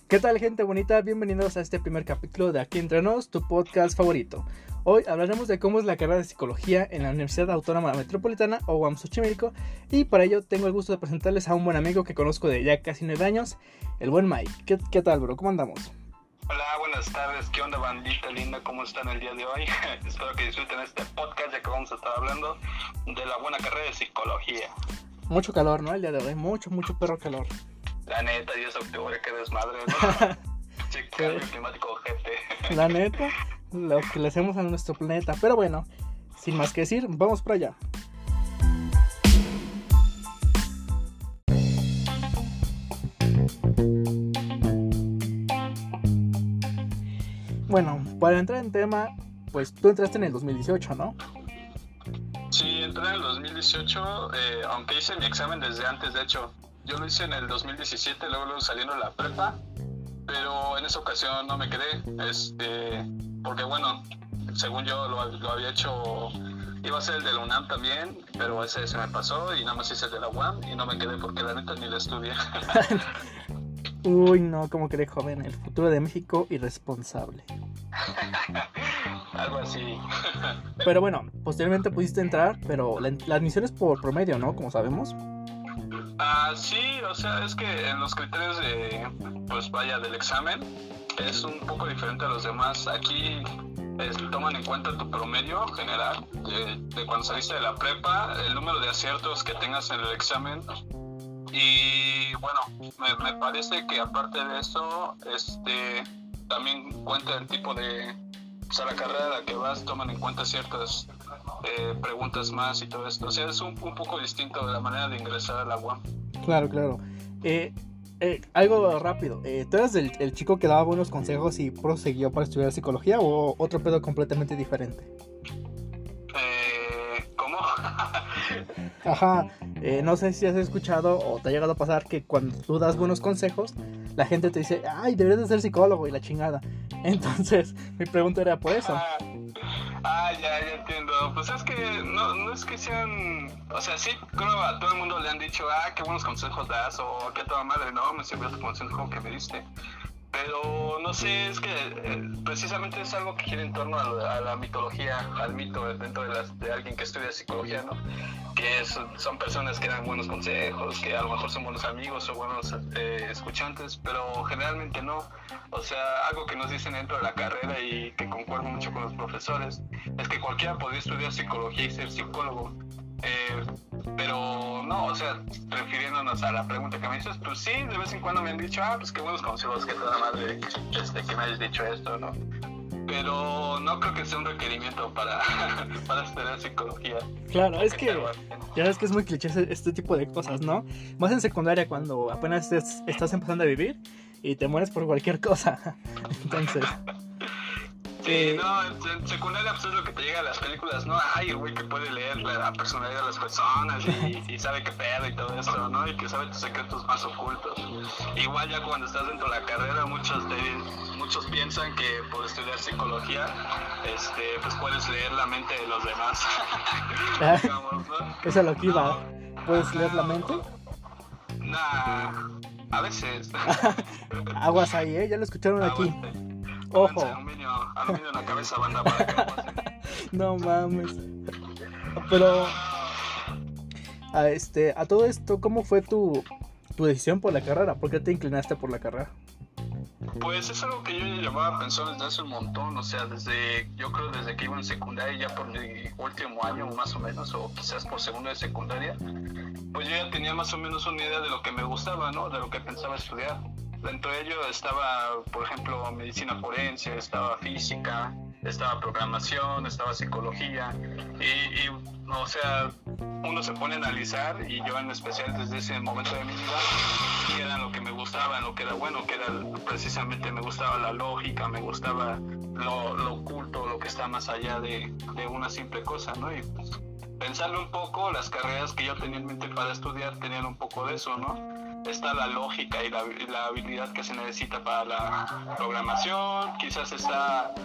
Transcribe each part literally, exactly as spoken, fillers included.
¿Qué tal, gente bonita? Bienvenidos a este primer capítulo de Aquí Entre Nos, tu podcast favorito. Hoy hablaremos de cómo es la carrera de psicología en la Universidad Autónoma Metropolitana o U A M Xochimilco, y para ello tengo el gusto de presentarles a un buen amigo que conozco de ya casi nueve años, el buen Mike. ¿Qué, qué tal, bro? ¿Cómo andamos? Hola, buenas tardes. ¿Qué onda, bandita linda? ¿Cómo están el día de hoy? Espero que disfruten este podcast, ya que vamos a estar hablando de la buena carrera de psicología. Mucho calor, ¿no? El día de hoy, mucho, mucho perro calor. La neta, y es octubre, qué desmadre, ¿no? Sí, cambio climático, gente. La neta, lo que le hacemos a nuestro planeta. Pero bueno, sin más que decir, vamos para allá. Bueno, para entrar en tema, pues tú entraste en el dos mil dieciocho, ¿no? Sí, entré en el dos mil dieciocho, eh, aunque hice mi examen desde antes, de hecho. Yo lo hice en el dos mil diecisiete, luego, luego saliendo de la prepa, pero en esa ocasión no me quedé, este, porque bueno, según yo lo, lo había hecho, iba a ser el de la UNAM también, pero ese se me pasó y nada más hice el de la U A M y no me quedé porque la neta ni la estudié. Uy, no, como crees, joven, el futuro de México irresponsable. Algo así. Pero bueno, posteriormente pudiste entrar, pero la, la admisión es por promedio, ¿no? Como sabemos. Ah, sí, o sea, es que en los criterios de, pues vaya, del examen es un poco diferente a los demás. Aquí es, toman en cuenta tu promedio general de, de cuando saliste de la prepa, el número de aciertos que tengas en el examen. Y bueno, me, me parece que aparte de eso, este, también cuenta el tipo de, o sea, la carrera a la que vas, toman en cuenta ciertas eh, preguntas más y todo esto. O sea, es un, un poco distinto de la manera de ingresar a la U A M. Claro, claro. Eh, eh, algo rápido. Eh, ¿Tú eras el, el chico que daba buenos consejos y prosiguió para estudiar psicología o otro pedo completamente diferente? Eh, ¿Cómo? Ajá. Eh, no sé si has escuchado o te ha llegado a pasar que cuando tú das buenos consejos, la gente te dice, ay, deberías de ser psicólogo y la chingada. Entonces, mi pregunta era por eso. Ah, ah, ya, ya entiendo. Pues es que no, no es que sean... O sea, sí, creo a todo el mundo le han dicho, ah, qué buenos consejos das, o qué toda madre, no, me sirvió tu consejo que me diste. Pero no sé, es que eh, precisamente es algo que gira en torno a, la, a la mitología, al mito dentro de, las, de alguien que estudia psicología, ¿no? Que es, son personas que dan buenos consejos, que a lo mejor son buenos amigos o buenos eh, escuchantes, pero generalmente no. O sea, algo que nos dicen dentro de la carrera y que concuerdo mucho con los profesores, es que cualquiera podría estudiar psicología y ser psicólogo. Eh, pero no, o sea, refiriéndonos a la pregunta que me dices, pues sí, de vez en cuando me han dicho, ah, pues qué buenos consejos, que toda madre, este, que me hayas dicho esto, ¿no? Pero no creo que sea un requerimiento para, para estudiar psicología. Claro, es que ya ves que es muy cliché este tipo de cosas, ¿no? Más en secundaria, cuando apenas estés, estás empezando a vivir y te mueres por cualquier cosa. Entonces... Sí, eh, no, en secundaria pues es lo que te llega a las películas, ¿no? Ay, el güey que puede leer la personalidad de las personas y, y sabe qué pedo y todo eso, ¿no? Y que sabe tus secretos más ocultos. Igual ya cuando estás dentro de la carrera, muchos de, muchos piensan que por estudiar psicología, este, pues puedes leer la mente de los demás. Digamos, ¿no? Eso es lo que iba. No, ¿Puedes leer la mente? Nah, a veces. Aguas ahí, ¿eh? Ya lo escucharon aquí. Ojo. Aluminio, aluminio en la cabeza, banda, para que no pasen. No mames. Pero a este, a todo esto, ¿cómo fue tu, tu decisión por la carrera? ¿Por qué te inclinaste por la carrera? Pues es algo que yo ya llevaba pensando desde hace un montón, o sea, desde, yo creo desde que iba en secundaria, ya por mi último año más o menos, o quizás por segundo de secundaria, pues yo ya tenía más o menos una idea de lo que me gustaba, ¿no? De lo que pensaba estudiar. Dentro de ello estaba, por ejemplo, medicina forense, estaba física, estaba programación, estaba psicología y, y, o sea, uno se pone a analizar y yo en especial desde ese momento de mi vida, qué era lo que me gustaba, lo que era bueno, que era precisamente me gustaba la lógica, me gustaba lo, lo oculto, lo que está más allá de, de una simple cosa, ¿no? Y pues, pensarlo un poco, las carreras que yo tenía en mente para estudiar tenían un poco de eso, ¿no? Está la lógica y la, la habilidad que se necesita para la programación, quizás está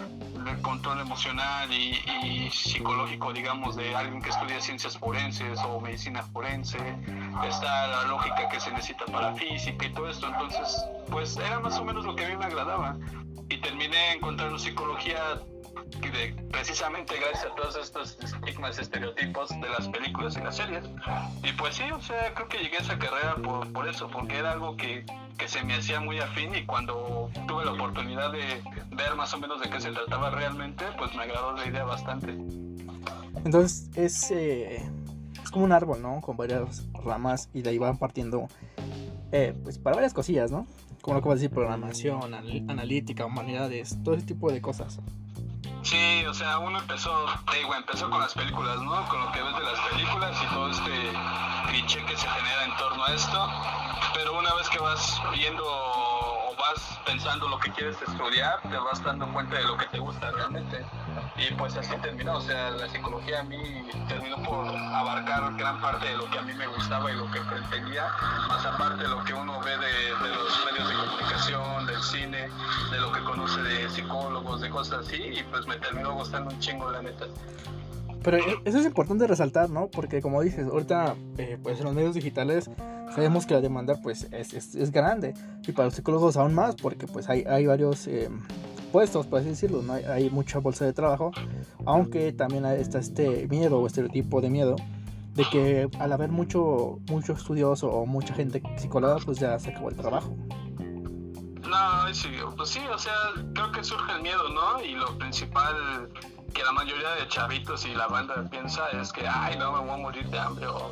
el control emocional y, y psicológico, digamos, de alguien que estudia ciencias forenses o medicina forense, está la lógica que se necesita para física y todo esto. Entonces, pues era más o menos lo que a mí me agradaba, y terminé encontrando psicología de, precisamente gracias a todos estos estigmas, estereotipos de las películas y las series. Y pues sí, o sea, creo que llegué a esa carrera por, por eso, porque era algo que, que se me hacía muy afín, y cuando tuve la oportunidad de ver más o menos de qué se trataba realmente, pues me agradó la idea bastante. Entonces es, eh, es como un árbol, ¿no? Con varias ramas, y de ahí van partiendo eh, pues para varias cosillas, ¿no? Como lo que vas a decir, programación, anal- analítica, humanidades, todo ese tipo de cosas. Sí, o sea, uno empezó, te digo, empezó con las películas, ¿no? Con lo que ves de las películas y todo este cliché que se genera en torno a esto. Pero una vez que vas viendo o vas pensando lo que quieres estudiar, te vas dando cuenta de lo que te gusta realmente. Y pues así terminó, o sea, la psicología a mí terminó por abarcar gran parte de lo que a mí me gustaba y lo que pretendía, más aparte de lo que uno ve de, de los medios de comunicación, del cine, de lo que conoce de psicólogos, de cosas así, y pues me terminó gustando un chingo, la neta. Pero eso es importante resaltar, ¿no? Porque como dices, ahorita eh, pues en los medios digitales sabemos que la demanda pues es, es, es grande, y para los psicólogos aún más, porque pues hay, hay varios eh, puestos, por así decirlo, ¿no? Hay, hay mucha bolsa de trabajo, aunque también está este miedo o estereotipo de miedo de que al haber mucho, mucho estudioso o mucha gente psicóloga, pues ya se acabó el trabajo. No, sí, pues sí, o sea, creo que surge el miedo, ¿no? Y lo principal que la mayoría de chavitos y la banda piensa es que, ay, no, me voy a morir de hambre, o...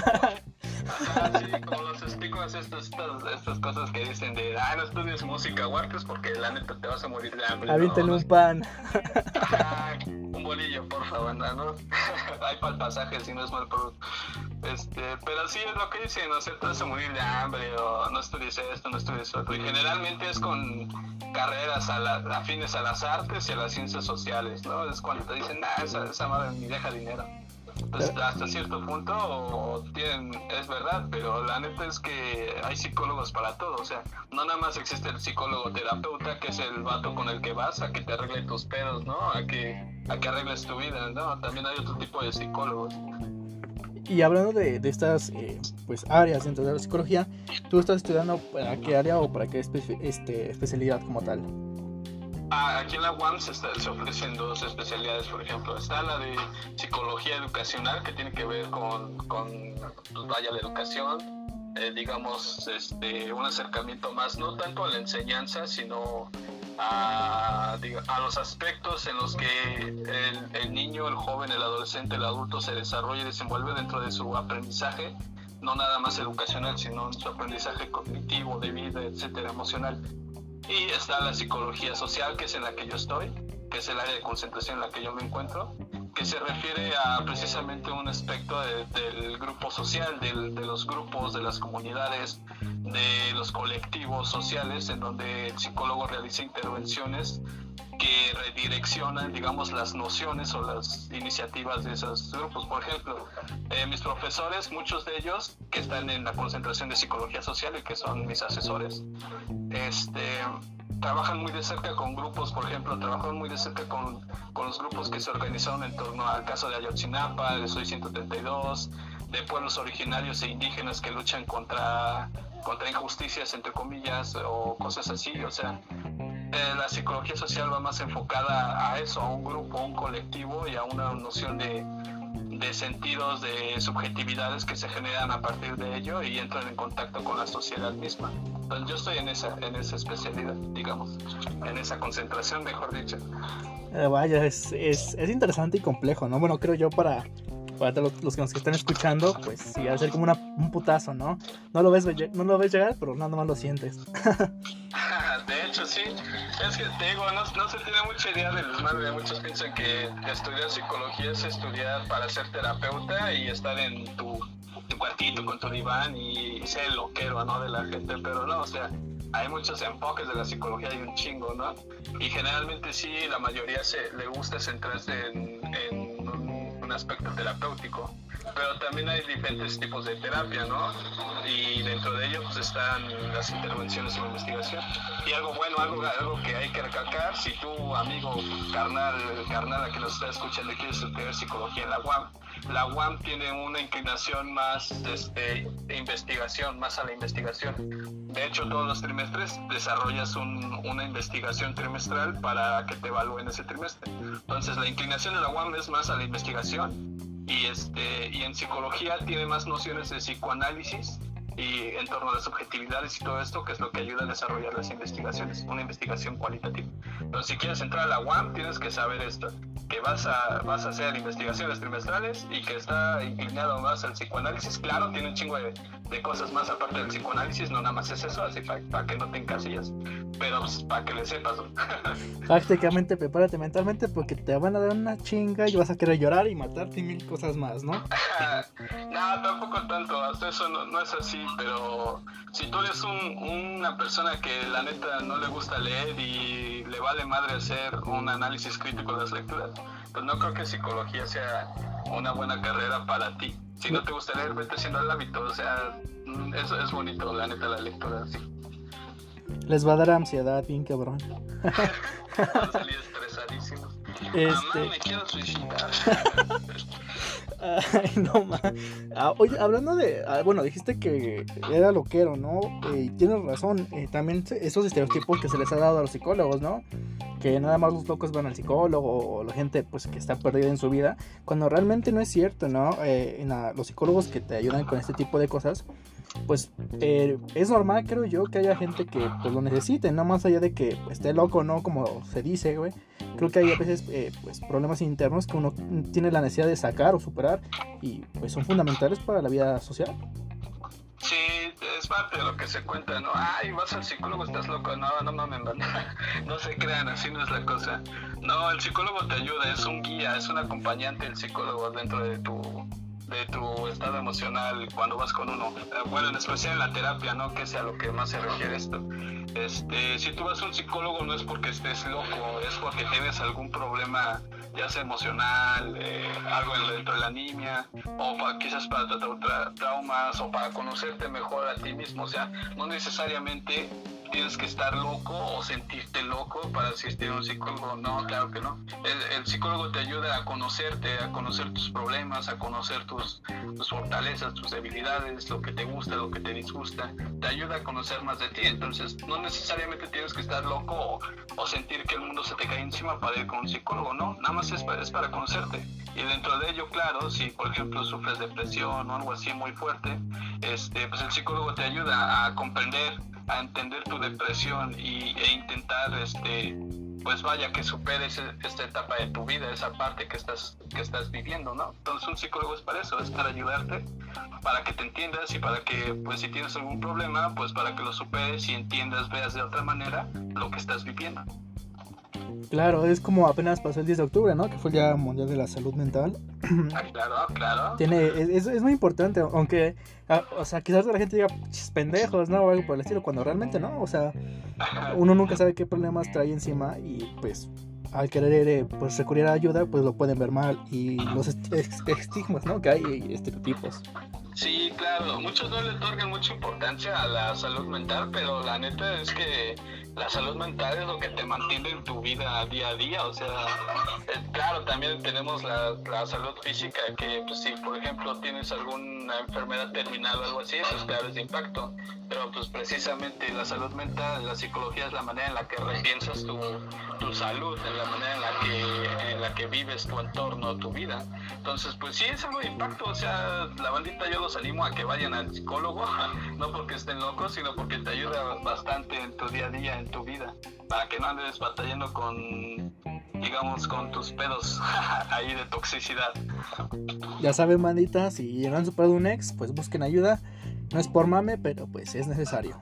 Ajá, sí, como los estigmas, estas, estas, estas cosas que dicen de, ay, no estudies música o artes porque la neta te vas a morir de hambre. Avienten ¿no? un pan. Ajá, un bolillo, por favor, ¿no? Hay para el pasaje, si no es mal por... Este, pero sí es lo que dicen, no sé, te vas a morir de hambre, o no estudies esto, no estudies otro. Y generalmente es con carreras a la, afines a las artes y a las ciencias sociales, ¿no? Es cuando te dicen, nah, esa, esa madre ni deja dinero. Pues hasta cierto punto o tienen, es verdad, pero la neta es que hay psicólogos para todo. O sea, no nada más existe el psicólogo terapeuta, que es el vato con el que vas a que te arregle tus pedos, ¿no? A que, a que arregles tu vida, ¿no? También hay otro tipo de psicólogos. Y hablando de, de estas eh, pues áreas dentro de la psicología, ¿tú estás estudiando para qué área o para qué espe- este, especialidad como tal? Ah, aquí en la U A M se, está, se ofrecen dos especialidades, por ejemplo. Está la de psicología educacional, que tiene que ver con, con pues vaya, la educación, eh, digamos, este, un acercamiento más, no tanto a la enseñanza, sino a, diga, a los aspectos en los que el, el niño, el joven, el adolescente, el adulto se desarrolla y desenvuelve dentro de su aprendizaje, no nada más educacional, sino en su aprendizaje cognitivo, de vida, etcétera, emocional. Y está la psicología social, que es en la que yo estoy, que es el área de concentración en la que yo me encuentro, que se refiere a precisamente un aspecto de, del grupo social, del, de los grupos, de las comunidades, de los colectivos sociales, en donde el psicólogo realiza intervenciones que redireccionan, digamos, las nociones o las iniciativas de esos grupos. Por ejemplo, eh, mis profesores, muchos de ellos que están en la concentración de psicología social y que son mis asesores, este, trabajan muy de cerca con grupos, por ejemplo, trabajan muy de cerca con, con los grupos que se organizaron en torno al caso de Ayotzinapa, de Soy ciento treinta y dos, de pueblos originarios e indígenas que luchan contra, contra injusticias, entre comillas, o cosas así. O sea, eh, la psicología social va más enfocada a eso, a un grupo, a un colectivo y a una noción de, de sentidos, de subjetividades que se generan a partir de ello y entran en contacto con la sociedad misma. Entonces yo estoy en esa, en esa especialidad, digamos, en esa concentración, mejor dicho. Eh, vaya, es, es, es interesante y complejo, ¿no? Bueno, creo yo para, para todos los, los que nos están escuchando, pues sí, va a ser como una, un putazo, ¿no? No lo ves, no lo ves llegar, pero nada más lo sientes. De hecho, sí. Es que te digo, no, no se tiene mucha idea del desmadre. Muchos piensan que estudiar psicología es estudiar para ser terapeuta y estar en tu, tu cuartito con tu diván y ser el loquero, ¿no? De la gente, pero no, o sea, hay muchos enfoques de la psicología y un chingo, ¿no? Y generalmente sí, la mayoría se le gusta centrarse en, en un, un aspecto terapéutico. pero también hay diferentes tipos de terapia, ¿no? Y dentro de ello pues están las intervenciones en investigación. Y algo bueno, algo, algo que hay que recalcar, si tú, amigo, carnal, carnal a que nos está escuchando, quieres estudiar psicología en la U A M, la U A M tiene una inclinación más este, de investigación, más a la investigación. De hecho, todos los trimestres desarrollas un, una investigación trimestral para que te evalúen ese trimestre. Entonces, la inclinación de la U A M es más a la investigación. Y, este, y en psicología tiene más nociones de psicoanálisis y en torno a las subjetividades y todo esto, que es lo que ayuda a desarrollar las investigaciones, una investigación cualitativa. Entonces, si quieres entrar a la U A M, tienes que saber esto, que vas a, vas a hacer investigaciones trimestrales y que está inclinado más al psicoanálisis. Claro, tiene un chingo de, de cosas más aparte del psicoanálisis, no nada más es eso, así para pa que no te encasillas, pero pues, para que le sepas, ¿no? Prácticamente prepárate mentalmente porque te van a dar una chinga y vas a querer llorar y matarte y mil cosas más, ¿no? No, tampoco tanto, hasta eso no, no es así, pero si tú eres un, una persona que la neta no le gusta leer y le vale madre hacer un análisis crítico de las lecturas, pues no creo que psicología sea una buena carrera para ti. Si no te gusta leer, vete haciendo el hábito, o sea, eso es bonito, la neta, la lectura, sí. Les va a dar ansiedad, bien cabrón. Van a salir estresadísimos. Este... Mamá, me quiero suicidar. Ay, no ma. Ah, oye, hablando de. Ah, bueno, dijiste que era loquero, ¿no? Eh, tienes razón. Eh, también esos estereotipos que se les ha dado a los psicólogos, ¿no? Que nada más los locos van al psicólogo o la gente pues que está perdida en su vida. Cuando realmente no es cierto, ¿no? Eh, en la, los psicólogos que te ayudan con este tipo de cosas, pues eh, es normal, creo yo, que haya gente que pues lo necesite, no más allá de que esté loco, ¿no? Como se dice, güey. Creo que hay a veces eh, pues problemas internos que uno tiene la necesidad de sacar o superar y pues son fundamentales para la vida social. Sí, es parte de lo que se cuenta, ¿no? Ay, vas al psicólogo, estás loco. No, no mames, no, no se crean, así no es la cosa. No, el psicólogo te ayuda, es un guía, es un acompañante el psicólogo dentro de tu... de tu estado emocional cuando vas con uno, bueno, en especial en la terapia, ¿no? Que sea lo que más se requiere esto. Este, si tú vas a un psicólogo no es porque estés loco, es porque tienes algún problema, ya sea emocional, eh, algo dentro de la anemia, o para, quizás para tratar tra traumas, o para conocerte mejor a ti mismo. O sea, no necesariamente tienes que estar loco o sentirte loco para asistir a un psicólogo. No, claro que no. El, el psicólogo te ayuda a conocerte, a conocer tus problemas, a conocer tus, tus fortalezas, tus debilidades, lo que te gusta, lo que te disgusta. Te ayuda a conocer más de ti. Entonces, no necesariamente tienes que estar loco o, o sentir que el mundo se te cae encima para ir con un psicólogo. No, nada más es para, es para conocerte. Y dentro de ello, claro, si por ejemplo sufres depresión o algo así muy fuerte, este, pues el psicólogo te ayuda a comprender, a entender tu depresión y, e intentar, este, pues vaya, que superes esta etapa de tu vida, esa parte que estás, que estás viviendo, ¿no? Entonces un psicólogo es para eso, es para ayudarte, para que te entiendas y para que, pues si tienes algún problema, pues para que lo superes y entiendas, veas de otra manera lo que estás viviendo. Claro, es como apenas pasó el diez de octubre, ¿no? Que fue el Día Mundial de la Salud Mental. Ah, claro, claro. Tiene, es, es muy importante, aunque, a, o sea, quizás la gente diga, pendejos, ¿no? O algo por el estilo, cuando realmente no, o sea, uno nunca sabe qué problemas trae encima y pues al querer eh, pues recurrir a ayuda, pues lo pueden ver mal y los est est estigmas, ¿no? Que hay y estereotipos. Sí, claro, muchos no le otorgan mucha importancia a la salud mental, pero la neta es que la salud mental es lo que te mantiene en tu vida día a día. O sea, eh, claro, también tenemos la, la salud física, que pues, si por ejemplo tienes alguna enfermedad terminal o algo así, pues claro, es de impacto. Pero pues precisamente la salud mental, la psicología es la manera en la que repiensas tu, tu salud, en la manera en la que en la que vives tu entorno, tu vida. Entonces, pues sí, es algo de impacto. O sea, la bandita yo los animo a que vayan al psicólogo, no porque estén locos, sino porque te ayuda bastante en tu día a día, en tu vida, para que no andes batallando con, digamos, con tus pedos ahí de toxicidad. Ya saben, bandita, si no han superado un ex, pues busquen ayuda. No es por mame, pero pues es necesario.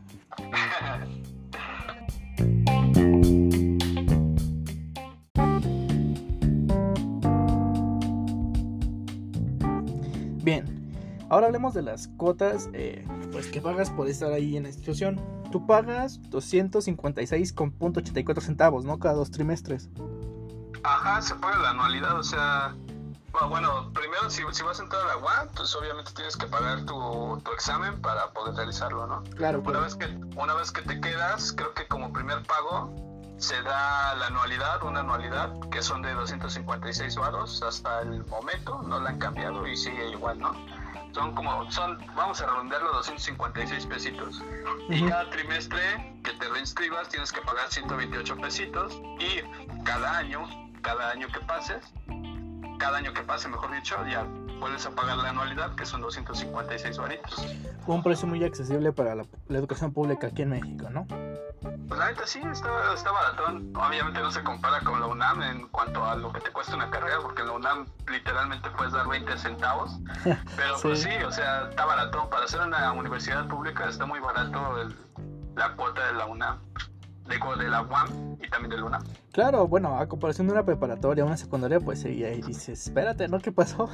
Bien, ahora hablemos de las cuotas eh, pues que pagas por estar ahí en la institución. Tú pagas doscientos cincuenta y seis con ochenta y cuatro centavos, ¿no? Cada dos trimestres. Ajá, se paga la anualidad, o sea, Bueno, bueno, primero si, si vas a entrar a la U A M, pues obviamente tienes que pagar tu, tu examen para poder realizarlo, ¿no? Claro, Una claro. vez que, una vez que te quedas, creo que como primer pago se da la anualidad, una anualidad que son de doscientos cincuenta y seis varos hasta el momento, no la han cambiado y sigue igual, ¿no? Son como, son, vamos a redondearlo, doscientos cincuenta y seis pesitos. Uh-huh. Y cada trimestre que te reinscribas tienes que pagar ciento veintiocho pesitos y cada año, cada año que pases, cada año que pase, mejor dicho, ya vuelves a pagar la anualidad, que son doscientos cincuenta y seis varitos. Un precio muy accesible para la, la educación pública aquí en México, ¿no? Pues la neta sí, está, está baratón. Obviamente no se compara con la UNAM en cuanto a lo que te cuesta una carrera, porque en la UNAM literalmente puedes dar veinte centavos. Pero sí. Pues sí, o sea, está baratón. Para ser una universidad pública está muy barato el, la cuota de la UNAM, de, de la U A M y también de la UNAM. Claro, bueno, a comparación de una preparatoria, una secundaria, pues sí, ahí dices, espérate, ¿no? ¿Qué pasó?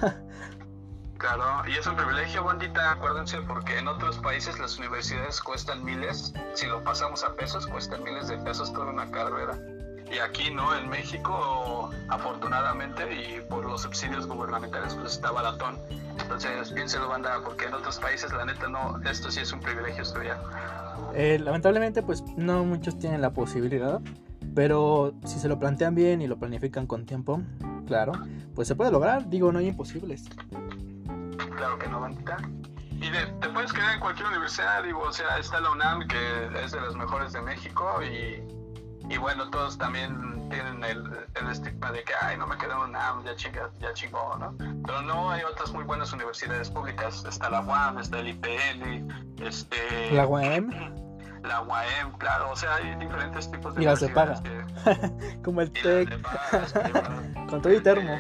Claro, y es un privilegio, bandita, acuérdense, porque en otros países las universidades cuestan miles, si lo pasamos a pesos, cuestan miles de pesos toda una carrera. Y aquí no, en México, afortunadamente, y por los subsidios gubernamentales, pues está baratón. Entonces, piénselo, banda, porque en otros países, la neta, no, esto sí es un privilegio estudiar. Eh, lamentablemente, pues no muchos tienen la posibilidad, pero si se lo plantean bien y lo planifican con tiempo, claro, pues se puede lograr, digo, no hay imposibles. Claro que no, bandita. Y de, te puedes quedar en cualquier universidad, digo, o sea, está la UNAM, que es de las mejores de México, y, y bueno, todos también tienen el, el estigma de que, ay, no me quedé en UNAM, ya chinga, ya chingó, ¿no? Pero no, hay otras muy buenas universidades públicas, está la U A M, está el I P N, este... ¿La U A M? La U A M, claro, o sea, hay diferentes tipos de y las de paga, que, como el y TEC, las de paga, con todo y termo.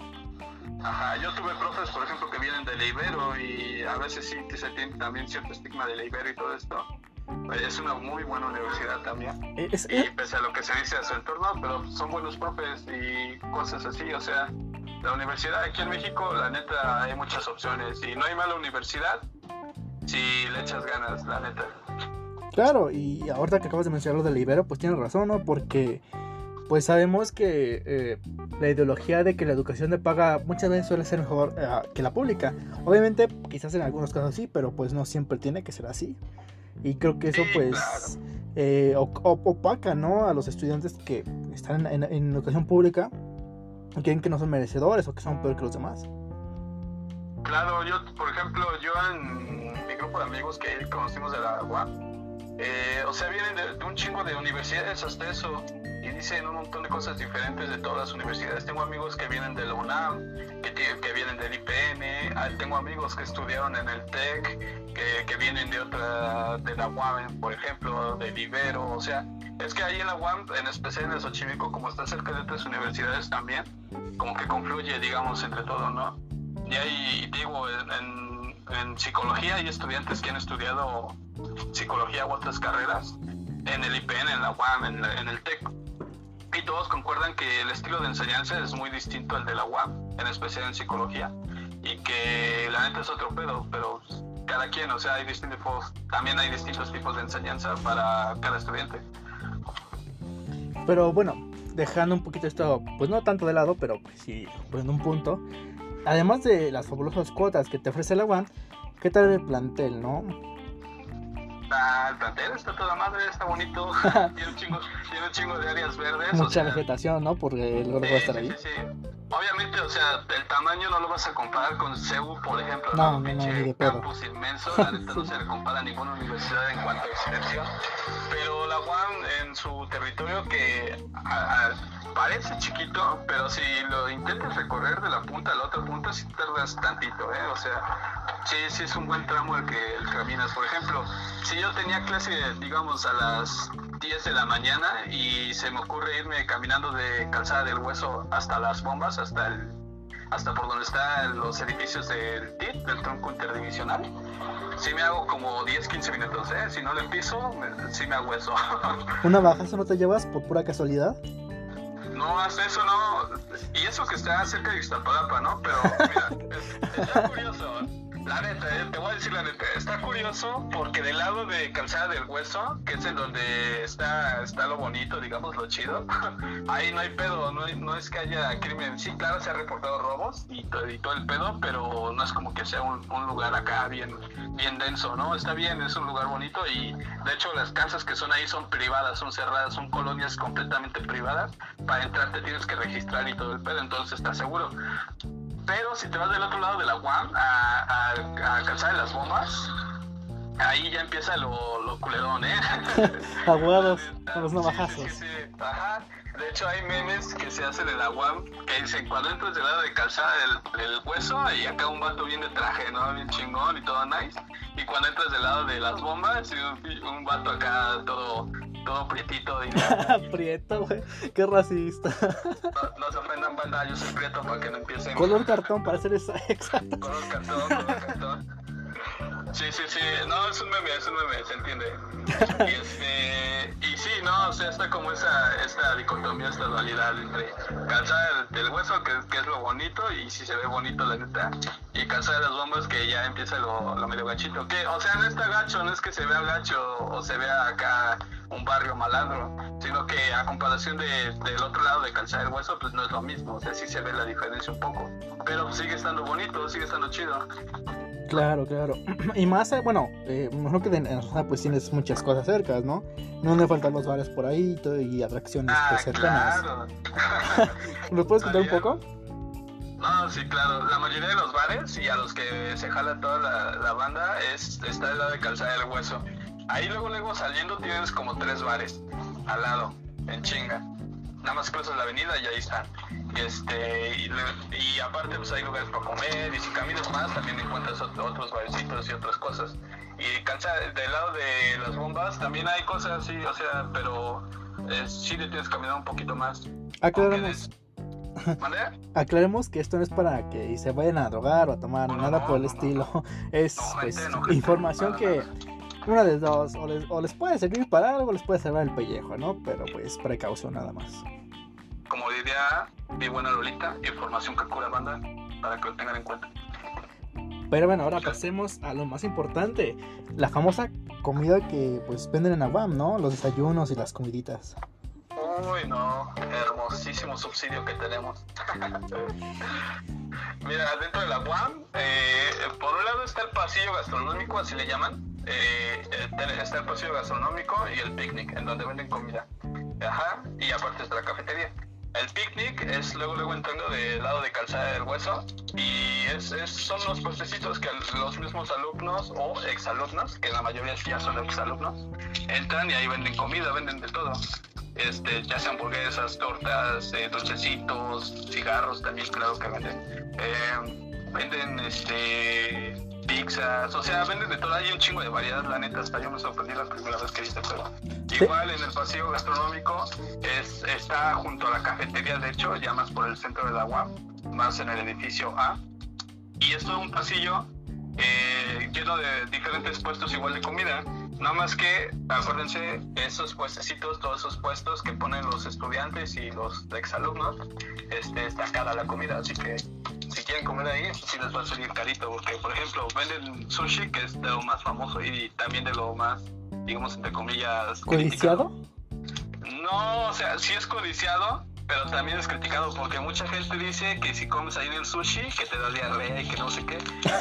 Ajá, yo tuve profes, por ejemplo, que vienen de la Ibero y a veces sí se tiene también cierto estigma de la Ibero y todo esto. Es una muy buena universidad también. Es, y pese a lo que se dice a su entorno, pero son buenos profes y cosas así, o sea, la universidad aquí en México, la neta, hay muchas opciones y no hay mala universidad si le echas ganas, la neta. Claro, y ahorita que acabas de mencionar lo de la Ibero, pues tienes razón, ¿no? Porque pues sabemos que eh, la ideología de que la educación de paga muchas veces suele ser mejor eh, que la pública. Obviamente, quizás en algunos casos sí, pero pues no siempre tiene que ser así. Y creo que eso sí, pues claro. eh, opaca, ¿no? A los estudiantes que están en, en, en educación pública y creen que no son merecedores o que son peor que los demás. Claro, yo, por ejemplo, yo en mi grupo de amigos que conocimos de la U A M, eh, o sea, vienen de, de un chingo de universidades hasta eso. Y dicen un montón de cosas diferentes de todas las universidades. Tengo amigos que vienen de la UNAM, que, que vienen del I P N, tengo amigos que estudiaron en el TEC, que, que vienen de otra, de la U A M, por ejemplo, del Ibero. O sea, es que ahí en la U A M, en especial en el Xochimilco, como está cerca de otras universidades también, como que confluye, digamos, entre todo, ¿no? Y ahí, digo, en, en, en psicología hay estudiantes que han estudiado psicología u otras carreras en el I P N, en la U A M, en, en el TEC. Y todos concuerdan que el estilo de enseñanza es muy distinto al de la U A M, en especial en psicología, y que la neta es otro pedo, pero cada quien, o sea, hay distintos, también hay distintos tipos de enseñanza para cada estudiante. Pero bueno, dejando un poquito esto, pues no tanto de lado, pero pues sí, poniendo un punto, además de las fabulosas cuotas que te ofrece la U A M, ¿qué tal el plantel, no? Ah, el plantel está toda madre, está bonito, tiene, un chingo, tiene un chingo de áreas verdes. Mucha o sea, vegetación, ¿no? Porque el gordo sí, va a estar sí, ahí. Sí, sí. Obviamente, o sea, el tamaño no lo vas a comparar con C E U, por ejemplo, no, ¿no? no, pinche no, ni de campus inmenso, la neta no se le compara a ninguna universidad en cuanto a extensión, pero la U A M en su territorio que a, a, parece chiquito, pero si lo intentas recorrer de la punta a la otra punta, sí tardas tantito, ¿eh? O sea, sí, sí es un buen tramo el que, el que caminas. Por ejemplo, si yo tenía clase, digamos, a las diez de la mañana y se me ocurre irme caminando de Calzada del Hueso hasta las bombas, hasta el hasta por donde están los edificios del T I P, del tronco interdivisional, sí me hago como diez, quince minutos, ¿eh? Si no le piso, me, sí me hago eso. ¿Una baja eso no te llevas por pura casualidad? No, hasta eso no. Y eso que está cerca de Iztapalapa, ¿no? Pero mira, es, está curioso. La neta, eh, te voy a decir la neta, está curioso porque del lado de Calzada del Hueso, que es en donde está, está lo bonito, digamos, lo chido, ahí no hay pedo, no, hay, no es que haya crimen. Sí, claro, se han reportado robos y, to- y todo el pedo, pero no es como que sea un, un lugar acá bien, bien denso, ¿no? Está bien, es un lugar bonito y de hecho las casas que son ahí son privadas, son cerradas, son colonias completamente privadas. Para entrar te tienes que registrar y todo el pedo, entonces estás seguro. Pero si te vas del otro lado de la U A M, a, a, a Calzada de las Bombas, ahí ya empieza lo, lo culerón, ¿eh? Aguados, con los navajazos. Sí, sí, sí, sí. Ajá. De hecho, hay memes que se hacen en la U A M que dicen: cuando entras del lado de Calzada del, del Hueso, y acá un vato bien de traje, ¿no? Bien chingón y todo nice. Y cuando entras del lado de las bombas, y un, un vato acá todo... todo prietito y Prieto, güey, qué racista. no, no se ofendan, banda, yo soy prieto para que no empiecen. Color cartón, para ser esa- exacto. Color cartón, color cartón. Sí, sí, sí, no, es un meme, es un meme, se entiende. Y este, y sí, no, o sea, está como esa, esta dicotomía, esta dualidad entre Calzada del, del Hueso, que, que es lo bonito, y si se ve bonito la neta, y Calzada de las Bombas, que ya empieza lo, lo medio gachito, que, o sea, no está gacho, no es que se vea gacho, o se vea acá un barrio malandro, sino que a comparación de, del otro lado de Calzada del Hueso, pues no es lo mismo, o sea, sí se ve la diferencia un poco, pero sigue estando bonito, sigue estando chido. Claro, claro. Y más, eh, bueno, eh, mejor que en Rosada pues tienes muchas cosas cercas, ¿no? No le faltan los bares por ahí y todo, y atracciones Ah, pues, cercanas. claro. ¿Lo puedes contar un poco? No, sí, claro. La mayoría de los bares y a los que se jala toda la, la banda es está del lado de Calzada del Hueso. Ahí luego, luego saliendo tienes como tres bares al lado, en chinga. Nada más cruzas la avenida y ahí están. Y, este, y, le- y aparte pues hay lugares para comer, y si caminas más también encuentras ot- otros barecitos y otras cosas. Y Calzada, del lado de las bombas también hay cosas así, o sea, pero eh, sí le tienes que caminar un poquito más. Aclaremos, ¿Vale? aclaremos que esto no es para que se vayan a drogar o a tomar, No, nada no, por el no, no. estilo. Es No, pues gente, no, gente, información para que nada. una de dos, o les, o les puede servir para algo, o les puede salvar el pellejo, ¿no? Pero pues precaución nada más. Como diría mi buena Lolita, información que cura, banda, para que lo tengan en cuenta. Pero bueno, ahora pasemos a lo más importante, la famosa comida que pues venden en Aguam, ¿no? Los desayunos y las comiditas. Uy, no, hermosísimo subsidio que tenemos. Mira, dentro de la U A M, eh, por un lado está el pasillo gastronómico, así le llaman. Eh, eh, está el pasillo gastronómico y el picnic, en donde venden comida. Ajá, y aparte está la cafetería. El picnic es luego luego entrando del lado de Calzada del Hueso y es, es, son los puestecitos que los mismos alumnos o exalumnos, que la mayoría ya son exalumnos, entran y ahí venden comida, venden de todo. Este, ya sea hamburguesas, tortas, eh, dulcecitos, cigarros también, claro que venden. Eh, venden este pizzas, o sea, venden de todo, hay un chingo de variedad, la neta, hasta yo me sorprendí la primera vez que viste, pero igual en el pasillo gastronómico es, está junto a la cafetería, de hecho, ya más por el centro de la U A M, más en el edificio A, y es todo un pasillo eh, lleno de diferentes puestos igual de comida. Nada más que, acuérdense, esos puestecitos, todos esos puestos que ponen los estudiantes y los exalumnos, este, está cara la comida, así que si quieren comer ahí, sí les va a salir carito, porque, por ejemplo, venden sushi, que es de lo más famoso y también de lo más, digamos, entre comillas, ¿Codiciado? criticado. No, o sea, sí es codiciado, pero también es criticado porque mucha gente dice que si comes ahí en el sushi, que te da diarrea y que no sé qué.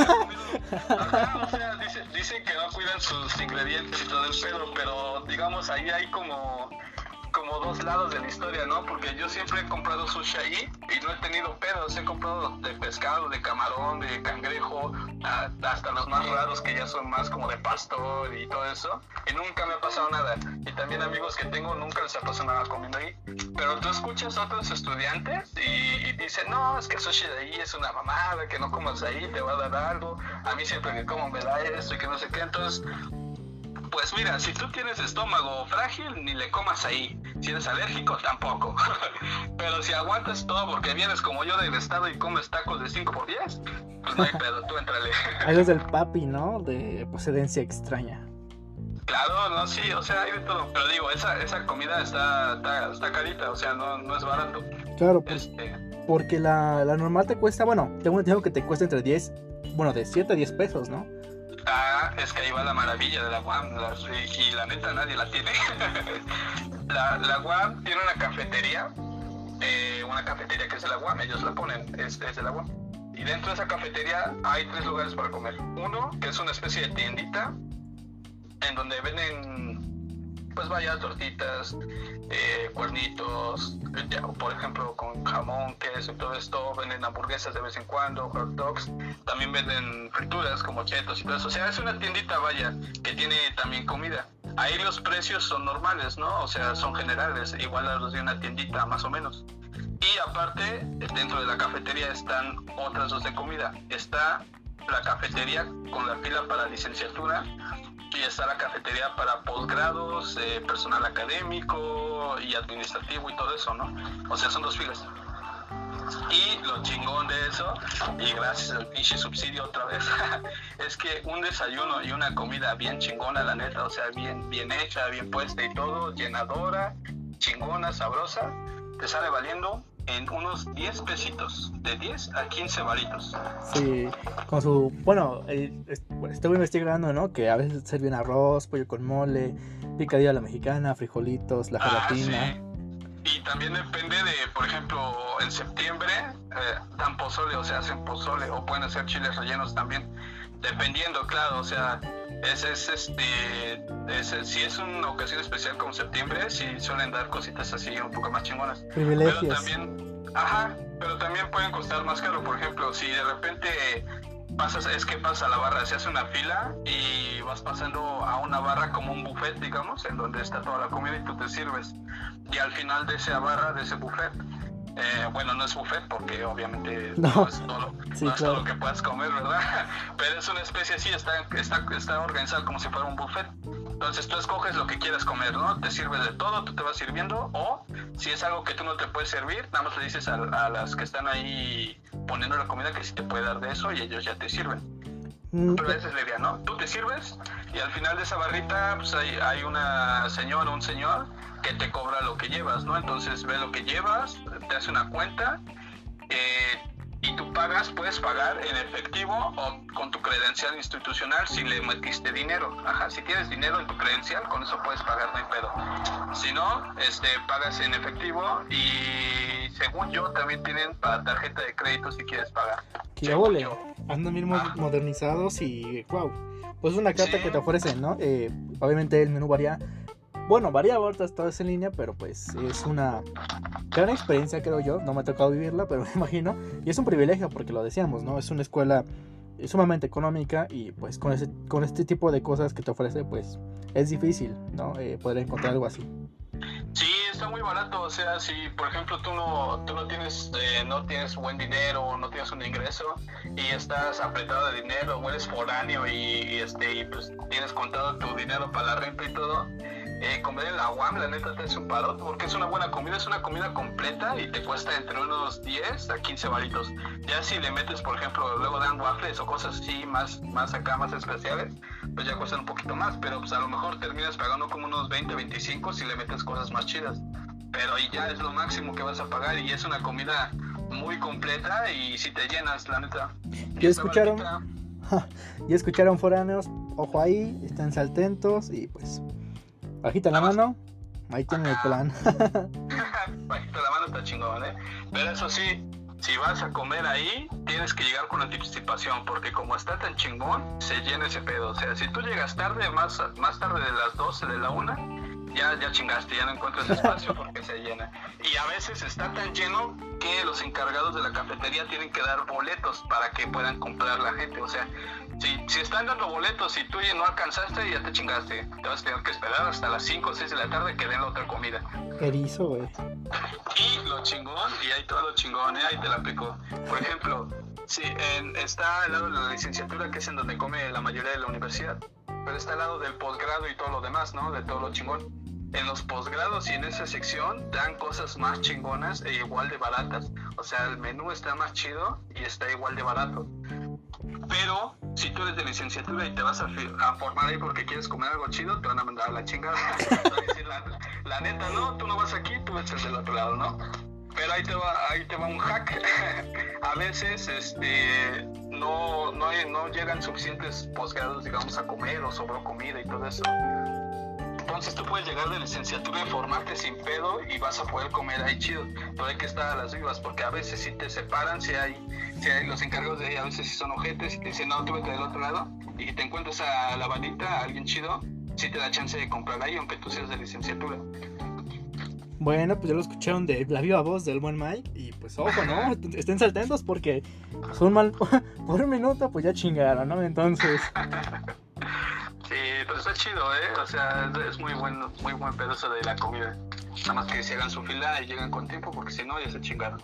Ajá, o sea, dice, dicen que no cuidan sus ingredientes y todo el pedo, pero digamos, ahí hay como, como dos lados de la historia, ¿no? Porque yo siempre he comprado sushi ahí y no he tenido pedos. He comprado de pescado, de camarón, de cangrejo, a- hasta los más raros que ya son más como de pastor y todo eso. Y nunca me ha pasado nada. Y también amigos que tengo nunca les ha pasado nada comiendo ahí. Pero tú escuchas a otros estudiantes y, y dicen, no, es que el sushi de ahí es una mamada, que no comas ahí, te va a dar algo. A mí siempre que como me da esto y que no sé qué. Entonces, pues mira, si tú tienes estómago frágil, ni le comas ahí. Si eres alérgico, tampoco. Pero si aguantas todo porque vienes como yo del estado y comes tacos de cinco por diez, pues no hay pedo, tú éntrale. Hay los del papi, ¿no? De procedencia extraña. Claro, no, sí, o sea, hay de todo. Pero digo, esa, esa comida está, está, está carita, o sea, no, no es barato. Claro, pues Este, porque la, la normal te cuesta, bueno, tengo entendido que te cuesta entre diez bueno, de siete a diez pesos, ¿no? Ah, es que ahí va la maravilla de la U A M, la, y, y la neta nadie la tiene. la, la U A M tiene una cafetería, eh, una cafetería que es de la U A M, ellos la ponen, es, es de la U A M. Y dentro de esa cafetería hay tres lugares para comer. Uno, que es una especie de tiendita, en donde venden, pues vaya, tortitas, eh, cuernitos, ya, por ejemplo, con jamón, queso y todo esto. Venden hamburguesas de vez en cuando, hot dogs. También venden frituras como chetos y todo eso. O sea, es una tiendita, vaya, que tiene también comida. Ahí los precios son normales, ¿no? O sea, son generales, igual a los de una tiendita, más o menos. Y aparte, dentro de la cafetería están otras dos de comida. Está la cafetería con la fila para licenciatura y está la cafetería para posgrados, eh, personal académico y administrativo y todo eso, ¿no? O sea, son dos filas. Y lo chingón de eso, y gracias al pinche subsidio otra vez, es que un desayuno y una comida bien chingona, la neta, o sea, bien, bien hecha, bien puesta y todo, llenadora, chingona, sabrosa, te sale valiendo en unos diez pesitos, de diez a quince varitos. Sí, con su, bueno, eh, estuve investigando, ¿no? Que a veces sirven arroz, pollo con mole, picadillo a la mexicana, frijolitos, la gelatina. Ah, sí. Y también depende de, por ejemplo, en septiembre eh, dan pozole, o sea, hacen pozole, o pueden hacer chiles rellenos también, dependiendo, claro, o sea, es, es este, es, si es una ocasión especial como septiembre, sí suelen dar cositas así un poco más chingonas. Privilegios. Pero también, ajá, pero también pueden costar más caro, por ejemplo, si de repente pasas, es que pasa la barra, se hace una fila y vas pasando a una barra como un buffet, digamos, en donde está toda la comida y tú te sirves. Y al final de esa barra, de ese buffet, eh, bueno, no es buffet porque obviamente no, no es, todo, sí, no es claro. todo lo que puedas comer, ¿verdad? Pero es una especie así, está, está, está organizado como si fuera un buffet. Entonces tú escoges lo que quieras comer, ¿no? Te sirves de todo, tú te vas sirviendo, o si es algo que tú no te puedes servir, nada más le dices a, a las que están ahí poniendo la comida que sí te puede dar de eso y ellos ya te sirven. Mm. Pero esa es la idea, ¿no? Tú te sirves y al final de esa barrita pues hay, hay una señora o un señor que te cobra lo que llevas, ¿no? Entonces ve lo que llevas, te hace una cuenta eh, y tú pagas, puedes pagar en efectivo o con tu credencial institucional si le metiste dinero. Ajá, si tienes dinero en tu credencial, con eso puedes pagar, no hay pedo. Si no, este, pagas en efectivo y según yo también tienen para tarjeta de crédito si quieres pagar. ¡Qué ole! Andan bien ah. modernizados y wow. Pues es una carta sí. que te ofrecen, ¿no? Eh, obviamente el menú varía. Bueno, varía ahorita, todo es en línea, pero pues es una gran experiencia, creo yo. No me ha tocado vivirla, pero me imagino. Y es un privilegio porque lo decíamos, ¿no? Es una escuela sumamente económica y pues con, ese, con este tipo de cosas que te ofrece, pues es difícil, ¿no? Eh, poder encontrar algo así. Sí, está muy barato, o sea, si por ejemplo tú no, tú no tienes eh, no tienes buen dinero, no tienes un ingreso y estás apretado de dinero o eres foráneo y, y, este, y pues tienes contado tu dinero para la renta y todo, eh, comer en la U A M la neta te hace un paro porque es una buena comida, es una comida completa y te cuesta entre unos diez a quince varitos. Ya si le metes, por ejemplo, luego dan waffles o cosas así más, más acá, más especiales, pues ya cuestan un poquito más, pero pues a lo mejor terminas pagando como unos veinte, veinticinco si le metes cosas más chidas, pero ahí ya es lo máximo que vas a pagar y es una comida muy completa y si te llenas, la neta. ¿Ya escucharon? Ya escucharon, foráneos, ojo ahí, esténse atentos y pues bajita la mano, ahí tienen el plan. Bajita la mano está chingón, ¿eh? Pero eso sí, si vas a comer ahí, tienes que llegar con anticipación, porque como está tan chingón, se llena ese pedo. O sea, si tú llegas tarde, más, más tarde de las doce, de la una, ya, ya chingaste, ya no encuentras espacio porque se llena. Y a veces está tan lleno que los encargados de la cafetería tienen que dar boletos para que puedan comprar la gente. O sea, si, si están dando boletos y tú ya no alcanzaste, ya te chingaste. Te vas a tener que esperar hasta las cinco o seis de la tarde que den la otra comida. Erizo, güey. Y lo chingón, y ahí todo lo chingón, ¿eh? Ahí te la aplico. Por ejemplo, sí, en, está al lado de la licenciatura, que es en donde come la mayoría de la universidad, pero está al lado del posgrado y todo lo demás, ¿no? De todo lo chingón. En los posgrados y en esa sección dan cosas más chingonas e igual de baratas. O sea, el menú está más chido y está igual de barato. Pero si tú eres de licenciatura y te vas a, a formar ahí porque quieres comer algo chido, te van a mandar a la chingada. Decir, la, la neta, no, tú no vas aquí, tú estás del otro lado, ¿no? Pero ahí te va, ahí te va un hack. A veces este, no, no, hay, no llegan suficientes posgrados, digamos, a comer o sobró comida y todo eso. Entonces tú puedes llegar de licenciatura y formarte sin pedo y vas a poder comer ahí chido, pero hay que estar a las vivas porque a veces si te separan, si hay, si hay los encargados de ahí, a veces si son ojetes y te dicen no, tú vete del otro lado y te encuentras a la bandita, a alguien chido, sí te da chance de comprar ahí aunque tú seas de licenciatura. Bueno, pues ya lo escucharon de la viva voz del buen Mike. Y pues ojo, ¿no? Estén atentos porque son mal por un minuto, pues ya chingaron, ¿no? Entonces. Sí, pero está chido, ¿eh? O sea, es muy bueno, muy buen pedazo de la comida. Nada más que se hagan su fila y llegan con tiempo porque si no, ya se chingaron.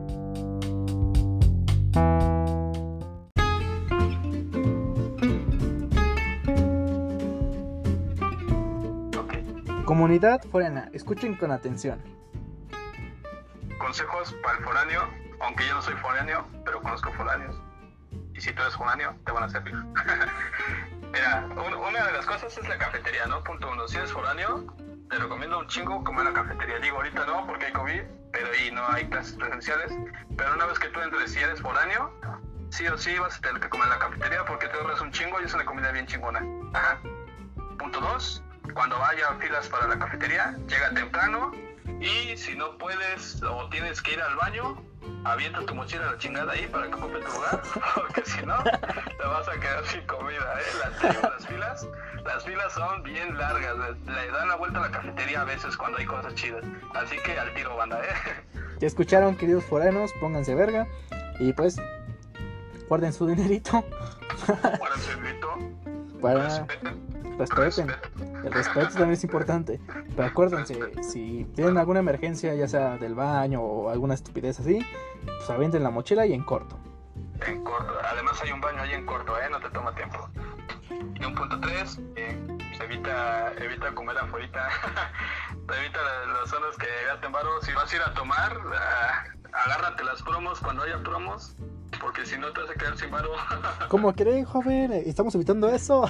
Comunidad foránea, escuchen con atención. Consejos para el foráneo, aunque yo no soy foráneo, pero conozco foráneos. Y si tú eres foráneo, te van a servir. Mira, un, una de las cosas es la cafetería, ¿no? Punto uno, si eres foráneo, te recomiendo un chingo comer en la cafetería. Digo, ahorita no, porque hay COVID, pero y no hay clases presenciales. Pero una vez que tú entres, si eres foráneo, sí o sí vas a tener que comer en la cafetería porque te ahorras un chingo y es una comida bien chingona. Ajá. Punto dos. Cuando haya filas para la cafetería, llega temprano y si no puedes o tienes que ir al baño, avienta tu mochila a la chingada ahí para que ocupe tu lugar, porque si no, te vas a quedar sin comida, ¿eh? Las, las filas, las filas son bien largas, le dan la vuelta a la cafetería a veces cuando hay cosas chidas, así que al tiro, banda, ¿eh? Ya escucharon, queridos foráneos, pónganse verga y pues guarden su dinerito. Guarden su dinerito. Para... Respeten. Respeten. El respeto también es importante. Pero acuérdense, si tienen alguna emergencia, ya sea del baño o alguna estupidez así, pues avienten la mochila y en corto. En corto. Además hay un baño ahí en corto, ¿eh? No te toma tiempo. Y un punto tres, eh, pues evita, evita comer afuera. Evita las zonas que gasten varo. Si vas a ir a tomar, uh, agárrate las promos cuando haya promos, porque si no te vas a quedar sin varo. ¿Cómo creen, joven? Estamos evitando eso.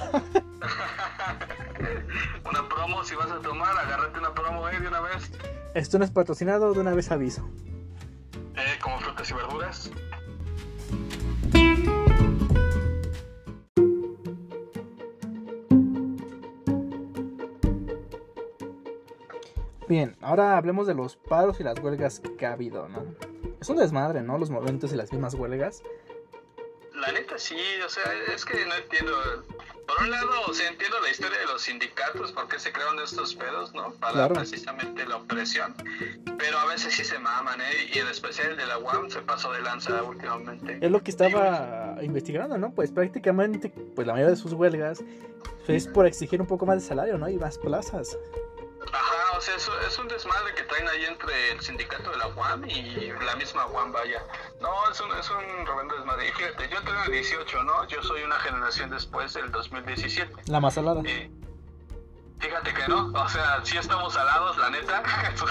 Una promo, si vas a tomar, agárrate una promo eh, de una vez. Esto no es patrocinado, de una vez aviso. Eh, como frutas y verduras. Bien, ahora hablemos de los paros y las huelgas que ha habido, ¿no? Es un desmadre, ¿no? Los momentos y las mismas huelgas. La neta sí, o sea, es que no entiendo. Por un lado, o sea, entiendo la historia de los sindicatos, por qué se crearon estos pedos, ¿no? Para claro. Precisamente la opresión. Pero a veces sí se maman, ¿eh? Y en especial el de la U A M se pasó de lanza últimamente. Es lo que estaba sí, investigando, ¿no? Pues prácticamente, pues la mayoría de sus huelgas es por exigir un poco más de salario, ¿no? Y más plazas. Ajá, o sea, es, es un desmadre que traen ahí entre el sindicato de la U A M y la misma U A M, vaya. No, es un, es un reverendo desmadre. Y fíjate, yo tengo el dieciocho, ¿no? Yo soy una generación después del dos mil diecisiete. La más salada. Eh, fíjate que no, o sea, sí estamos salados, la neta,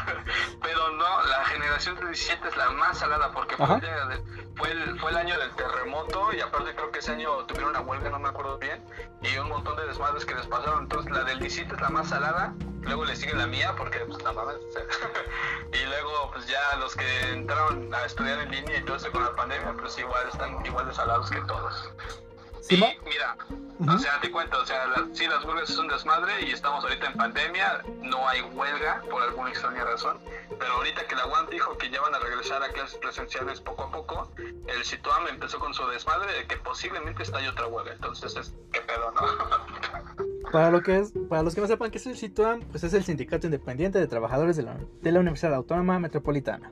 pero no, la generación del diecisiete es la más salada porque fue el, día de, fue, el, fue el año del terremoto y aparte creo que ese año tuvieron una huelga, no me acuerdo bien, y un montón de desmadres que les pasaron. Entonces la del diecisiete es la más salada, luego le sigue la mía porque pues la mames, o sea, y luego pues ya los que entraron a estudiar en línea y todo eso con la pandemia, pues igual están igual de salados que todos. Sí, y mira, uh-huh. o sea, te cuento, o sea, la, sí, las huelgas es un desmadre y estamos ahorita en pandemia, no hay huelga por alguna extraña razón, pero ahorita que la U A M dijo que ya van a regresar a clases presenciales poco a poco, el CITUAM empezó con su desmadre de que posiblemente estalle otra huelga, entonces es, qué pedo, ¿no? Para, lo que es, para los que no sepan qué es el CITUAM, pues es el Sindicato Independiente de Trabajadores de la, de la Universidad Autónoma Metropolitana.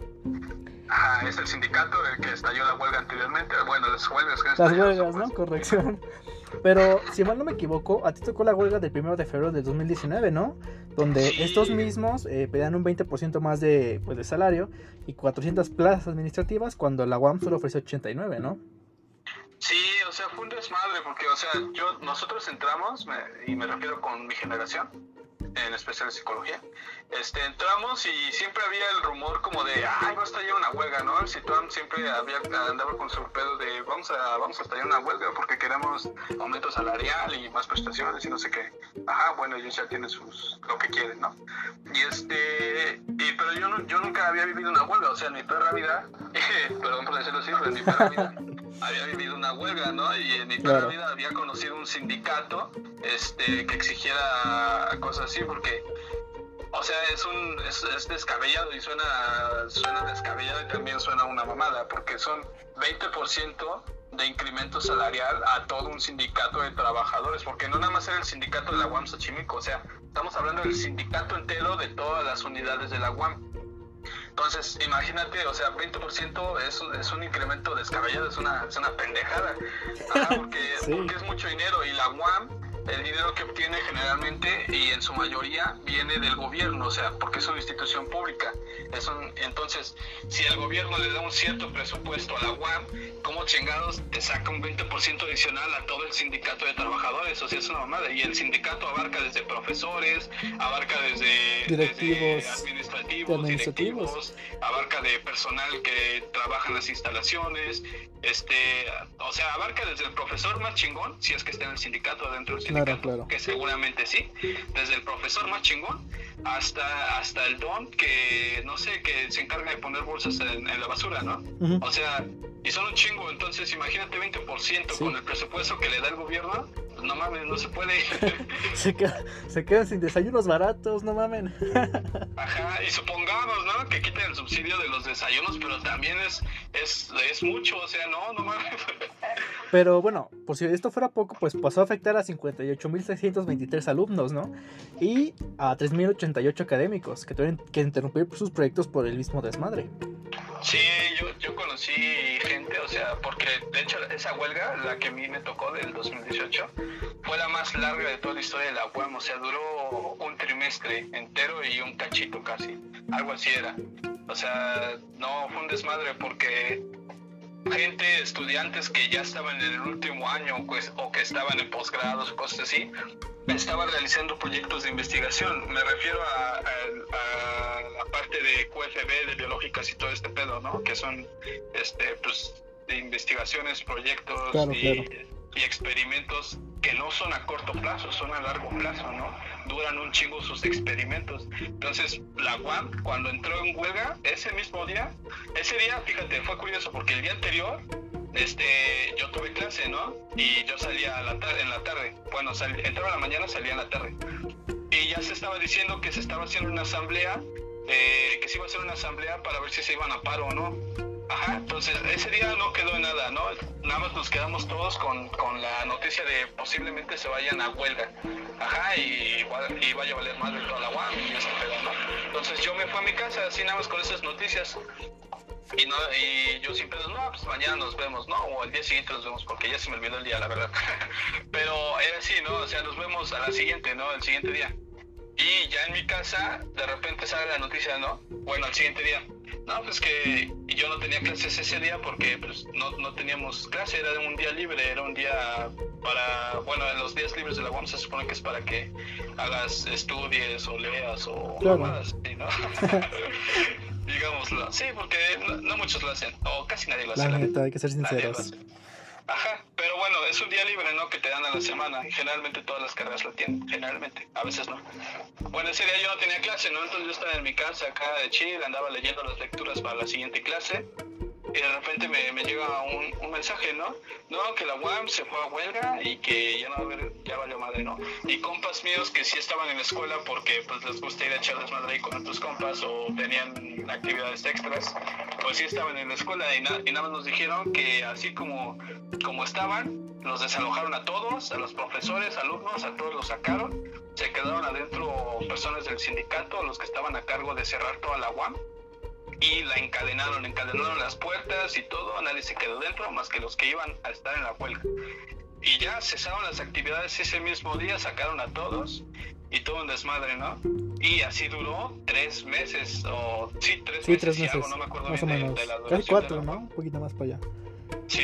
Ah, es el sindicato del que estalló la huelga anteriormente. Bueno, las huelgas que Las huelgas, ¿no? Corrección. Pero, si mal no me equivoco, a ti tocó la huelga del primero de febrero del dos mil diecinueve, ¿no? Donde sí. estos mismos eh, pedían un veinte por ciento más de, pues, de salario y cuatrocientas plazas administrativas cuando la U A M solo ofreció ochenta y nueve, ¿no? Sí, o sea, fue un desmadre porque, o sea, yo nosotros entramos, me, y me refiero con mi generación, en especial psicología, este, entramos y siempre había el rumor como de, ay, va a estallar una huelga, ¿no? El CITUAM siempre había, andaba con su pedo de, vamos a, vamos a estallar una huelga porque queremos aumento salarial y más prestaciones y no sé qué. Ajá, bueno, ellos ya tienen sus, lo que quieren, ¿no? Y este, y, pero yo, no, yo nunca había vivido una huelga, o sea, en mi perra vida, perdón por decirlo así, pero en mi perra vida, había vivido una huelga, ¿no? Y en mi toda la vida había conocido un sindicato este, que exigiera cosas así, porque, o sea, es un es, es descabellado y suena, suena descabellado y también suena una mamada, porque son veinte por ciento de incremento salarial a todo un sindicato de trabajadores, porque no nada más era el sindicato de la U A M Xochimilco, o sea, estamos hablando del sindicato entero de todas las unidades de la U A M. Entonces, imagínate, o sea, veinte por ciento es, es un incremento descabellado, es una, es una pendejada, ajá, porque, sí. porque es mucho dinero, y la U A M, el dinero que obtiene generalmente y en su mayoría viene del gobierno, o sea, porque es una institución pública. Es un, entonces, si el gobierno le da un cierto presupuesto a la U A M, ¿cómo chingados te saca un veinte por ciento adicional a todo el sindicato de trabajadores? O sea, es una mamada. Y el sindicato abarca desde profesores, abarca desde directivos, desde administrativos, administrativos, directivos, abarca de personal que trabaja en las instalaciones, este, o sea, abarca desde el profesor más chingón, si es que está en el sindicato, dentro del sindicato, claro, claro. que seguramente sí, desde el profesor más chingón hasta hasta el don que, no sé, que se encarga de poner bolsas en, en la basura, ¿no? Uh-huh. O sea, y son un chingo, entonces imagínate veinte por ciento sí. con el presupuesto que le da el gobierno, pues no mames, no se puede. se, queda, se quedan sin desayunos baratos, no mamen. Ajá, y supongamos, ¿no? Que quiten el subsidio de los desayunos, pero también es, es, es mucho, o sea, no, no mames. Pero bueno, por si esto fuera poco, pues pasó a afectar a cincuenta y ocho mil seiscientos veintitrés alumnos, ¿no? Y a tres mil ochenta y ocho académicos que tuvieron que interrumpir sus proyectos por el mismo desmadre. Sí, yo, yo conocí gente, o sea, porque de hecho esa huelga, la que a mí me tocó del dos mil dieciocho, fue la más larga de toda la historia de la U A M, o sea, duró un trimestre entero y un cachito casi, algo así era. O sea, no, fue un desmadre porque gente, estudiantes que ya estaban en el último año pues, o que estaban en posgrados o cosas así, estaban realizando proyectos de investigación. Me refiero a, a, a la parte de Q F B, de biológicas y todo este pedo, ¿no? Que son este, pues, de investigaciones, proyectos claro, y, claro. y experimentos que no son a corto plazo, son a largo plazo, ¿no? Duran un chingo sus experimentos. Entonces, la U A M, cuando entró en huelga, ese mismo día, ese día, fíjate, fue curioso, porque el día anterior, este, yo tuve clase, ¿no? Y yo salía a la tarde, en la tarde. Bueno, sal, entraba a la mañana, salía en la tarde. Y ya se estaba diciendo que se estaba haciendo una asamblea, eh, que se iba a hacer una asamblea para ver si se iban a paro o no. Ajá, entonces ese día no quedó en nada, ¿no? Nada más nos quedamos todos con, con la noticia de posiblemente se vayan a huelga. Ajá, y, y vaya a valer madre toda la U A M y este pedo, ¿no? Entonces yo me fui a mi casa así nada más con esas noticias. Y, no, y yo siempre digo, no, pues mañana nos vemos, ¿no? O al día siguiente nos vemos, porque ya se me olvidó el día, la verdad. Pero era así, ¿no? O sea, nos vemos a la siguiente, ¿no? El siguiente día. Y ya en mi casa, de repente sale la noticia, ¿no? Bueno, al siguiente día. No, pues que yo no tenía clases ese día porque pues no, no teníamos clase, era un día libre, era un día para, bueno, en los días libres de la U A M se supone que es para que hagas, estudies o leas o claro. mamadas, ¿sí, no? Digámoslo, sí, porque no, no muchos lo hacen, o casi nadie lo hace. La neta, hay que ser sinceros. Ajá, pero bueno, es un día libre, ¿no? Que te dan a la semana. Y generalmente todas las carreras lo tienen, generalmente, a veces no. Bueno, ese día yo no tenía clase, ¿no? Entonces yo estaba en mi casa acá de Chile, andaba leyendo las lecturas para la siguiente clase. Y de repente me, me llega un, un mensaje, ¿no? No, que la U A M se fue a huelga y que ya no va a haber, ya valió madre, ¿no? Y compas míos que sí estaban en la escuela porque pues les gusta ir a echarles madre ahí con otros compas o tenían actividades extras, pues sí estaban en la escuela y, na- y nada más nos dijeron que así como, como estaban, los desalojaron a todos, a los profesores, alumnos, a todos los sacaron, se quedaron adentro personas del sindicato, los que estaban a cargo de cerrar toda la U A M. Y la encadenaron, encadenaron las puertas y todo, nadie se quedó dentro más que los que iban a estar en la huelga. Y ya cesaron las actividades ese mismo día, sacaron a todos y todo un desmadre, ¿no? Y así duró tres meses, o sí, tres sí, meses, tres y meses. algo, no me acuerdo más bien o menos. de, de la Casi duración. cuatro, de la... ¿no? Un poquito más para allá. Sí.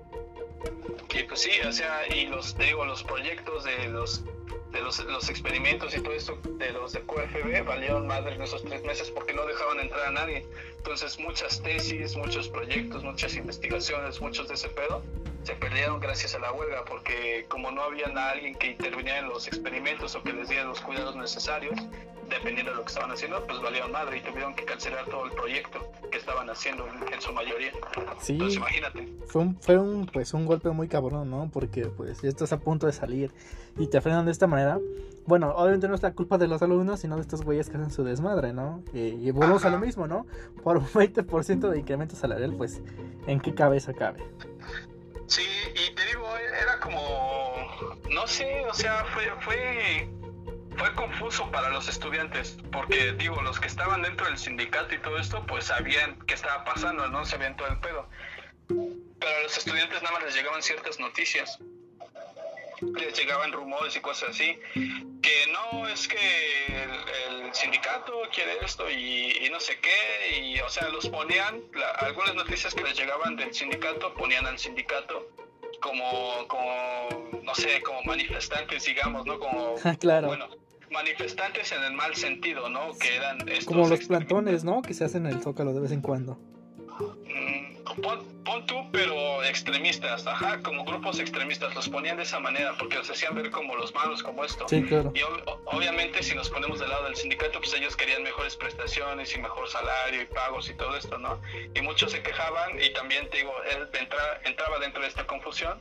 Y pues sí, o sea, y los, te digo, los proyectos de los... de los, los experimentos y todo esto de los de Q F B valieron madre en esos tres meses porque no dejaban entrar a nadie. Entonces muchas tesis, muchos proyectos, muchas investigaciones, muchos de ese pedo se perdieron gracias a la huelga porque como no había alguien que interviniera en los experimentos o que les diera los cuidados necesarios, dependiendo de lo que estaban haciendo, pues valieron madre y tuvieron que cancelar todo el proyecto que estaban haciendo en, en su mayoría. Sí, entonces imagínate. Fue un, fue un, pues, un golpe muy cabrón, ¿no? Porque pues ya estás a punto de salir y te frenan de esta manera. Bueno, obviamente no es la culpa de los alumnos, sino de estos güeyes que hacen su desmadre, ¿no? Eh, y volvemos a lo mismo, ¿no? Por un veinte por ciento de incremento salarial, pues, ¿en qué cabeza cabe? Sí, y te digo, era como, no sé, o sea, fue, fue, fue confuso para los estudiantes, porque digo, los que estaban dentro del sindicato y todo esto, pues sabían qué estaba pasando, ¿no? Sabían todo el pedo. Pero a los estudiantes nada más les llegaban ciertas noticias, les llegaban rumores y cosas así, que no, es que el, el sindicato quiere esto y, y no sé qué, y o sea, los ponían, la, algunas noticias que les llegaban del sindicato ponían al sindicato como, como no sé, como manifestantes, digamos, ¿no? Como, claro. Bueno, manifestantes en el mal sentido, ¿no? Que eran estos como los plantones, ¿no? Que se hacen en el Zócalo de vez en cuando. Pon, pon tú, pero extremistas, ajá, como grupos extremistas, los ponían de esa manera, porque los hacían ver como los malos, como esto. Sí, claro. Y ob- obviamente si nos ponemos del lado del sindicato, pues ellos querían mejores prestaciones y mejor salario y pagos y todo esto, ¿no? Y muchos se quejaban, y también, te digo, él entra, entraba dentro de esta confusión,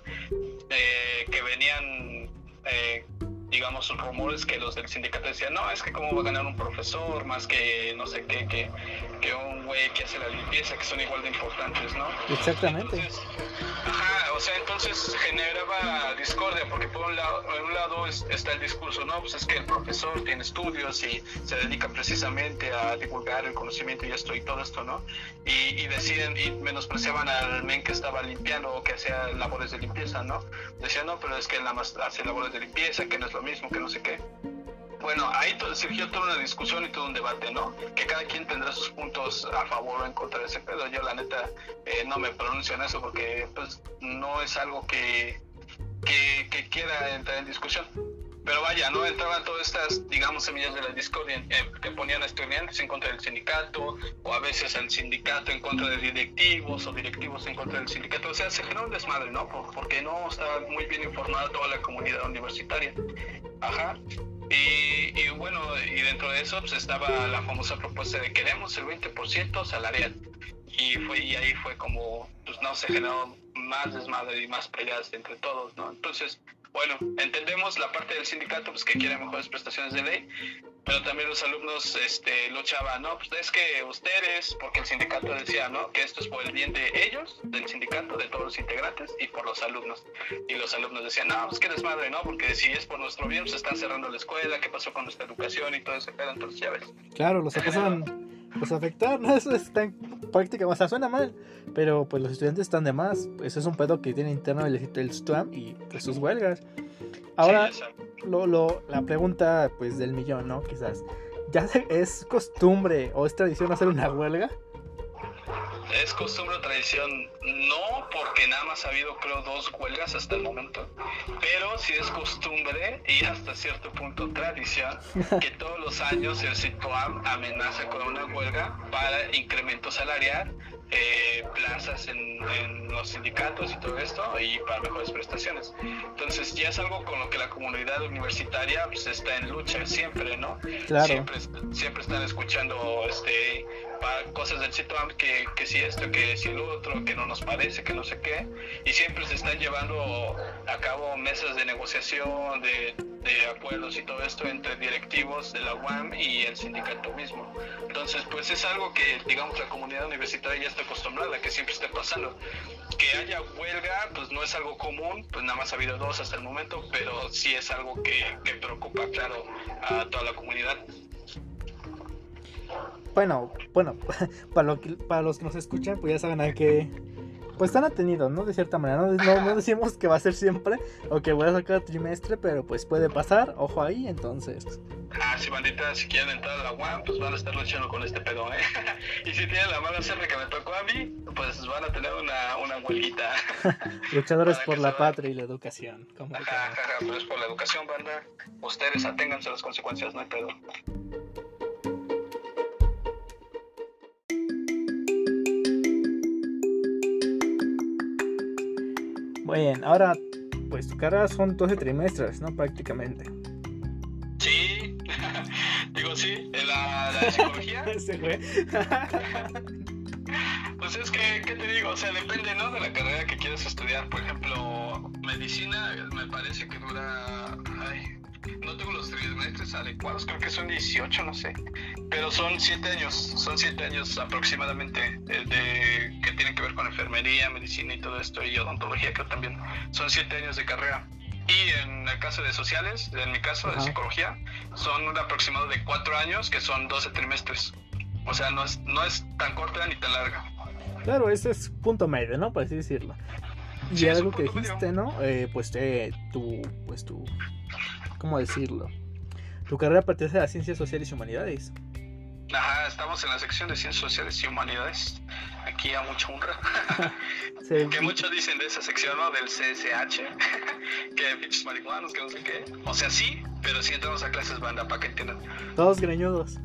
eh, que venían... Eh, digamos, rumores que los del sindicato decían, no, es que cómo va a ganar un profesor más que no sé qué, que, que un güey que hace la limpieza, que son igual de importantes, ¿no? Exactamente. Entonces, ajá, o sea, entonces generaba discordia, porque por un lado, por un lado es, está el discurso, no, pues es que el profesor tiene estudios y se dedica precisamente a divulgar el conocimiento y esto y todo esto, ¿no? Y, y decían, y menospreciaban al men que estaba limpiando o que hacía labores de limpieza, ¿no? Decían, no, pero es que él nada más hace labores de limpieza, que no es lo mismo, que no sé qué. Bueno, ahí todo, surgió toda una discusión y todo un debate, ¿no? Que cada quien tendrá sus puntos a favor o en contra de ese pedo. Yo la neta eh, no me pronuncio en eso porque pues no es algo que, que, que quiera entrar en discusión. Pero vaya, ¿no? Entraban todas estas, digamos, semillas de la discordia eh, que ponían a estudiantes en contra del sindicato, o a veces al sindicato en contra de directivos, o directivos en contra del sindicato. O sea, se generó un desmadre, ¿no? Por, porque no estaba muy bien informada toda la comunidad universitaria. Ajá. Y, y bueno, y dentro de eso pues estaba la famosa propuesta de queremos el veinte por ciento salarial. Y fue y ahí fue como, pues no, se generó más desmadre y más peleas entre todos, ¿no? Entonces, bueno, entendemos la parte del sindicato, pues que quiere mejores prestaciones de ley, pero también los alumnos este, luchaban, ¿no? Pues es que ustedes, porque el sindicato decía, ¿no? Que esto es por el bien de ellos, del sindicato, de todos los integrantes, y por los alumnos. Y los alumnos decían, no, pues que desmadre, ¿no? Porque si es por nuestro bien, pues están cerrando la escuela, ¿qué pasó con nuestra educación y todo ese pedo? Entonces ya ves. Claro, los acasan pues afectar, ¿no? Eso está en práctica, o sea, suena mal, pero pues los estudiantes están de más. Eso es un pedo que tiene interno el, el S T U A M y pues sus huelgas. Ahora, sí, lo, lo, la pregunta pues del millón, ¿no? Quizás, ¿ya es costumbre o es tradición hacer una huelga? ¿Es costumbre o tradición? No, porque nada más ha habido, creo, dos huelgas hasta el momento. Pero sí es costumbre y hasta cierto punto tradición que todos los años el S I T U A M amenaza con una huelga para incremento salarial, eh, plazas en, en los sindicatos y todo esto, y para mejores prestaciones. Entonces ya es algo con lo que la comunidad universitaria pues, está en lucha siempre, ¿no? Claro. Siempre, siempre están escuchando este cosas del S I T U A M que, que si esto, que si el otro, que no nos parece, que no sé qué, y siempre se están llevando a cabo mesas de negociación, de, de acuerdos y todo esto entre directivos de la U A M y el sindicato mismo. Entonces pues es algo que digamos la comunidad universitaria ya está acostumbrada, que siempre esté pasando. Que haya huelga pues no es algo común, pues nada más ha habido dos hasta el momento, pero sí es algo que, que preocupa, claro, a toda la comunidad. Bueno, bueno, para, lo que, para los que nos escuchan, pues ya saben a qué, pues están atenidos, ¿no? De cierta manera, ¿no? No, no decimos que va a ser siempre o que voy a sacar trimestre, pero pues puede pasar, ojo ahí, entonces. Ah, si bandita, si quieren entrar a la U A M, pues van a estar luchando con este pedo, ¿eh? Y si tienen la mala suerte que me tocó a mí, pues van a tener una, una huelguita. Luchadores por la patria y la educación. Como ajá, ajá, ajá, pero es por la educación, banda. Ustedes aténganse a las consecuencias, no hay pedo. Bien, ahora, pues tu carrera son doce trimestres, ¿no? Prácticamente. Sí, Digo, sí, en la, la psicología. Ese güey. Pues es que, ¿qué te digo? O sea, depende, ¿no? De la carrera que quieras estudiar. Por ejemplo, medicina me parece que dura... Ay, no tengo los trimestres adecuados, creo que son dieciocho, no sé. Pero son siete años, son siete años aproximadamente eh, de, que tienen que ver con enfermería, medicina y todo esto, y odontología, creo también. Son siete años de carrera. Y en el caso de sociales, en mi caso, Ajá. de psicología, son un aproximado de cuatro años, que son doce trimestres. O sea, no es, no es tan corta ni tan larga. Claro, ese es punto medio, ¿no? Por así decirlo. Y sí, algo que dijiste, medio. ¿no? Eh, pues eh, tu, pues tu, ¿cómo decirlo? Tu carrera pertenece a las ciencias sociales y humanidades. Ajá, estamos en la sección de ciencias sociales y humanidades. Aquí a mucha honra. Sí. Que muchos dicen de esa sección, ¿no? Del C S H. Que pinches marihuanos, que no sé qué. O sea, sí, pero sí entramos a clases banda, para que entiendan. Todos greñudos.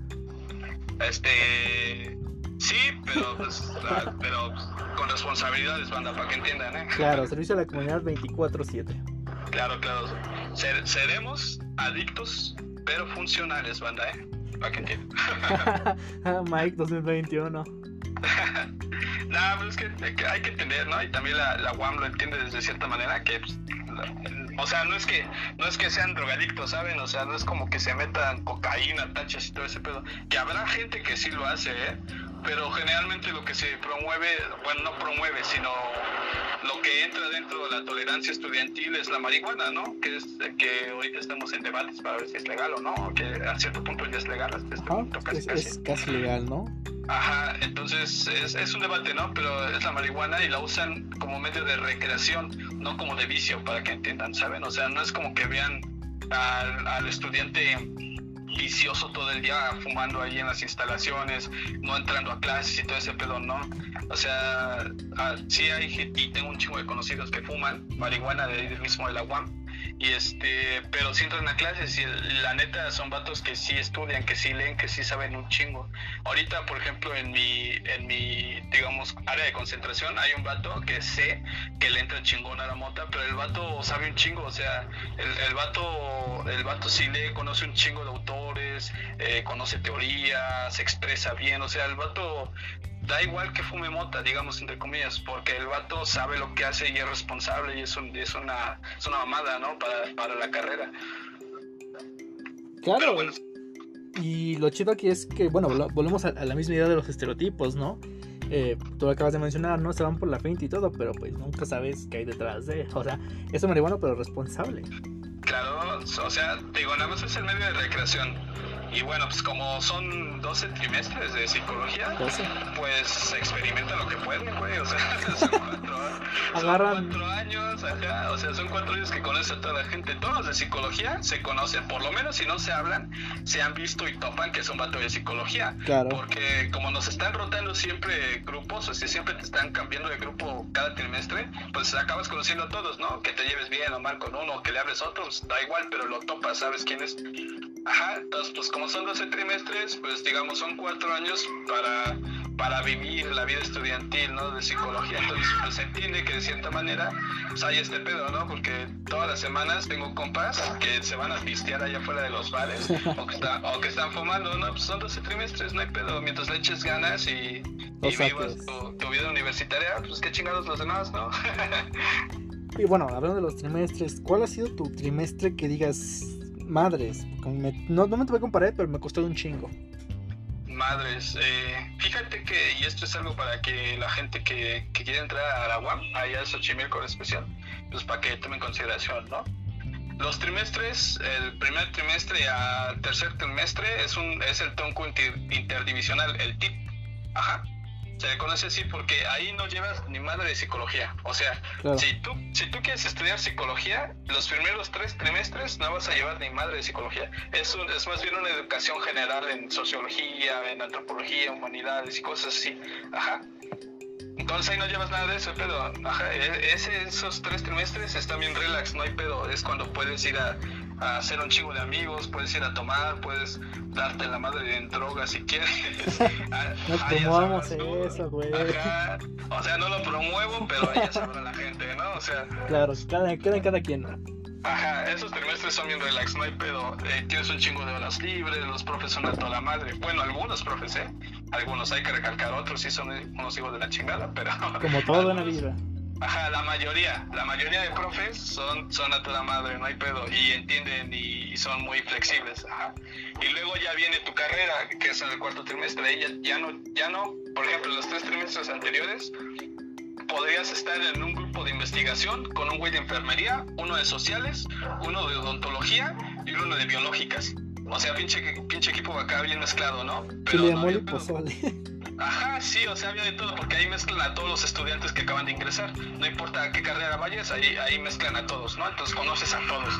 Este... Sí, pero pues, la, pero pues, con responsabilidades, banda, para que entiendan, ¿eh? Claro, servicio a la comunidad veinticuatro siete. Claro, claro. Ser, seremos adictos, pero funcionales, banda, ¿eh? Para que entiendan. Mike dos mil veintiuno. No, pero es que, que hay que entender, ¿no? Y también la, la U A M lo entiende desde cierta manera, que... Pues, la, o sea, no es que no es que sean drogadictos, ¿saben? O sea, no es como que se metan cocaína, tachas y todo ese pedo. Que habrá gente que sí lo hace, ¿eh? Pero generalmente lo que se promueve, bueno, no promueve, sino lo que entra dentro de la tolerancia estudiantil es la marihuana, ¿no? Que es que ahorita estamos en debates para ver si es legal o no, que a cierto punto ya es legal hasta este ah, punto, casi, es, casi. es casi legal, ¿no? Ajá, entonces es, es un debate, ¿no? Pero es la marihuana y la usan como medio de recreación, no como de vicio, para que entiendan, ¿saben? O sea, no es como que vean al, al estudiante vicioso todo el día fumando ahí en las instalaciones, no entrando a clases y todo ese pedo, ¿no? O sea, ah, sí hay, y tengo un chingo de conocidos que fuman marihuana de ahí mismo de la U A M, y este, pero sí entran a clases y la neta son vatos que sí estudian, que sí leen, que sí saben un chingo. Ahorita, por ejemplo, en mi, en mi, digamos, área de concentración hay un vato que sé que le entra chingón a la mota, pero el vato sabe un chingo, o sea, el, el vato, el vato sí lee, conoce un chingo de autores, eh, conoce teoría, se expresa bien, o sea, el vato da igual que fume mota, digamos, entre comillas, porque el vato sabe lo que hace y es responsable y es, un, es, una, es una mamada, ¿no? Para, para la carrera. Claro, bueno. Y lo chido aquí es que, bueno, volvemos a, a la misma idea de los estereotipos, ¿no? Eh, tú lo acabas de mencionar, ¿no? Se van por la finta y todo, pero pues nunca sabes qué hay detrás de, o sea, es marihuana pero responsable. Claro, o sea, digo, nada más es el medio de recreación. Y bueno, pues como son doce trimestres de psicología, doce. Pues experimentan lo que pueden, güey, o sea, son cuatro, Agarran... son cuatro años, ajá, o sea, son cuatro años que conocen a toda la gente. Todos los de psicología se conocen, por lo menos si no se hablan, se han visto y topan que son vatos de psicología. Claro. Porque como nos están rotando siempre grupos, o sea, siempre te están cambiando de grupo cada trimestre, pues acabas conociendo a todos, ¿no? Que te lleves bien o mal con uno, que le hables a otros, da igual, pero lo topas, sabes quién es. Ajá, entonces pues como son doce trimestres, pues digamos son cuatro años para, para vivir la vida estudiantil, ¿no? De psicología, entonces pues se entiende que de cierta manera pues hay este pedo, ¿no? Porque todas las semanas tengo compas que se van a pistear allá afuera de los bares o que, está, o que están fumando, ¿no? Pues son doce trimestres, no hay pedo, mientras le eches ganas y, y vivas tu, tu vida universitaria, pues qué chingados los demás, ¿no? Y bueno, hablando de los trimestres, ¿cuál ha sido tu trimestre que digas... Madres, me, no, no me te voy a comparar, pero me costó un chingo. Madres, eh, fíjate que, y esto es algo para que la gente que, que quiere entrar a la U A M, allá a Xochimilco en especial, pues para que tomen en consideración, ¿no? Los trimestres, el primer trimestre al tercer trimestre es un es el tronco inter, interdivisional, el T I P, ajá. Se le conoce así porque ahí no llevas ni madre de psicología. O sea, claro. si tú si tú quieres estudiar psicología, los primeros tres trimestres no vas a llevar ni madre de psicología. Es, un, es más bien una educación general en sociología, en antropología, humanidades y cosas así. Ajá. Entonces ahí no llevas nada de eso, pedo. Ajá. Ese, esos tres trimestres están bien relax, no hay pedo. Es cuando puedes ir a... a hacer un chingo de amigos, puedes ir a tomar, puedes darte la madre en drogas si quieres. No promovamos eso, güey. O sea, no lo promuevo, pero ya sabrá la gente, ¿no? O sea... Claro, cada, cada, cada quien. Ajá, esos trimestres son bien relax, no hay pedo. Eh, tienes un chingo de horas libres, los profes son a toda la madre. Bueno, algunos profes, ¿eh? Algunos hay que recalcar, otros sí son unos hijos de la chingada, pero... Como todo en la vida. Ajá, la mayoría, la mayoría de profes son, son a toda madre, no hay pedo, y entienden y, y son muy flexibles, ajá. Y luego ya viene tu carrera, que es en el cuarto trimestre, ahí ya, ya no, ya no, por ejemplo, en los tres trimestres anteriores, podrías estar en un grupo de investigación con un güey de enfermería, uno de sociales, uno de odontología y uno de biológicas. O sea, pinche, pinche equipo acá bien mezclado, ¿no? Pero no había pozole. Ajá, sí, o sea, había de todo, porque ahí mezclan a todos los estudiantes que acaban de ingresar. No importa a qué carrera vayas, ahí, ahí mezclan a todos, ¿no? Entonces conoces a todos.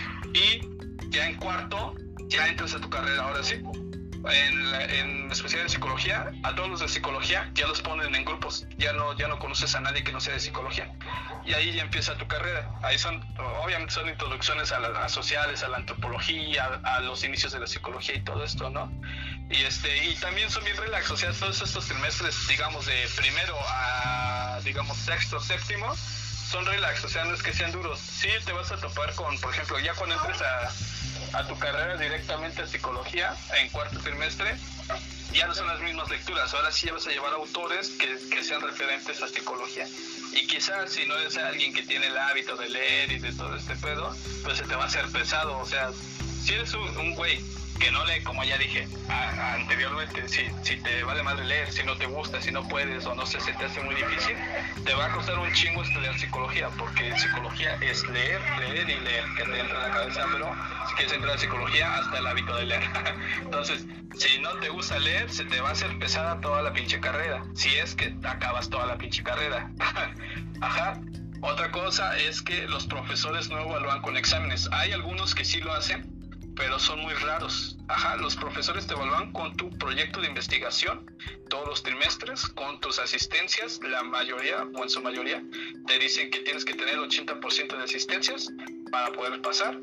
Y ya en cuarto, ya entras a tu carrera, ahora sí. En, la, en especial en psicología, a todos los de psicología ya los ponen en grupos. Ya no, ya no conoces a nadie que no sea de psicología. Y ahí ya empieza tu carrera. Ahí son, obviamente son introducciones a las sociales, a la antropología, a, a los inicios de la psicología y todo esto, ¿no? Y este y también son bien relax, o sea, todos estos trimestres, digamos, de primero a, digamos, sexto, séptimo, son relax, o sea, no es que sean duros. Sí te vas a topar con, por ejemplo, ya cuando entres a, a tu carrera directamente a psicología, en cuarto trimestre, ya no son las mismas lecturas, ahora sí ya vas a llevar autores que, que sean referentes a psicología. Y quizás si no eres alguien que tiene el hábito de leer y de todo este pedo, pues se te va a hacer pesado, o sea, si eres un, un güey que no lee, como ya dije a, anteriormente, si, si te vale madre leer, si no te gusta, si no puedes o no sé, se te hace muy difícil, te va a costar un chingo estudiar psicología, porque psicología es leer, leer y leer, que te entra en la cabeza, pero si quieres entrar a psicología, hasta el hábito de leer. Entonces, si no te gusta leer, se te va a hacer pesada toda la pinche carrera, si es que acabas toda la pinche carrera. Ajá. Otra cosa es que los profesores no evalúan con exámenes. Hay algunos que sí lo hacen, pero son muy raros. Ajá, los profesores te evalúan con tu proyecto de investigación todos los trimestres, con tus asistencias, la mayoría, o en su mayoría, te dicen que tienes que tener ochenta por ciento de asistencias para poder pasar.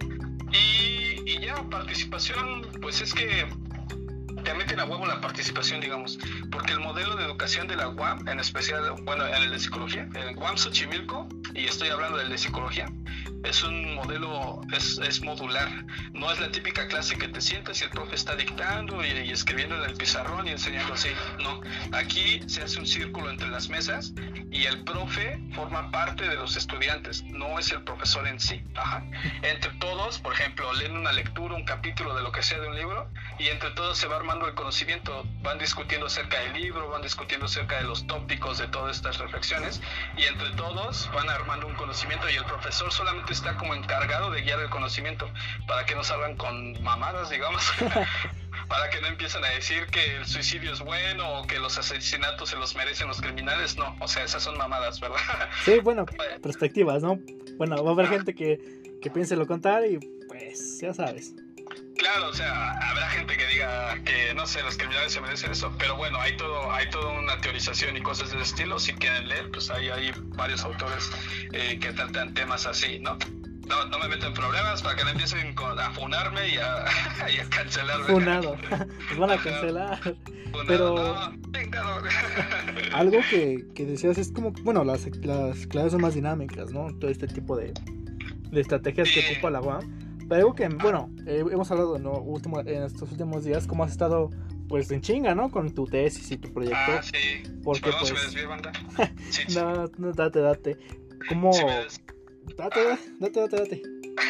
Y, y ya, participación, pues es que te meten a huevo la participación, digamos, porque el modelo de educación de la U A M, en especial, bueno, en el de psicología, el U A M Xochimilco, y estoy hablando del de psicología, es un modelo, es, es modular, no es la típica clase que te sientas y el profe está dictando y, y escribiendo en el pizarrón y enseñando así, no, aquí se hace un círculo entre las mesas y el profe forma parte de los estudiantes, no es el profesor en sí. Ajá. Entre todos, por ejemplo, leen una lectura, un capítulo de lo que sea de un libro y entre todos se va armando el conocimiento, van discutiendo acerca del libro, van discutiendo acerca de los tópicos de todas estas reflexiones y entre todos van armando un conocimiento y el profesor solamente está como encargado de guiar el conocimiento para que no salgan con mamadas, digamos. Para que no empiecen a decir que el suicidio es bueno o que los asesinatos se los merecen los criminales, no, o sea, esas son mamadas, ¿verdad? Sí, bueno, perspectivas, ¿no? Bueno, va a haber ah. gente que, que piense lo contrario y pues, ya sabes. Claro, o sea, habrá gente que diga que, no sé, los criminales se merecen eso, pero bueno, hay todo, hay toda una teorización y cosas de ese estilo, si quieren leer, pues ahí hay varios autores eh, que tratan temas así, ¿no? No, no me meto en problemas para que no empiecen a funarme y a, y a cancelarme. Funado, nos van a cancelar. Funado, pero no, algo que, que decías es como, bueno, las, las clases son más dinámicas, ¿no? Todo este tipo de, de estrategias sí. que ocupa la U A M. Pero algo que, bueno, eh, hemos hablado ¿no? Último, en estos últimos días, cómo has estado, pues, en chinga, ¿no? Con tu tesis y tu proyecto. Ah, sí. Porque, Perdón, pues... si me desvío, banda. Sí, sí. No, no, date, date. ¿Cómo...? Si des... Date, ah. date, date, date.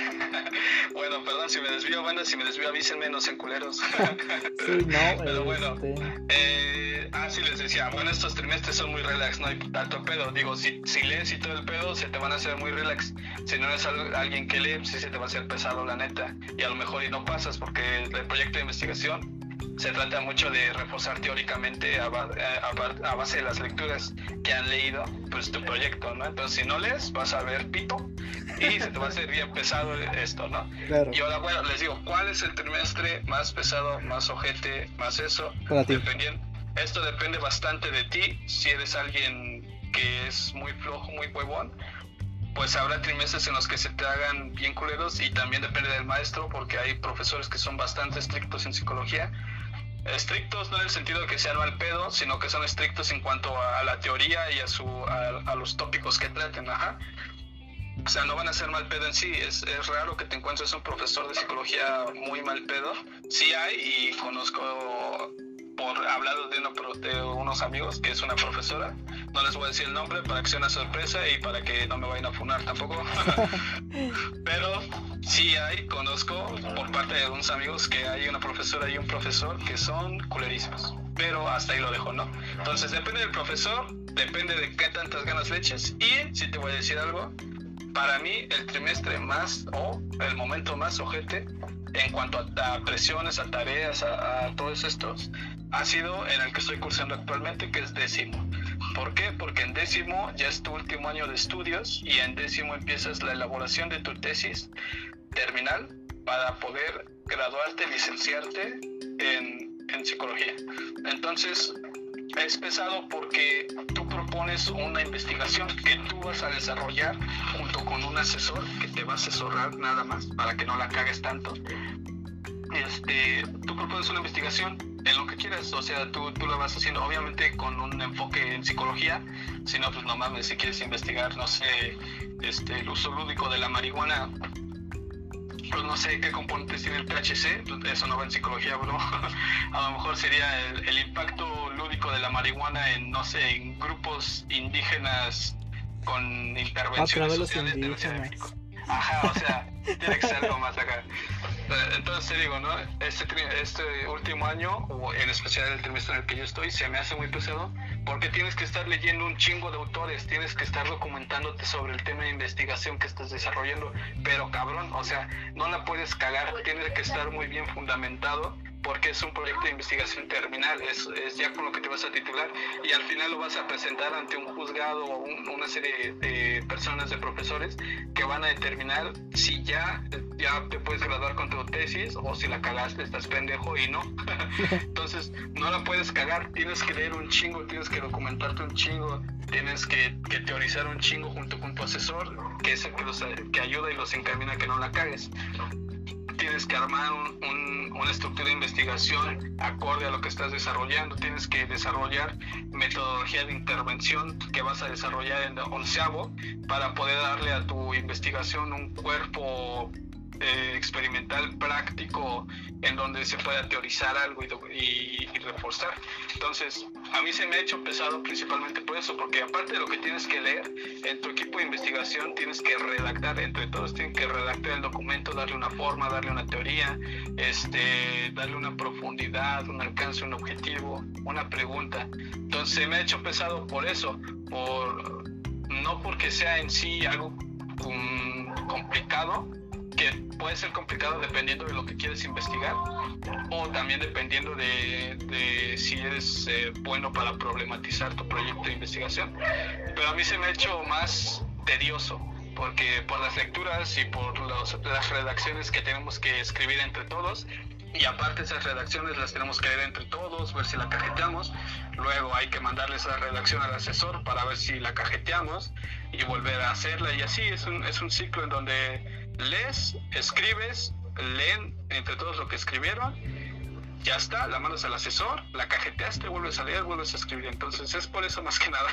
Bueno, perdón, si me desvío, banda, si me desvío, avísenme, no sean culeros. Sí, no, pero bueno, este... eh, ah, sí les decía, bueno, estos trimestres son muy relax, no hay tanto pedo, digo, si, si lees y todo el pedo, se te van a hacer muy relax, si no eres alguien que lee, sí se te va a hacer pesado, la neta, y a lo mejor y no pasas, porque el proyecto de investigación se trata mucho de reforzar teóricamente a, ba- a, a base de las lecturas que han leído, pues tu proyecto, ¿no? Entonces, si no lees, vas a ver pito y se te va a hacer bien pesado esto, ¿no? Claro. Y ahora, bueno, les digo, ¿cuál es el trimestre más pesado, más ojete, más eso? Para ti. Dependiendo, esto depende bastante de ti. Si eres alguien que es muy flojo, muy huevón, pues habrá trimestres en los que se te hagan bien culeros y también depende del maestro, porque hay profesores que son bastante estrictos en psicología. Estrictos no en el sentido de que sean mal pedo, sino que son estrictos en cuanto a, a la teoría y a, su, a, a los tópicos que traten, ajá. O sea, no van a ser mal pedo en sí. Es, es raro que te encuentres un profesor de psicología muy mal pedo. Sí hay, y conozco, por hablado de, uno, de unos amigos, que es una profesora. No les voy a decir el nombre para que sea una sorpresa y para que no me vayan a funar tampoco. Pero sí hay, conozco por parte de unos amigos que hay una profesora y un profesor que son culerísimos. Pero hasta ahí lo dejo, ¿no? Entonces depende del profesor, depende de qué tantas ganas le eches. Y si te voy a decir algo, para mí el trimestre más, o el momento más ojete en cuanto a, a presiones, a tareas, a, a todos estos, ha sido en el que estoy cursando actualmente, que es décimo. ¿Por qué? Porque en décimo ya es tu último año de estudios y en décimo empiezas la elaboración de tu tesis terminal para poder graduarte, licenciarte en, en psicología. Entonces es pesado porque tú propones una investigación que tú vas a desarrollar junto con un asesor que te va a asesorar nada más para que no la cagues tanto. Este, tú propones una investigación en lo que quieras, o sea, tú, tú la vas haciendo obviamente con un enfoque en psicología. Si no, pues no mames, si quieres investigar, no sé, este, el uso lúdico de la marihuana, pues no sé qué componentes tiene el T H C, eso no va en psicología, bro. A lo mejor sería el, el impacto lúdico de la marihuana en, no sé, en grupos indígenas con intervenciones sociales de los científicos. Ajá, o sea, tiene que ser algo más acá. Entonces te digo, ¿no? Este, este último año, o en especial el trimestre en el que yo estoy, se me hace muy pesado porque tienes que estar leyendo un chingo de autores, tienes que estar documentándote sobre el tema de investigación que estás desarrollando, pero cabrón, o sea, no la puedes cagar, tienes que estar muy bien fundamentado porque es un proyecto de investigación terminal, es, es ya con lo que te vas a titular y al final lo vas a presentar ante un juzgado o un, una serie de personas, de profesores que van a determinar si ya, ya te puedes graduar con tu tesis o si la cagaste, estás pendejo y no. Entonces no la puedes cagar, tienes que leer un chingo, tienes que documentarte un chingo, tienes que, que teorizar un chingo junto con tu asesor, que es el que, los, que ayuda y los encamina a que no la cagues. Tienes que armar un, un, una estructura de investigación acorde a lo que estás desarrollando. Tienes que desarrollar metodología de intervención que vas a desarrollar en onceavo para poder darle a tu investigación un cuerpo eh, experimental práctico en donde se pueda teorizar algo y, y, y reforzar. Entonces, a mí se me ha hecho pesado principalmente por eso, porque aparte de lo que tienes que leer, en tu equipo de investigación tienes que redactar, entre todos tienen que redactar el documento, darle una forma, darle una teoría, este, darle una profundidad, un alcance, un objetivo, una pregunta. Entonces se me ha hecho pesado por eso, por no porque sea en sí algo um, complicado, que puede ser complicado dependiendo de lo que quieres investigar o también dependiendo de, de si eres eh, bueno para problematizar tu proyecto de investigación, pero a mí se me ha hecho más tedioso porque por las lecturas y por los, las redacciones que tenemos que escribir entre todos, y aparte esas redacciones las tenemos que leer entre todos, ver si la cajeteamos, luego hay que mandarle esa redacción al asesor para ver si la cajeteamos y volver a hacerla, y así es un, es un ciclo en donde lees, escribes, leen entre todos lo que escribieron, ya está, la mandas al asesor, la cajeteaste, vuelves a leer, vuelves a escribir. Entonces es por eso más que nada.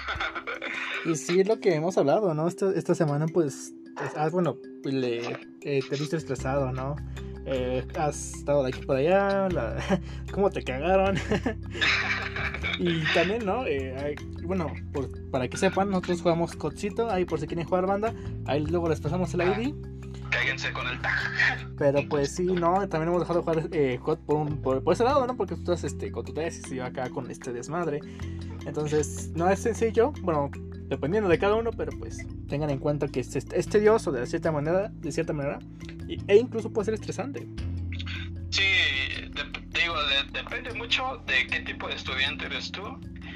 Y sí, es lo que hemos hablado, ¿no? Esta, esta semana pues, ah, bueno, le, eh, te viste estresado, ¿no? Eh, has estado de aquí para allá, la, cómo te cagaron. Y también, ¿no? Eh, hay, bueno, por, para que sepan, nosotros jugamos Codcito, ahí por si quieren jugar banda, ahí luego les pasamos el I D. Cáguense con el tag. Pero pues sí, no, también hemos dejado de jugar eh, C O D por, un, por, por ese lado, ¿no? Porque tú estás este, con tu tesis y yo acá con este desmadre. Entonces, no es sencillo, bueno, dependiendo de cada uno, pero pues tengan en cuenta que es, es tedioso de cierta manera, de cierta manera, y, e incluso puede ser estresante. Sí, de, digo, de, depende mucho de qué tipo de estudiante eres tú.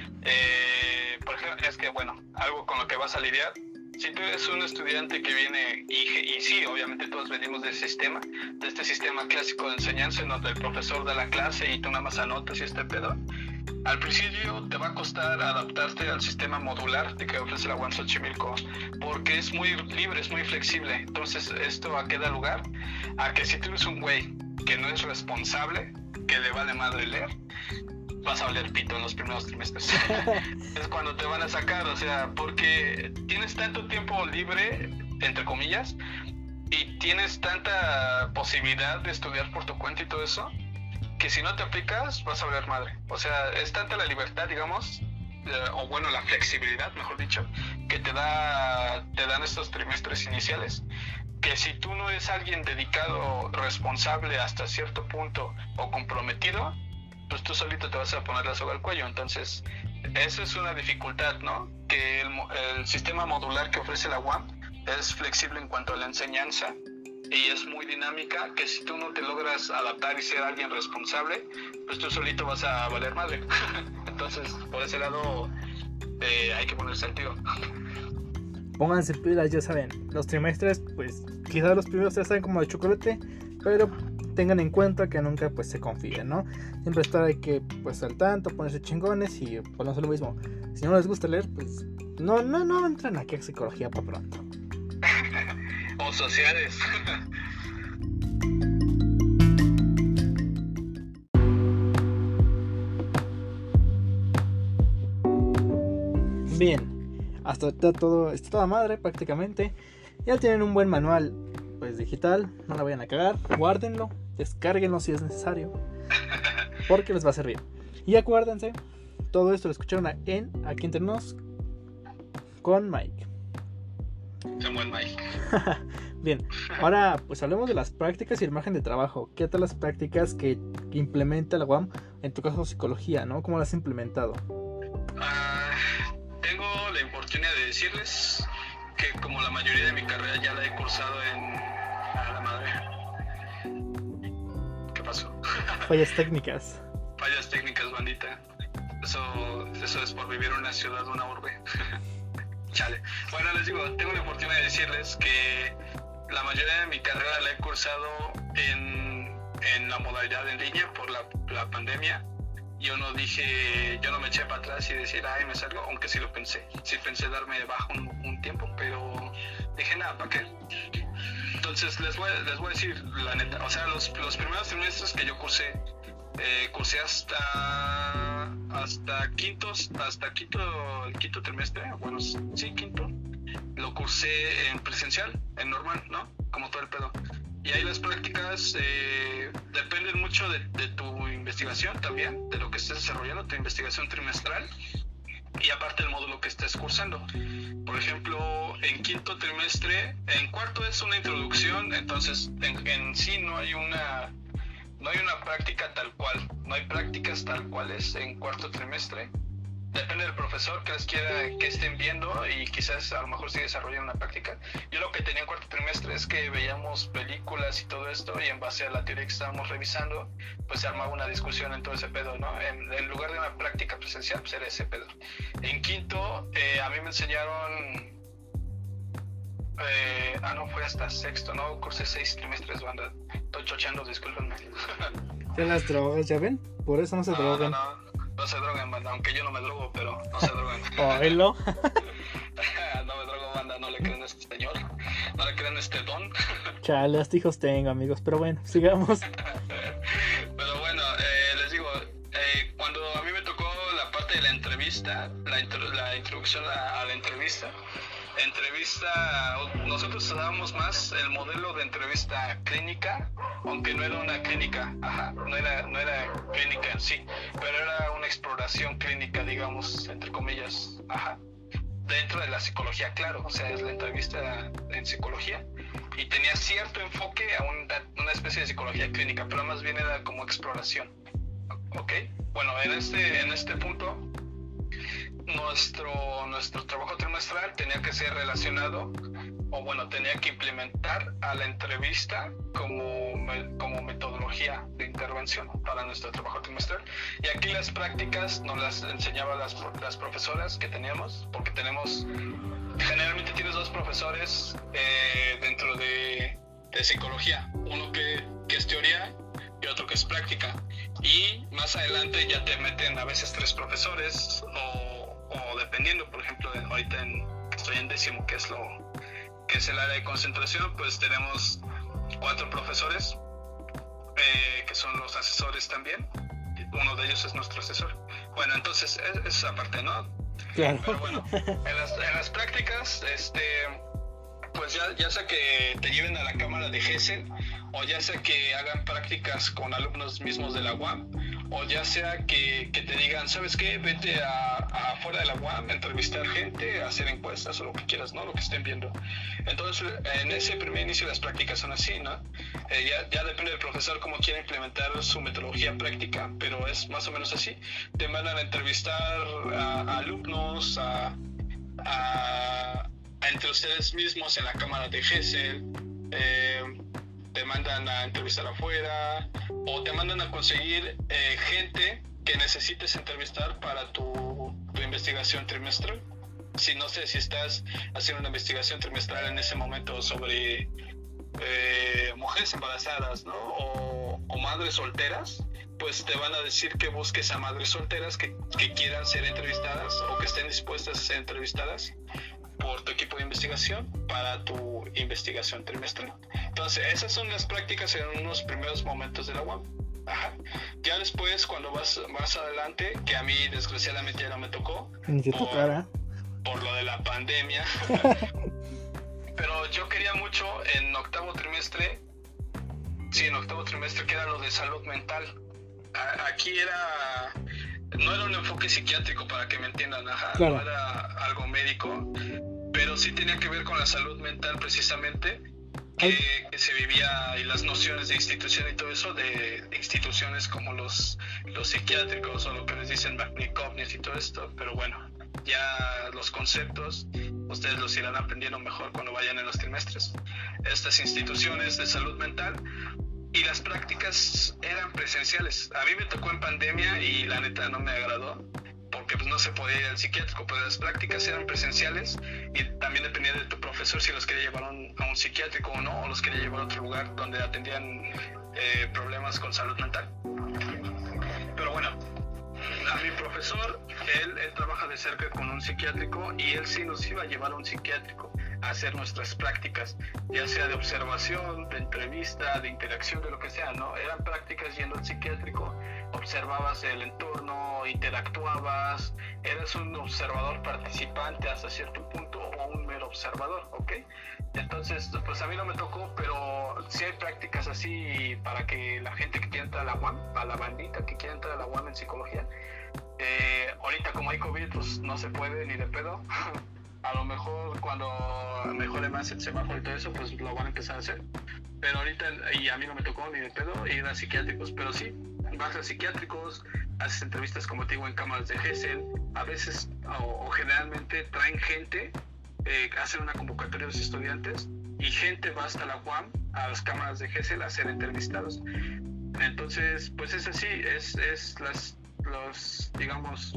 Eh, por ejemplo, es que, bueno, algo con lo que vas a lidiar. Si tú eres un estudiante que viene, y, y sí, obviamente todos venimos del sistema, de este sistema clásico de enseñanza, en donde el profesor da la clase y tú nada más anotas y este pedo, al principio te va a costar adaptarte al sistema modular de que ofrece la UAM Xochimilco, porque es muy libre, es muy flexible. Entonces esto a qué da lugar a que si tú eres un güey que no es responsable, que le vale madre leer, vas a oler pito en los primeros trimestres. Es cuando te van a sacar, o sea, porque tienes tanto tiempo libre entre comillas, y tienes tanta posibilidad de estudiar por tu cuenta y todo eso, que si no te aplicas vas a valer madre. O sea, es tanta la libertad, digamos, eh, o bueno, la flexibilidad, mejor dicho, que te da te dan estos trimestres iniciales, que si tú no eres alguien dedicado, responsable hasta cierto punto o comprometido, pues tú solito te vas a poner la soga al cuello. Entonces, esa es una dificultad, ¿no? Que el, el sistema modular que ofrece la U A M es flexible en cuanto a la enseñanza y es muy dinámica, que si tú no te logras adaptar y ser alguien responsable, pues tú solito vas a valer madre. Entonces, por ese lado, eh, hay que ponerse al tiro. Pónganse pilas, ya saben, los trimestres, pues quizás los primeros ya saben como de chocolate, pero tengan en cuenta que nunca pues se confíen, ¿no? Siempre estar hay que pues al tanto, ponerse chingones y pues lo mismo. Si no les gusta leer, pues no, no, no entren aquí a psicología para pronto. O sociales. Bien, hasta ahorita todo está toda madre prácticamente. Ya tienen un buen manual pues digital, no la vayan a cagar, guárdenlo, descárguenlo si es necesario, porque les va a servir. Y acuérdense, todo esto lo escucharon en Aquí Entre Nos con Mike. Un buen Mike. Bien, ahora pues hablemos de las prácticas y el margen de trabajo. ¿Qué tal las prácticas que, que implementa la U A M? En tu caso psicología, ¿no? ¿Cómo las has implementado? Uh, tengo la oportunidad de decirles que como la mayoría de mi carrera ya la he cursado en... a la madre. ¿Qué pasó? Fallas técnicas. Fallas técnicas, bandita. Eso, eso es por vivir en una ciudad, una urbe. Chale. Bueno, les digo, tengo la oportunidad de decirles que la mayoría de mi carrera la he cursado en, en la modalidad en línea por la, la pandemia. Yo no dije, yo no me eché para atrás y decir, ay, me salgo, aunque sí lo pensé. Sí pensé darme de baja un, un tiempo, pero dije, nada, ¿para qué? Entonces, les voy, les voy a decir la neta. O sea, los, los primeros trimestres que yo cursé, eh, cursé hasta hasta quintos, hasta quinto, el quinto trimestre, bueno, sí, quinto, lo cursé en presencial, en normal, ¿no? Como todo el pedo. Y ahí las prácticas eh, dependen mucho de, de tu investigación también, de lo que estés desarrollando, tu investigación trimestral, y aparte el módulo que estés cursando. Por ejemplo, en quinto trimestre, en cuarto es una introducción, entonces en, en sí no hay una no hay una práctica tal cual, no hay prácticas tal cuales en cuarto trimestre. Depende del profesor que les quiera que estén viendo y quizás a lo mejor sí desarrollen una práctica. Yo lo que tenía en cuarto trimestre es que veíamos películas y todo esto, y en base a la teoría que estábamos revisando, pues se armaba una discusión en todo ese pedo, ¿no? En, en lugar de una práctica presencial, pues era ese pedo. En quinto, eh, a mí me enseñaron... Eh, ah, no, fue hasta sexto, ¿no? Cursé seis trimestres, banda. Estoy chocheando, discúlpenme. ¿De las drogas, ya ven? Por eso no se no, drogan. No, no. No se droguen, banda, aunque yo no me drogo, pero no se droguen. Oílo. No me drogo, banda, no le creen a este señor, no le creen a este don. Chale, hasta hijos tengo, amigos, pero bueno, sigamos. Pero bueno, eh, les digo, eh, cuando a mí me tocó la parte de la entrevista, la, intro, la introducción a, a la entrevista, entrevista, nosotros usábamos más el modelo de entrevista clínica, aunque no era una clínica, ajá, no era, no era clínica en sí, pero era una exploración clínica, digamos, entre comillas, ajá, dentro de la psicología, claro, o sea, es la entrevista en psicología, y tenía cierto enfoque a una, una especie de psicología clínica, pero más bien era como exploración, ¿ok? Bueno, en este, en este punto, Nuestro, nuestro trabajo trimestral tenía que ser relacionado, o bueno, tenía que implementar a la entrevista como, como metodología de intervención para nuestro trabajo trimestral. Y aquí las prácticas nos las enseñaban las, las profesoras que teníamos, porque tenemos, generalmente tienes dos profesores eh, dentro de, de psicología, uno que, que es teoría y otro que es práctica. Y más adelante ya te meten a veces tres profesores, o o dependiendo, por ejemplo, ahorita en, estoy en décimo, que es lo que es el área de concentración, pues tenemos cuatro profesores eh, que son los asesores también. Uno de ellos es nuestro asesor. Bueno, entonces es, esa parte, ¿no? Claro. Pero bueno, en las, en las prácticas, este, pues ya, ya sea que te lleven a la cámara de GESEL, o ya sea que hagan prácticas con alumnos mismos de la U A M, o ya sea que, que te digan, ¿sabes qué? Vete a, a afuera de la U A M, a entrevistar gente, a hacer encuestas o lo que quieras, ¿no? Lo que estén viendo. Entonces, en ese primer inicio las prácticas son así, ¿no? Eh, ya, ya depende del profesor cómo quiera implementar su metodología práctica, pero es más o menos así. Te mandan a entrevistar a, a alumnos, a, a, a entre ustedes mismos en la cámara de GESEL, eh, te mandan a entrevistar afuera, o te mandan a conseguir eh, gente que necesites entrevistar para tu, tu investigación trimestral. Si no sé si estás haciendo una investigación trimestral en ese momento sobre eh, mujeres embarazadas, ¿no? o, o madres solteras, pues te van a decir que busques a madres solteras que, que quieran ser entrevistadas o que estén dispuestas a ser entrevistadas por tu equipo de investigación para tu investigación trimestral. Entonces, esas son las prácticas en unos primeros momentos de la U A M. Ajá. Ya después, cuando vas más adelante, que a mí desgraciadamente ya no me tocó, Ni por, cara. por lo de la pandemia, pero yo quería mucho en octavo trimestre, sí, en octavo trimestre, que era lo de salud mental. A, aquí era, no era un enfoque psiquiátrico, para que me entiendan, ajá, claro. No era algo médico, pero sí tenía que ver con la salud mental precisamente, que, que se vivía, y las nociones de institución y todo eso, de, de instituciones como los, los psiquiátricos o lo que les dicen manicomnios y todo esto, pero bueno, ya los conceptos ustedes los irán aprendiendo mejor cuando vayan en los trimestres. Estas instituciones de salud mental, y las prácticas eran presenciales. A mí me tocó en pandemia y la neta no me agradó, porque pues no se podía ir al psiquiátrico, pero las prácticas eran presenciales y también dependía de tu profesor si los quería llevar a un, a un psiquiátrico o no, o los quería llevar a otro lugar donde atendían eh, problemas con salud mental. Pero bueno, a mi profesor, él, él trabaja de cerca con un psiquiátrico y él sí nos iba a llevar a un psiquiátrico a hacer nuestras prácticas, ya sea de observación, de entrevista, de interacción, de lo que sea, ¿no? Eran prácticas yendo al psiquiátrico, observabas el entorno, interactuabas, eras un observador participante hasta cierto punto o un mero observador, ¿ok? Entonces, pues a mí no me tocó, pero sí hay prácticas así para que la gente que quiera entrar a la U A M, a la bandita que quiera entrar a la U A M en psicología, eh, ahorita como hay COVID, pues no se puede ni de pedo. A lo mejor cuando mejore más el semáforo y todo eso, pues lo van a empezar a hacer. Pero ahorita, y a mí no me tocó ni de pedo ir a psiquiátricos, pero sí, vas a psiquiátricos, haces entrevistas, como te digo, en cámaras de GESEL, a veces o, o generalmente traen gente, eh, hacen una convocatoria a los estudiantes y gente va hasta la U A M, a las cámaras de GESEL a ser entrevistados. Entonces, pues es así, es, es las, los, digamos,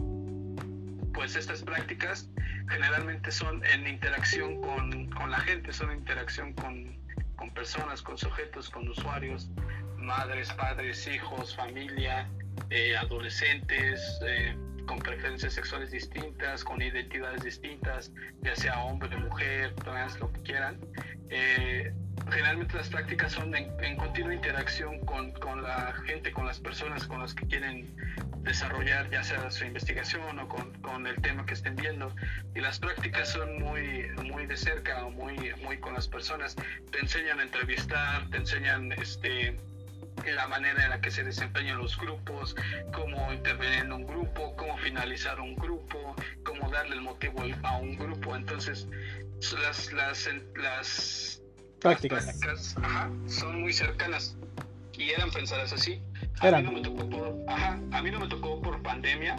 pues estas prácticas generalmente son en interacción con, con la gente, son en interacción con, con personas, con sujetos, con usuarios, madres, padres, hijos, familia, eh, adolescentes, eh, con preferencias sexuales distintas, con identidades distintas, ya sea hombre, mujer, trans, lo que quieran. Eh, generalmente las prácticas son en, en continua interacción con, con la gente, con las personas con las que quieren desarrollar ya sea su investigación o con, con el tema que estén viendo, y las prácticas son muy, muy de cerca o muy, muy con las personas. Te enseñan a entrevistar, te enseñan este, la manera en la que se desempeñan los grupos, cómo intervenir en un grupo, cómo finalizar un grupo, cómo darle el motivo a un grupo. Entonces las, las, las prácticas, las prácticas ajá, son muy cercanas y eran pensadas así. A Eran. mí no me tocó por, ajá, a mí no me tocó por pandemia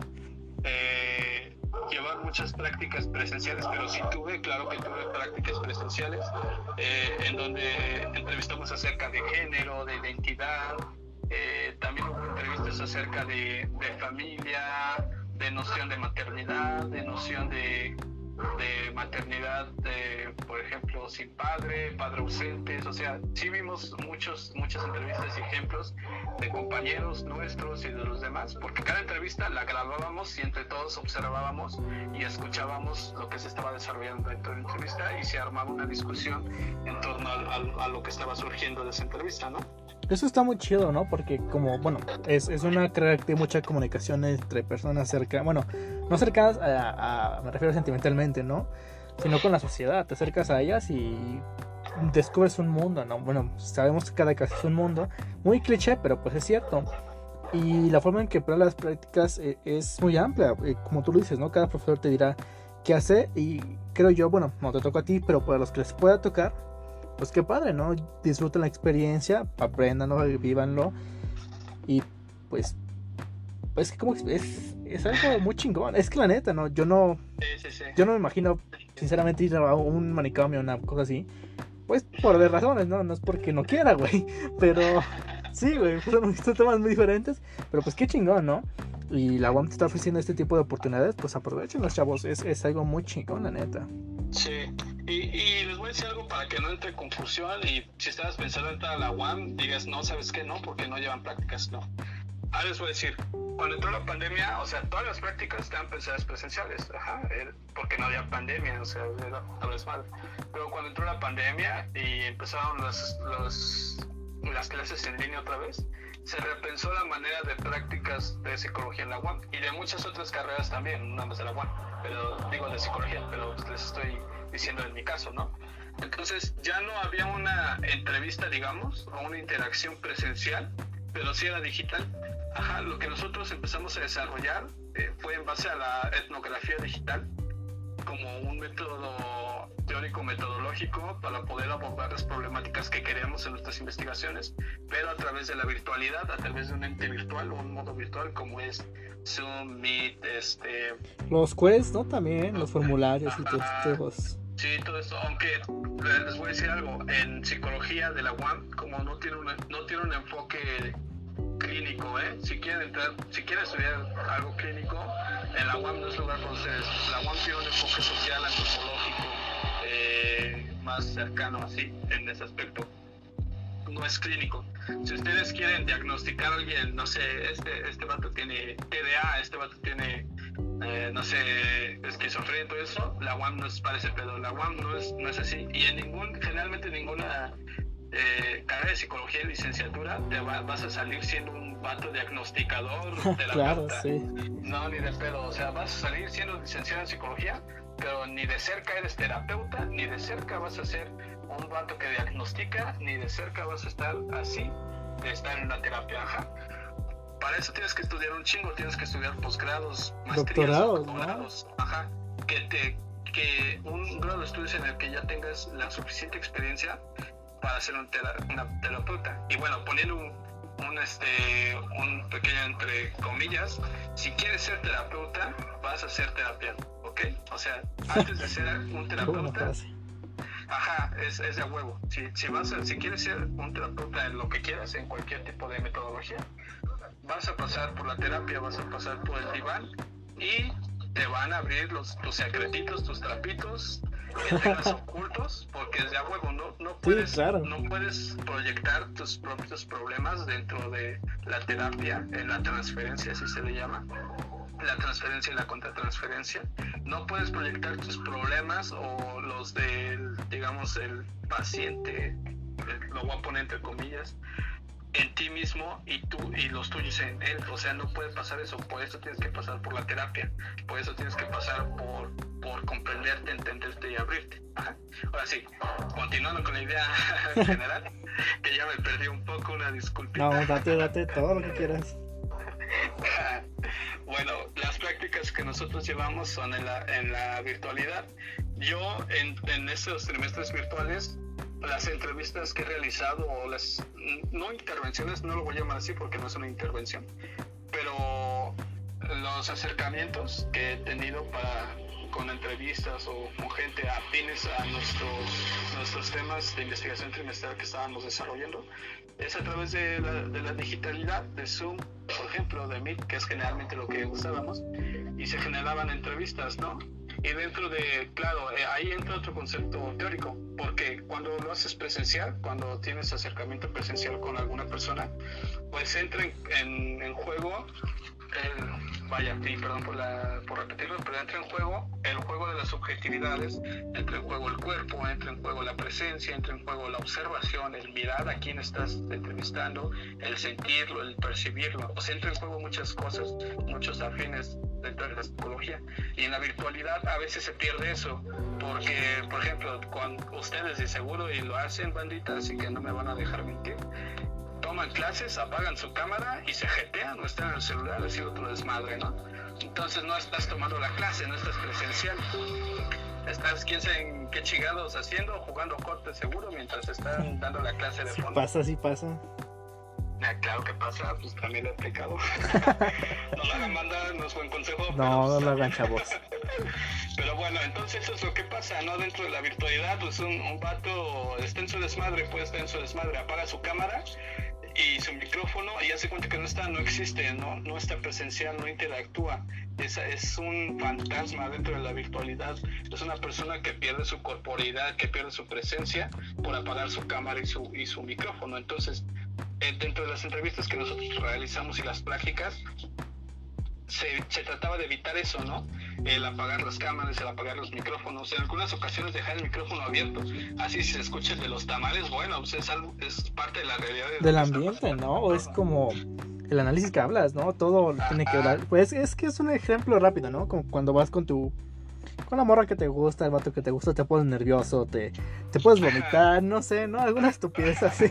eh, llevar muchas prácticas presenciales, pero sí tuve, claro que tuve prácticas presenciales eh, en donde entrevistamos acerca de género, de identidad, eh, también hubo entrevistas acerca de, de familia, de noción de maternidad, de noción de, de maternidad, de, por ejemplo, sin padre, padre ausentes. O sea, sí vimos muchos, muchas entrevistas y ejemplos de compañeros nuestros y de los demás, porque cada entrevista la grabábamos y entre todos observábamos y escuchábamos lo que se estaba desarrollando dentro de la entrevista y se armaba una discusión en torno a, a, a lo que estaba surgiendo de esa entrevista, ¿no? Eso está muy chido, ¿no? Porque como, bueno, es, es una carrera que tiene mucha comunicación entre personas cercanas, bueno, no cercanas, a, a, me refiero sentimentalmente, ¿no? sino con la sociedad. Te acercas a ellas y descubres un mundo, ¿no? Bueno, sabemos que cada caso es un mundo, muy cliché, pero pues es cierto. Y la forma en que plan las prácticas eh, es muy amplia, eh, como tú lo dices, ¿no? Cada profesor te dirá qué hacer y creo yo, bueno, no te toca a ti, pero para los que les pueda tocar, pues qué padre, ¿no? Disfruten la experiencia, apréndanlo, vívanlo y pues, pues como es, es algo muy chingón. Es que la neta, ¿no? Yo no, Sí, sí, sí. yo no me imagino sinceramente ir a un manicomio o una cosa así, pues por de razones, ¿no? No es porque no quiera, güey, pero sí, güey, son, son temas muy diferentes, pero pues qué chingón, ¿no? Y la U A M te está ofreciendo este tipo de oportunidades, pues aprovechen los chavos, es, es algo muy chingón, la neta. Sí, y, y les voy a decir algo para que no entre en confusión y si estabas pensando en entrar a la U A M, digas, no, ¿sabes qué? No, porque no llevan prácticas, no. Ahora les voy a decir, cuando entró la pandemia, o sea, todas las prácticas estaban pensadas presenciales, ajá, porque no había pandemia, o sea, era una vez mal. Pero cuando entró la pandemia y empezaron los, los, las clases en línea otra vez, se repensó la manera de prácticas de psicología en la U A M y de muchas otras carreras también, no más de la U A M, pero digo de psicología, pero les estoy diciendo en mi caso, ¿no? Entonces ya no había una entrevista, digamos, o una interacción presencial, pero sí era digital. Ajá, lo que nosotros empezamos a desarrollar eh, fue en base a la etnografía digital como un método teórico metodológico para poder abordar las problemáticas que queríamos en nuestras investigaciones, pero a través de la virtualidad, a través de un ente virtual o un modo virtual como es Zoom, Meet, este... Los quiz, ¿no? También, los formularios y todos. Sí, todo eso, aunque les voy a decir algo, en psicología de la U A M, como no tiene un, no tiene un enfoque clínico, ¿eh? Si quieren entrar, si quieren estudiar algo clínico, en la U A M no es lugar para ustedes. La U A M tiene un enfoque social, antropológico, eh, más cercano así, en ese aspecto. No es clínico. Si ustedes quieren diagnosticar a alguien, no sé, este, este vato tiene T D A, este vato tiene, eh, no sé, esquizofrenia y todo eso, la U A M no es para ese pedo. La U A M no es, no es así. Y en ningún, generalmente ninguna eh, carrera de psicología y licenciatura te va, vas a salir siendo un vato diagnosticador, terapeuta. Claro, sí. No, ni de pedo. O sea, vas a salir siendo licenciado en psicología, pero ni de cerca eres terapeuta, ni de cerca vas a ser un vato que diagnostica, ni de cerca vas a estar así de estar en una terapia. Ajá. Para eso tienes que estudiar un chingo, tienes que estudiar posgrados, maestrías, doctorados, doctorados, ¿no? Ajá, que te que un grado de estudios en el que ya tengas la suficiente experiencia para ser un tera, una terapeuta. Y bueno, poniendo un, un este un pequeño entre comillas, si quieres ser terapeuta, vas a ser terapeuta, ¿ok? O sea, antes de ser un terapeuta, ajá, es, es de huevo. Si, si, vas a, si quieres ser un terapeuta en lo que quieras, en cualquier tipo de metodología, vas a pasar por la terapia, vas a pasar por el diván y te van a abrir los, tus secretitos, tus trapitos que tengas ocultos, porque es de a huevo, no, no, puedes, sí, claro. no puedes proyectar tus propios problemas dentro de la terapia, en la transferencia, así se le llama, la transferencia y la contratransferencia. No puedes proyectar tus problemas o los del, digamos, el paciente, lo voy a poner entre comillas, en ti mismo y tú y los tuyos en él. O sea, no puede pasar eso. Por eso tienes que pasar por la terapia, por eso tienes que pasar por, por comprenderte, entenderte y abrirte. Ajá. Ahora sí, continuando con la idea general, que ya me perdí un poco, una disculpita. No, date, date todo lo que quieras. Bueno, las prácticas que nosotros llevamos son en la, en la virtualidad. Yo en, en estos trimestres virtuales, las entrevistas que he realizado, o las, no intervenciones, no lo voy a llamar así porque no es una intervención, pero los acercamientos que he tenido para, con entrevistas o con gente afines a nuestros, nuestros temas de investigación trimestral que estábamos desarrollando, es a través de la, de la digitalidad, de Zoom, por ejemplo, de Meet, que es generalmente lo que usábamos, y se generaban entrevistas, ¿no? Y dentro de, claro, eh, ahí entra otro concepto teórico, porque cuando lo haces presencial, cuando tienes acercamiento presencial con alguna persona, pues entra en, en, en juego, el, vaya, sí, perdón por, la, por repetirlo, pero entra en juego el juego de las subjetividades, entra en juego el cuerpo, entra en juego la presencia, entra en juego la observación, el mirar a quién estás entrevistando, el sentirlo, el percibirlo, o sea, entra en juego muchas cosas, muchos afines dentro de la psicología. Y en la virtualidad a veces se pierde eso, porque, por ejemplo, con ustedes de seguro y lo hacen, bandita, así que no me van a dejar mentir, toman clases, apagan su cámara y se jetean o están en el celular haciendo otro desmadre, ¿no? Entonces no estás tomando la clase, no estás presencial. Estás, quién sabe en qué chingados haciendo, jugando corte seguro mientras están dando la clase de sí fondo. pasa, sí pasa. Ah, claro que pasa, pues también lo he aplicado. No lo hagan, banda, no es buen consejo. No, no lo hagan, chavos. Pero bueno, entonces eso es lo que pasa, ¿no? Dentro de la virtualidad, pues un, un vato está en su desmadre, puede estar en su desmadre, apaga su cámara y su micrófono y hace cuenta que no está, no existe, no, no está presencial, no interactúa. Es, es un fantasma dentro de la virtualidad. Es una persona que pierde su corporeidad, que pierde su presencia por apagar su cámara y su, y su micrófono. Entonces, eh, dentro de las entrevistas que nosotros realizamos y las prácticas, se, se trataba de evitar eso, ¿no? El apagar las cámaras, el apagar los micrófonos, en algunas ocasiones dejar el micrófono abierto, así si se escucha el de los tamales, bueno, pues es, algo, es parte de la realidad de del ambiente, ¿no? O es como el análisis que hablas, ¿no? Todo Ajá. tiene que hablar, pues es que es un ejemplo rápido, ¿no? Como cuando vas con tu con la morra que te gusta, el vato que te gusta, te pones nervioso, te, te puedes vomitar, no sé, ¿no? Alguna estupidez así.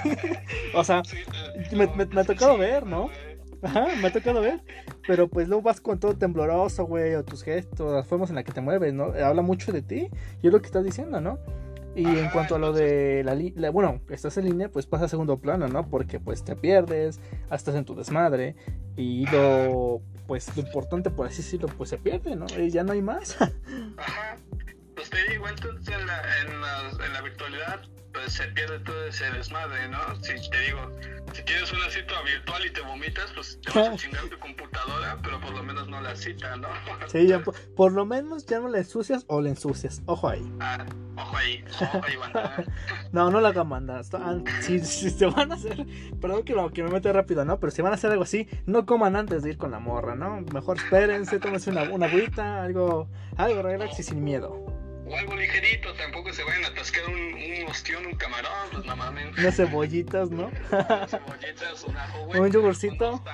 O sea, me, me, me ha tocado ver, ¿no? Ajá, me ha tocado ver. Pero pues luego vas con todo tembloroso, güey, o tus gestos, las formas en las que te mueves, ¿no? Habla mucho de ti y es lo que estás diciendo, ¿no? Y Ajá, en cuanto a lo de la, li- la bueno, estás en línea, pues pasa a segundo plano, ¿no? Porque pues te pierdes, estás en tu desmadre y lo, pues lo importante, por así decirlo, pues se pierde, ¿no? Y ya no hay más. Ajá, pues te digo, entonces en la, en la, en la virtualidad, pues se pierde todo ese desmadre, ¿no? Si te digo, si tienes una cita virtual y te vomitas, pues te vas a chingar tu computadora, pero por lo menos no la cita, ¿no? Sí, ya, por, por lo menos ya no la ensucias o la ensucias, ojo ahí. Ah, ojo ahí, ojo ahí, banda. No, no la hagan, banda. Si, si se van a hacer, perdón que, lo, que me mete rápido, ¿no? Pero si van a hacer algo así, no coman antes de ir con la morra, ¿no? Mejor espérense, tómense una, una agüita, algo, algo relax y sin miedo. O algo ligerito, tampoco se vayan a atascar un, un ostión, un camarón, pues no mames. Unas cebollitas, ¿no? Unas cebollitas, un ajo, güey. Un yogurcito.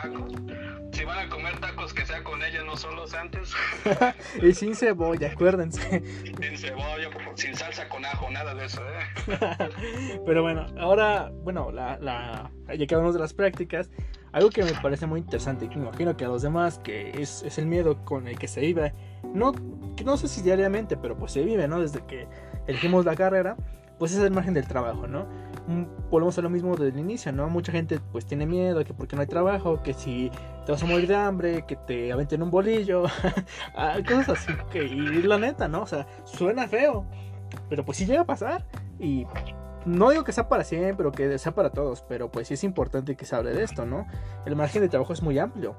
Si van a comer tacos, que sea con ella, no solos antes. Y sin cebolla, acuérdense. Sin cebolla, por favor, sin salsa con ajo, nada de eso, ¿eh? Pero bueno, ahora, bueno, la, la, ya que hablamos de las prácticas, algo que me parece muy interesante y que me imagino que a los demás, que es, es el miedo con el que se vive, no, no sé si diariamente, pero pues se vive, ¿no? Desde que elegimos la carrera, pues es el margen del trabajo, ¿no? Volvemos a lo mismo desde el inicio, ¿no? Mucha gente pues tiene miedo, que porque no hay trabajo, que si te vas a morir de hambre, que te aventen un bolillo, cosas así, que, y la neta, ¿no? O sea, suena feo, pero pues sí llega a pasar y... No digo que sea para siempre o que sea para todos, pero pues sí es importante que se hable de esto, ¿no? El margen de trabajo es muy amplio.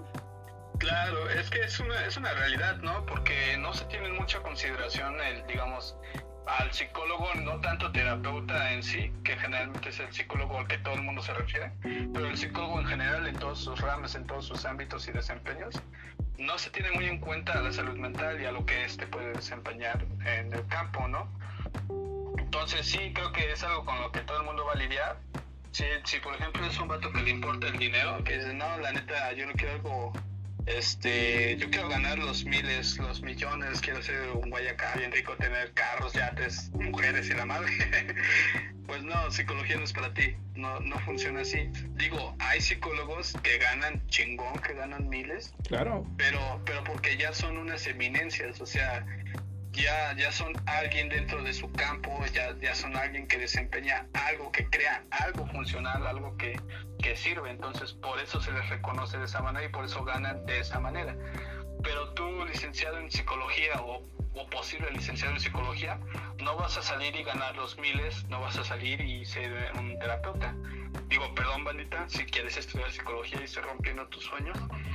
Claro, es que es una, es una realidad, ¿no? Porque no se tiene mucha consideración el, digamos, al psicólogo, no tanto terapeuta en sí, que generalmente es el psicólogo al que todo el mundo se refiere, pero el psicólogo en general en todos sus ramas, en todos sus ámbitos y desempeños, no se tiene muy en cuenta la salud mental y a lo que éste puede desempeñar en el campo, ¿no? Entonces sí, creo que es algo con lo que todo el mundo va a lidiar. Si, si por ejemplo es un vato que le importa el dinero, que dice, no, la neta, yo no quiero algo, este, yo quiero ganar los miles, los millones, quiero ser un güey acá bien rico, tener carros, yates, mujeres y la madre. Pues no, psicología no es para ti, no, no funciona así. Digo, hay psicólogos que ganan chingón, que ganan miles. Claro. Pero, pero porque ya son unas eminencias, o sea... Ya, ya son alguien dentro de su campo, ya, ya son alguien que desempeña algo, que crea algo funcional, algo que, que sirve. Entonces por eso se les reconoce de esa manera y por eso ganan de esa manera. Pero tú, licenciado en psicología o, o posible licenciado en psicología, no vas a salir y ganar los miles, no vas a salir y ser un terapeuta. Digo, perdón, bandita, si quieres estudiar psicología y estar rompiendo tus sueños,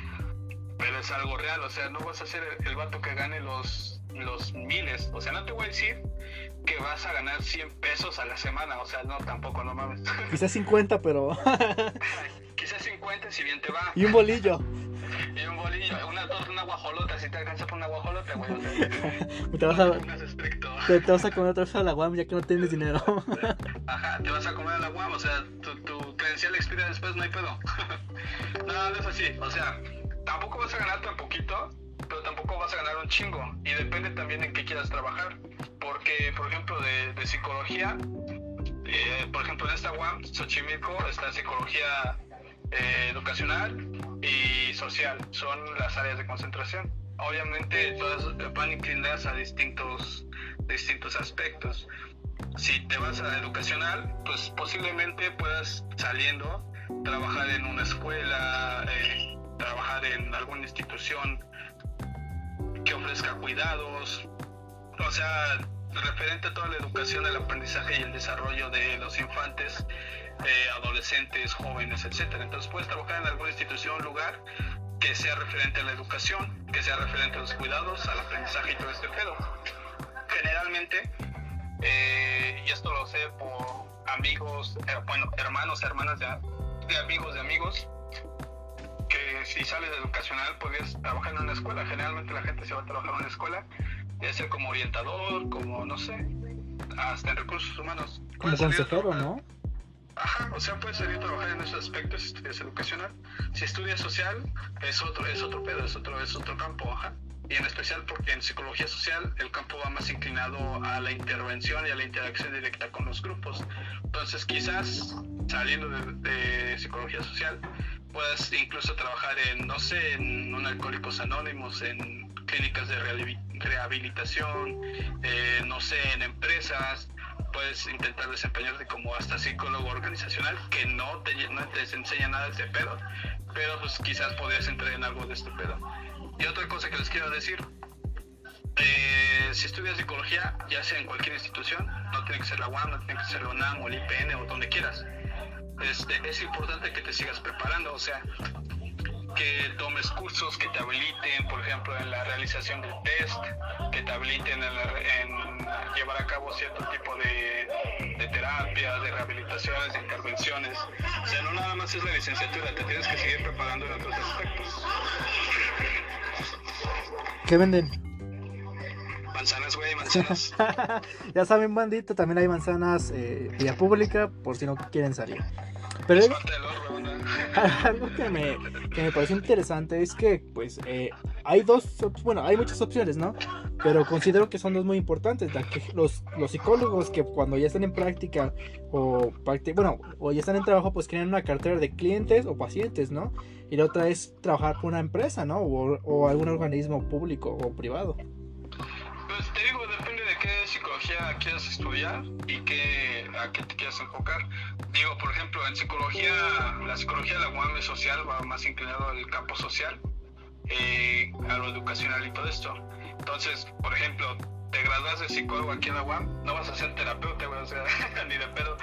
pero es algo real, o sea, no vas a ser el, el vato que gane los... los miles, o sea, no te voy a decir que vas a ganar cien pesos a la semana, o sea, no, tampoco, no mames. Quizás cincuenta, pero... Quizás cincuenta si bien te va. Y un bolillo. Y un bolillo, una, una guajolota, si te alcanza por una guajolota, güey, o sea, te, vas a, te, te vas a comer otra vez a la U A M ya que no tienes dinero. Ajá, te vas a comer a la U A M, o sea, tu, tu credencial expira después, no hay pedo. No, no es así, o sea, tampoco vas a ganar tan poquito pero tampoco vas a ganar un chingo. Y depende también en qué quieras trabajar. Porque, por ejemplo, de, de psicología, eh, por ejemplo, en esta U A M, Xochimilco, está psicología eh, educacional y social. Son las áreas de concentración. Obviamente, todas van inclinadas a distintos, distintos aspectos. Si te vas a educacional, pues posiblemente puedas saliendo trabajar en una escuela, eh, trabajar en alguna institución que ofrezca cuidados, o sea, referente a toda la educación, el aprendizaje y el desarrollo de los infantes, eh, adolescentes, jóvenes, etcétera. Entonces puedes trabajar en alguna institución, lugar que sea referente a la educación, que sea referente a los cuidados, al aprendizaje y todo este pedo. Generalmente, eh, y esto lo sé por amigos, eh, bueno, hermanos, hermanas de, de amigos de amigos, que si sales de educacional podrías trabajar en una escuela. Generalmente la gente se va a trabajar en una escuela, ya sea como orientador, como no sé, hasta en recursos humanos. Como consejero, ¿no? Ajá, o sea, puedes salir a trabajar en esos aspectos si estudias educacional. Si estudias social, es otro, es otro pedo, es otro, es otro campo, ajá. Y en especial porque en psicología social el campo va más inclinado a la intervención y a la interacción directa con los grupos. Entonces quizás saliendo de, de psicología social puedas incluso trabajar en, no sé, en un Alcohólicos Anónimos, en clínicas de rehabilitación, eh, no sé, en empresas. Puedes intentar desempeñarte como hasta psicólogo organizacional, que no te, no te enseña nada de este pedo, pero pues quizás podrías entrar en algo de este pedo. Y otra cosa que les quiero decir, eh, si estudias psicología, ya sea en cualquier institución, no tiene que ser la U A M, no tiene que ser la UNAM o el I P N o donde quieras, este, es importante que te sigas preparando, o sea, que tomes cursos que te habiliten, por ejemplo, en la realización del test, que te habiliten en, la, en llevar a cabo cierto tipo de, de terapias, de rehabilitaciones, de intervenciones. O sea, no nada más es la licenciatura, te tienes que seguir preparando en otros aspectos. ¿Qué venden? Manzanas, güey, manzanas. Ya saben, bandita, también hay manzanas eh, vía pública por si no quieren salir. Pero es parte del horno, ¿no? Algo que me, que me pareció interesante es que, pues, eh, hay dos, bueno, hay muchas opciones, ¿no? Pero considero que son dos muy importantes, la que los, los psicólogos que cuando ya están en práctica o, bueno, o ya están en trabajo, pues crean una cartera de clientes o pacientes, ¿no? Y la otra es trabajar por una empresa, ¿no? O, o algún organismo público o privado. Pues te digo, depende de qué psicología quieras estudiar y qué, a qué te quieras enfocar. Digo, por ejemplo, en psicología, la psicología de la U A M es social, va más inclinado al campo social, eh, a lo educacional y todo esto. Entonces, por ejemplo, te gradúas de psicólogo aquí en la U A M, no vas a ser terapeuta, o sea, ni de pedo.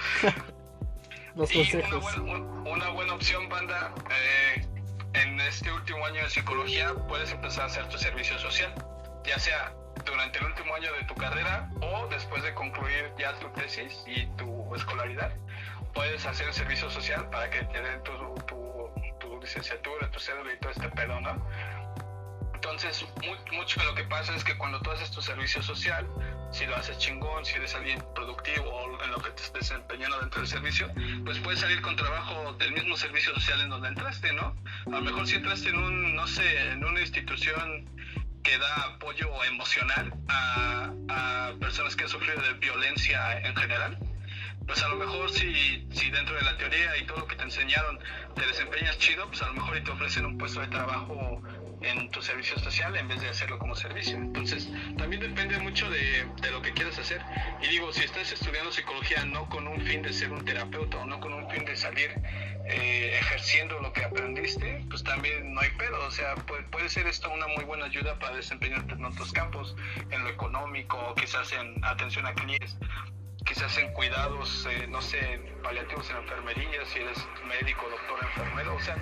Los consejos. Y una buena, una buena opción, banda, eh, en este último año de psicología puedes empezar a hacer tu servicio social, ya sea durante el último año de tu carrera o después de concluir ya tu tesis y tu escolaridad. Puedes hacer el servicio social para que te den tu, tu, tu licenciatura, tu cédula y todo este pedo, ¿no? Entonces, muy, mucho de lo que pasa es que cuando tú haces tu servicio social, si lo haces chingón, si eres alguien productivo o en lo que te estés desempeñando dentro del servicio, pues puedes salir con trabajo del mismo servicio social en donde entraste, ¿no? A lo mejor si entraste en un, no sé, en una institución que da apoyo emocional a, a personas que han sufrido de violencia en general, pues a lo mejor si, si dentro de la teoría y todo lo que te enseñaron te desempeñas chido, pues a lo mejor y te ofrecen un puesto de trabajo en tu servicio social en vez de hacerlo como servicio. Entonces también depende mucho de, de lo que quieras hacer. Y digo, si estás estudiando psicología no con un fin de ser un terapeuta o no con un fin de salir eh, ejerciendo lo que aprendiste, pues también no hay pedo. O sea, puede, puede ser esto una muy buena ayuda para desempeñarte en otros campos, en lo económico, quizás en atención a clientes, quizás en cuidados, eh, no sé, paliativos en enfermería, si eres médico, doctor, enfermero. O sea,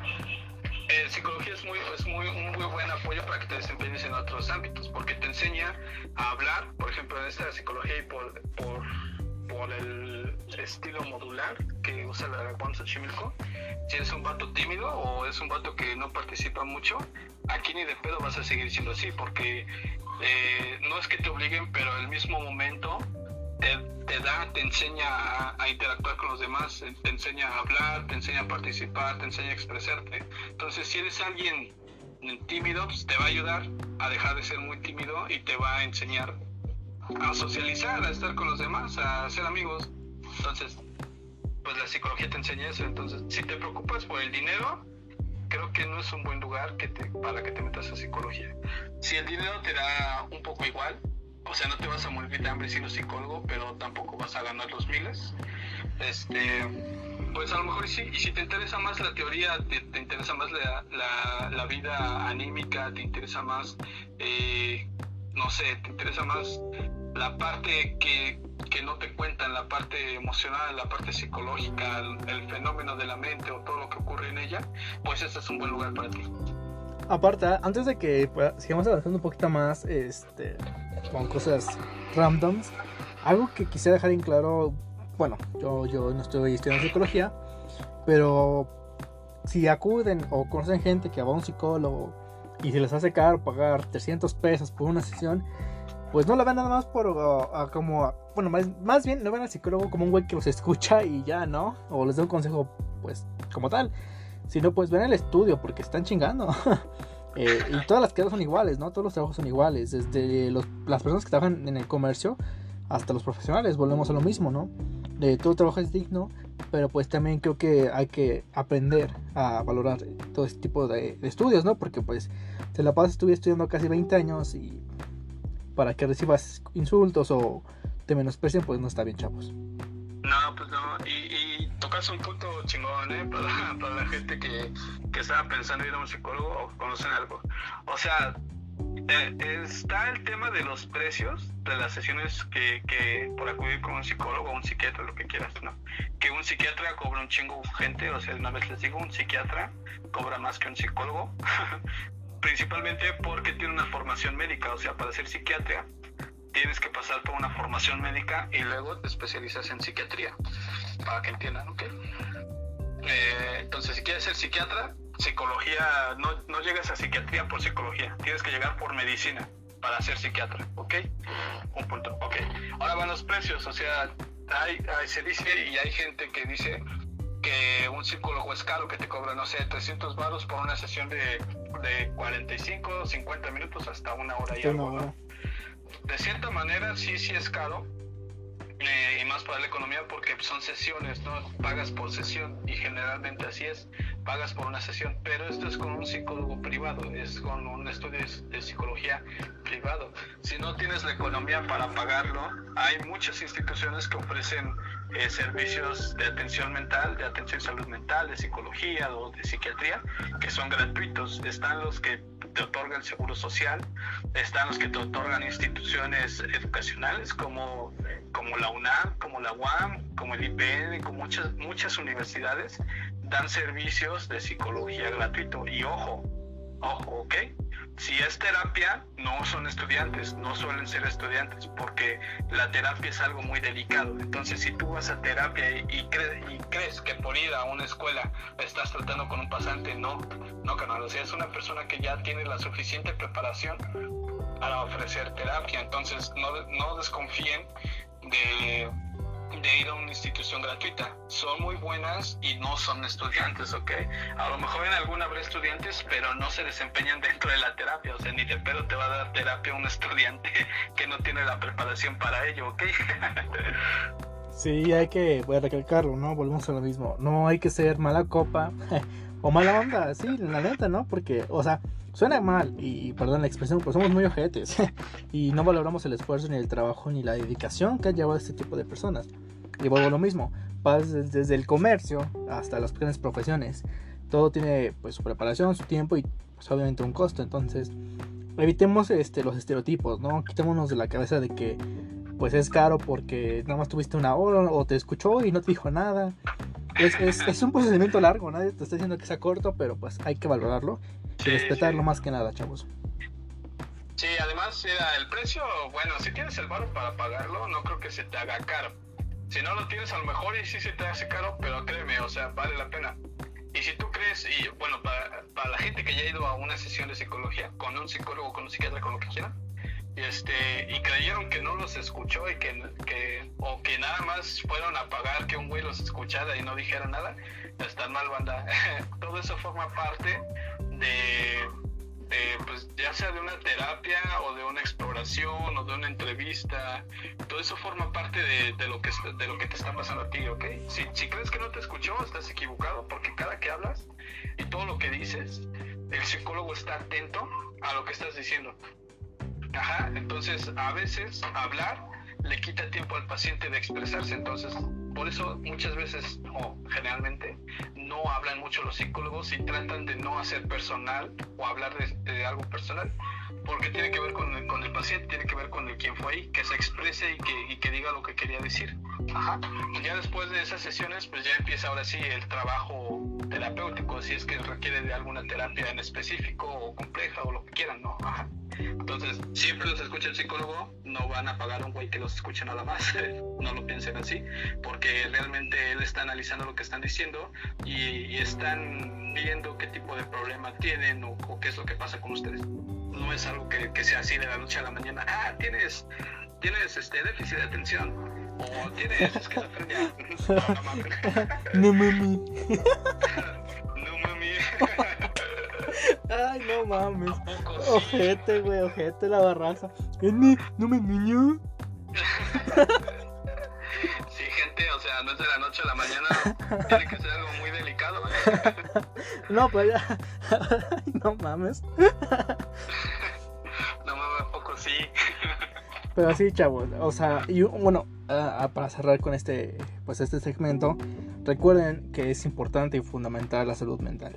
eh, psicología es muy es muy un muy buen apoyo para que te desempeñes en otros ámbitos, porque te enseña a hablar, por ejemplo, en esta psicología y por por, por el estilo modular que usa la U A M Xochimilco. Si eres un vato tímido o es un vato que no participa mucho, aquí ni de pedo vas a seguir siendo así, porque eh, no es que te obliguen, pero el mismo momento Te, te da, te enseña a, a interactuar con los demás, te enseña a hablar, te enseña a participar, te enseña a expresarte. Entonces, si eres alguien tímido, pues te va a ayudar a dejar de ser muy tímido y te va a enseñar a socializar, a estar con los demás, a ser amigos. Entonces, pues la psicología te enseña eso. Entonces, si te preocupas por el dinero, creo que no es un buen lugar que te, para que te metas a psicología. Si el dinero te da un poco igual, o sea, no te vas a morir de hambre siendo psicólogo, pero tampoco vas a ganar los miles, este, pues a lo mejor sí. Y si te interesa más la teoría, te, te interesa más la, la, la vida anímica, te interesa más, eh, no sé, te interesa más la parte que, que no te cuentan, la parte emocional, la parte psicológica, el, el fenómeno de la mente o todo lo que ocurre en ella, pues este es un buen lugar para ti. Aparte, antes de que pues, sigamos avanzando un poquito más este, con cosas randoms, algo que quisiera dejar en claro, bueno, yo, yo no estoy estudiando psicología, pero si acuden o conocen gente que va a un psicólogo y se les hace caro pagar trescientos pesos por una sesión, pues no lo ven nada más por uh, uh, como, uh, bueno, más, más bien no ven al psicólogo como un güey que los escucha y ya, ¿no? O les da un consejo, pues, como tal. Sino, pues, ven el estudio porque están chingando. eh, y todas las carreras son iguales, ¿no? Todos los trabajos son iguales. Desde los, las personas que trabajan en el comercio hasta los profesionales, volvemos a lo mismo, ¿no? Eh, todo trabajo es digno, pero pues también creo que hay que aprender a valorar todo este tipo de, de estudios, ¿no? Porque, pues, te la pasas estuve estudiando casi veinte años y para que recibas insultos o te menosprecien, pues no está bien, chavos. No, pues no, y, y tocas un punto chingón, ¿eh? Para, para la gente que, que estaba pensando ir a un psicólogo o conocen algo. O sea, eh, está el tema de los precios de las sesiones que, que por acudir con un psicólogo o un psiquiatra, lo que quieras, ¿no? Que un psiquiatra cobra un chingo gente, o sea, una vez les digo, un psiquiatra cobra más que un psicólogo. Principalmente porque tiene una formación médica, o sea, para ser psiquiatra tienes que pasar por una formación médica y luego te especializas en psiquiatría, para que entiendan, ¿ok? Eh, entonces, si quieres ser psiquiatra, psicología, no, no llegas a psiquiatría por psicología, tienes que llegar por medicina para ser psiquiatra, ¿ok? Un punto, ok. Ahora van los precios, o sea, hay, hay, se dice y hay gente que dice que un psicólogo es caro, que te cobra, no sé, trescientos baros por una sesión de, de cuarenta y cinco, cincuenta minutos hasta una hora y sí, algo, ¿no? De cierta manera sí, sí es caro, eh, y más para la economía porque son sesiones, ¿no? Pagas por sesión y generalmente así es, pagas por una sesión, pero esto es con un psicólogo privado, es con un estudio de psicología privado. Si no tienes la economía para pagarlo, hay muchas instituciones que ofrecen eh, servicios de atención mental, de atención y salud mental, de psicología o de psiquiatría, que son gratuitos. Están los que te otorga el Seguro Social, están los que te otorgan instituciones educacionales como, como la UNAM, como la U A M, como el I P N, como muchas, muchas universidades dan servicios de psicología gratuito. Y ojo, ojo, ¿ok? Si es terapia, no son estudiantes, no suelen ser estudiantes, porque la terapia es algo muy delicado. Entonces, si tú vas a terapia y, y, cre- y crees que por ir a una escuela estás tratando con un pasante, no, no, carnal. O sea, es una persona que ya tiene la suficiente preparación para ofrecer terapia. Entonces, no, no desconfíen de... de ir a una institución gratuita. Son muy buenas y no son estudiantes, ¿ok? A lo mejor en alguna habrá estudiantes, pero no se desempeñan dentro de la terapia, o sea, ni de pedo te va a dar terapia un estudiante que no tiene la preparación para ello, ¿ok? Sí, hay que, voy a recalcarlo, ¿no? Volvemos a lo mismo. No hay que ser mala copa o mala onda, sí, la neta, ¿no? Porque, o sea, suena mal, y perdón la expresión, pero somos muy ojetes y no valoramos el esfuerzo, ni el trabajo, ni la dedicación que ha llevado a este tipo de personas. Y vuelvo a lo mismo, vas desde, desde el comercio hasta las pequeñas profesiones. Todo tiene pues su preparación, su tiempo y pues, obviamente un costo. Entonces, evitemos este, los estereotipos, ¿no? Quitémonos de la cabeza de que pues es caro porque nada más tuviste una hora o te escuchó y no te dijo nada. Es, es, es un procedimiento largo, nadie te está diciendo que sea corto, pero pues hay que valorarlo y sí, respetarlo sí. Más que nada, chavos. Sí, además era el precio, bueno, si tienes el valor para pagarlo, no creo que se te haga caro. Si no lo tienes, a lo mejor y sí se te hace caro, pero créeme, o sea, vale la pena. Y si tú crees, y bueno, para, para la gente que ya ha ido a una sesión de psicología, con un psicólogo, con un psiquiatra, con lo que quieran, y, este, y creyeron que no los escuchó y que, que, o que nada más fueron a pagar que un güey los escuchara y no dijera nada, están mal, banda. Todo eso forma parte de, eh, pues ya sea de una terapia o de una exploración o de una entrevista, todo eso forma parte de, de lo que de lo que te está pasando a ti, ¿ok? Si, si crees que no te escuchó, estás equivocado, porque cada que hablas y todo lo que dices, el psicólogo está atento a lo que estás diciendo. Ajá, entonces a veces hablar le quita tiempo al paciente de expresarse, entonces por eso muchas veces o generalmente no hablan mucho los psicólogos y tratan de no hacer personal o hablar de, de algo personal, porque tiene que ver con el, con el paciente, tiene que ver con el quien fue ahí, que se exprese y que, y que diga lo que quería decir. Ajá. Ya después de esas sesiones pues ya empieza ahora sí el trabajo terapéutico, si es que requiere de alguna terapia en específico o compleja o lo que quieran, ¿no? Ajá. Entonces, siempre los escucha el psicólogo, no van a pagar a un güey que los escuche nada más, no lo piensen así, porque realmente él está analizando lo que están diciendo y, y están viendo qué tipo de problema tienen o, o qué es lo que pasa con ustedes. No es algo que, que sea así de la noche a la mañana, ah, tienes, tienes este déficit de atención, o tienes esquizofrenia. No, no mames. No mami. No mami. Ay, no mames. ¿A poco sí? Ojete, güey, ojete la barraza. N, no me engañó. Sí, gente, o sea, no es de la noche a la mañana, tiene que ser algo muy delicado, ¿eh? No, pues ya. Ay, no mames. No mames, ¿a poco sí? Pero sí, chavos, o sea, y bueno, uh, para cerrar con este, pues este segmento, recuerden que es importante y fundamental la salud mental.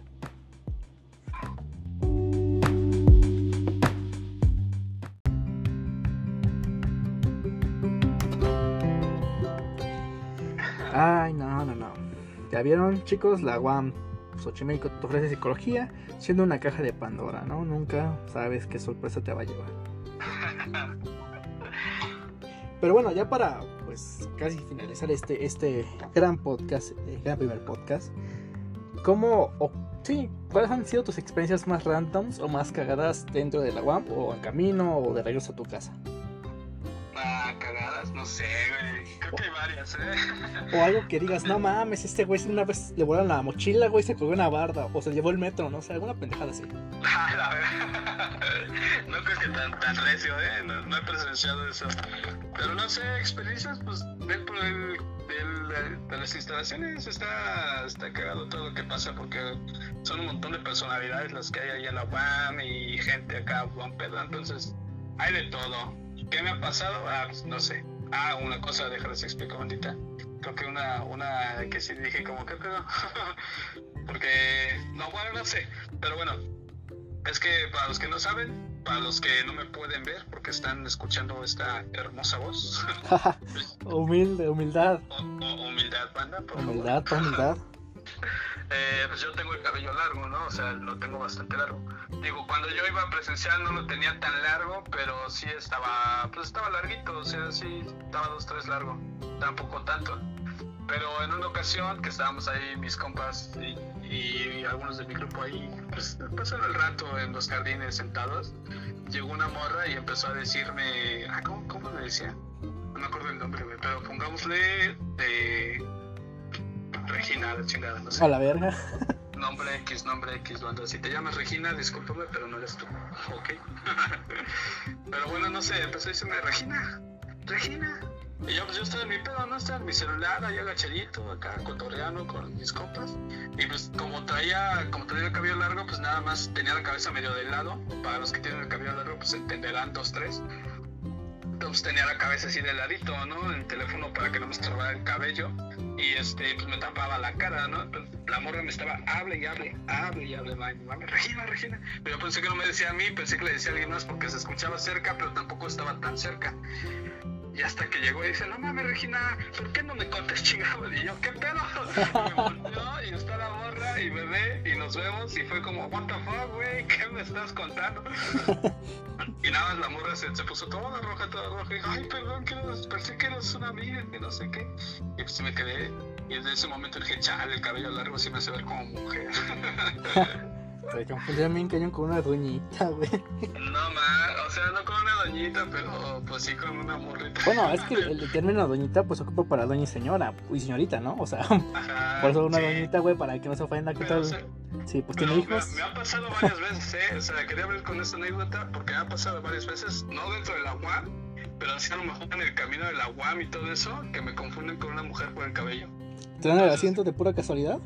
Ay, no, no, no. Ya vieron, chicos, la U A M Xochimilco te ofrece psicología siendo una caja de Pandora, ¿no? Nunca sabes qué sorpresa te va a llevar. Pero bueno, ya para pues casi finalizar este, este gran podcast, eh, gran primer podcast, ¿cómo, o, sí, cuáles han sido tus experiencias más randoms o más cagadas dentro de la U A M o en camino o de regreso a tu casa? Ah, cagadas, no sé, güey. Creo que hay varias, ¿eh? O algo que digas, no mames, este güey una vez le volaron la mochila, güey, se colgó una barda, o se llevó el metro, no sé, alguna pendejada así. Ah, la verdad. No creo que tan, tan recio, ¿eh? No, no he presenciado eso. Pero no sé, experiencias, pues, dentro del, del, de las instalaciones está, está cagado todo lo que pasa, porque son un montón de personalidades las que hay ahí en la U A M y gente acá, buen pedo, entonces hay de todo. ¿Qué me ha pasado? Ah, pues, no sé. Ah, una cosa, déjales explico, bandita. Creo que una, una que sí dije como, ¿qué pedo? Porque, no, bueno, no sé. Pero bueno, es que para los que no saben, para los que no me pueden ver porque están escuchando esta hermosa voz. Humilde, humildad. O, o, humildad, banda, por Humildad, favor. humildad. Eh, pues yo tengo el cabello largo, ¿no? O sea, lo tengo bastante largo. Digo, cuando yo iba a presencial no lo tenía tan largo, pero sí estaba, pues estaba larguito, o sea, sí estaba dos, tres largo, tampoco tanto. Pero en una ocasión que estábamos ahí mis compas y, y algunos de mi grupo ahí, pues pasando el rato en los jardines sentados, llegó una morra y empezó a decirme, ah, ¿cómo, cómo le decía? No me acuerdo el nombre, pero pongámosle de... Regina, la chingada, no sé. A la verga. Nombre X, nombre X, banda. Si te llamas Regina, discúlpame, pero no eres tú. Ok. Pero bueno, no sé, empezó a decirme Regina, Regina. Y yo, pues yo estaba en mi pedo, ¿no? Estaba en mi celular, ahí agachadito, acá cotorreando con mis compas. Y pues como traía, como traía el cabello largo, pues nada más tenía la cabeza medio de lado. Para los que tienen el cabello largo, pues entenderán dos, tres. Entonces tenía la cabeza así de ladito, ¿no? En el teléfono para que no me estorbara el cabello. Y este, pues me tapaba la cara, ¿no? Entonces, la morra me estaba, hable y hable, hable y hable, mami, mami, Regina, Regina. Pero yo pensé que no me decía a mí, pensé que le decía a alguien más porque se escuchaba cerca, pero tampoco estaba tan cerca. Y hasta que llegó y dice, no mames, Regina, ¿por qué no me contas, chingado? Y yo, ¿qué pedo? Y me volteó y está la morra y me ve y nos vemos y fue como, what the fuck, güey, ¿qué me estás contando? Y nada más la morra se, se puso toda roja, toda roja y dijo, ay, perdón, que no, pensé que eras una amiga, que no sé qué. Y pues me quedé y desde ese momento dije, chale, el cabello largo sí me hace ver como mujer. Te confundí bien cañón con una doñita, güey. No más, o sea, no con una doñita, pero pues sí con una morrita. Bueno, es que el, el término doñita pues ocupa para doña y señora y señorita, ¿no? O sea, Ajá, por eso una sí. doñita, güey, para que no se ofenda que Pero, todo. o sea, Sí, pues pero tiene me, hijos. me ha pasado varias veces, ¿eh? O sea, quería hablar con esta anécdota porque me ha pasado varias veces, no dentro de la U A M, pero sí a lo mejor en el camino de la U A M y todo eso, que me confunden con una mujer por el cabello. ¿Te dan el asiento de pura casualidad?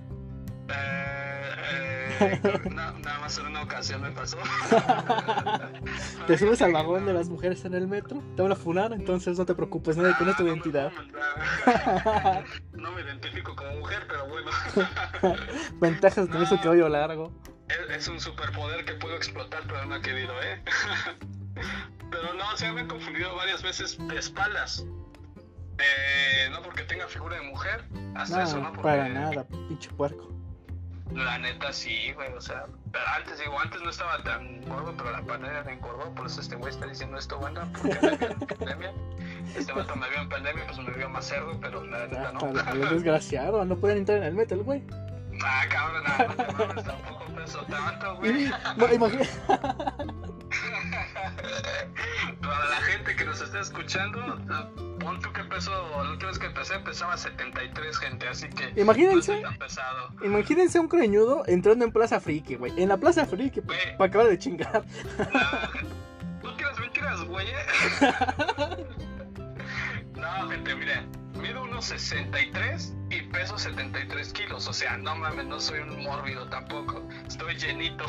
Eh, eh, con- na- nada más en una ocasión me pasó. Te subes al vagón de las mujeres en el metro, te van a funar, entonces no te preocupes, nadie conoce tu Ah, no me- identidad. No me, no me identifico como mujer, pero bueno. Ventajas de tener su cabello largo. Es, es un superpoder que puedo explotar, pero no he querido, ¿eh? Pero no, o sea, me han confundido varias veces de espaldas. Eh, no porque tenga figura de mujer, hasta eso, No, ¿no? Porque para nada, pinche puerco. la neta sí, güey, o sea, pero antes, digo, antes no estaba tan gordo, pero la pandemia me engordó, por eso este güey está diciendo esto, banda, porque me vio en pandemia. Este vato me vio en pandemia, pues me vio más cerdo, pero la neta no. Hasta el desgraciado, no pueden entrar en el metro, güey. Ah, cabrón, no, no te mames, tampoco peso tanto, güey. No, imagínate. Para la gente que nos está escuchando, pon tú que peso, la última vez que empecé pesaba setenta y tres, gente, así que Imagínense. no estoy tan pesado. Imagínense un creñudo entrando en Plaza Friki, güey. En la Plaza Friki, Güey. para acabar de chingar. No, ¿tú quieres mentiras, güey? No, gente, mire, mido unos sesenta y tres y peso setenta y tres kilos, o sea, no mames, no soy un mórbido tampoco, estoy llenito.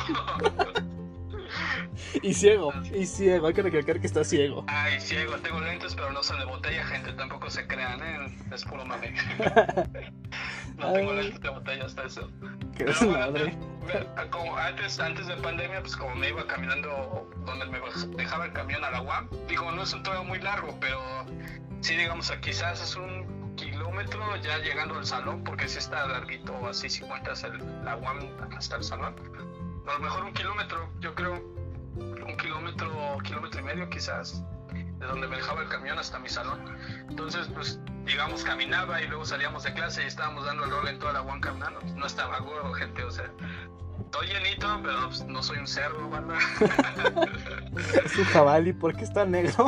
Y ciego, y ciego. Hay que recalcar que está ciego. Ay, ciego, tengo lentes, pero no son de botella, gente, tampoco se crean, ¿eh? Es puro mame. No tengo Ay. lentes de botella hasta eso. Que Pero es bueno, madre. me- como antes, antes de pandemia, pues como me iba caminando donde me dejaba el camión a la U A M, digo, no es un tramo muy largo, pero sí, digamos, a quizás es un kilómetro ya llegando al salón, porque sí está larguito, así si cuentas el, la U A M hasta el salón. A lo mejor un kilómetro, yo creo, un kilómetro, kilómetro y medio quizás, de donde me dejaba el camión hasta mi salón. Entonces, pues, digamos, caminaba y luego salíamos de clase y estábamos dando el rol en toda la U A M caminando. No estaba gordo, gente, o sea, estoy llenito, pero pues, no soy un cerdo, banda. Es un jabalí, ¿por qué está negro?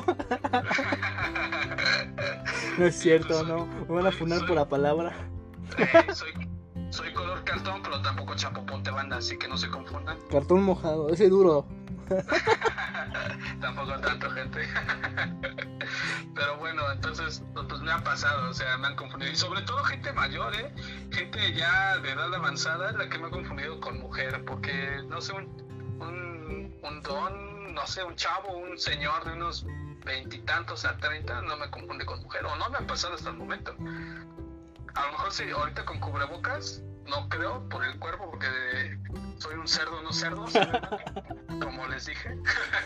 No es cierto, no. Me van a funar por la palabra. Eh, soy, soy color cartón, pero tampoco chapopote, banda, así que no se confundan. Cartón mojado, ese duro. Tampoco tanto, gente. Pero bueno, entonces, pues me ha pasado, o sea, me han confundido. Y sobre todo gente mayor, ¿eh? Gente ya de edad avanzada es la que me ha confundido con mujer, porque, no sé, un, un, un don, no sé, un chavo, un señor de unos veintitantos a treinta, no me confunde con mujer, o no me ha pasado hasta el momento. A lo mejor sí, ahorita con cubrebocas, no creo, por el cuerpo, porque soy un cerdo, no cerdo, como les dije.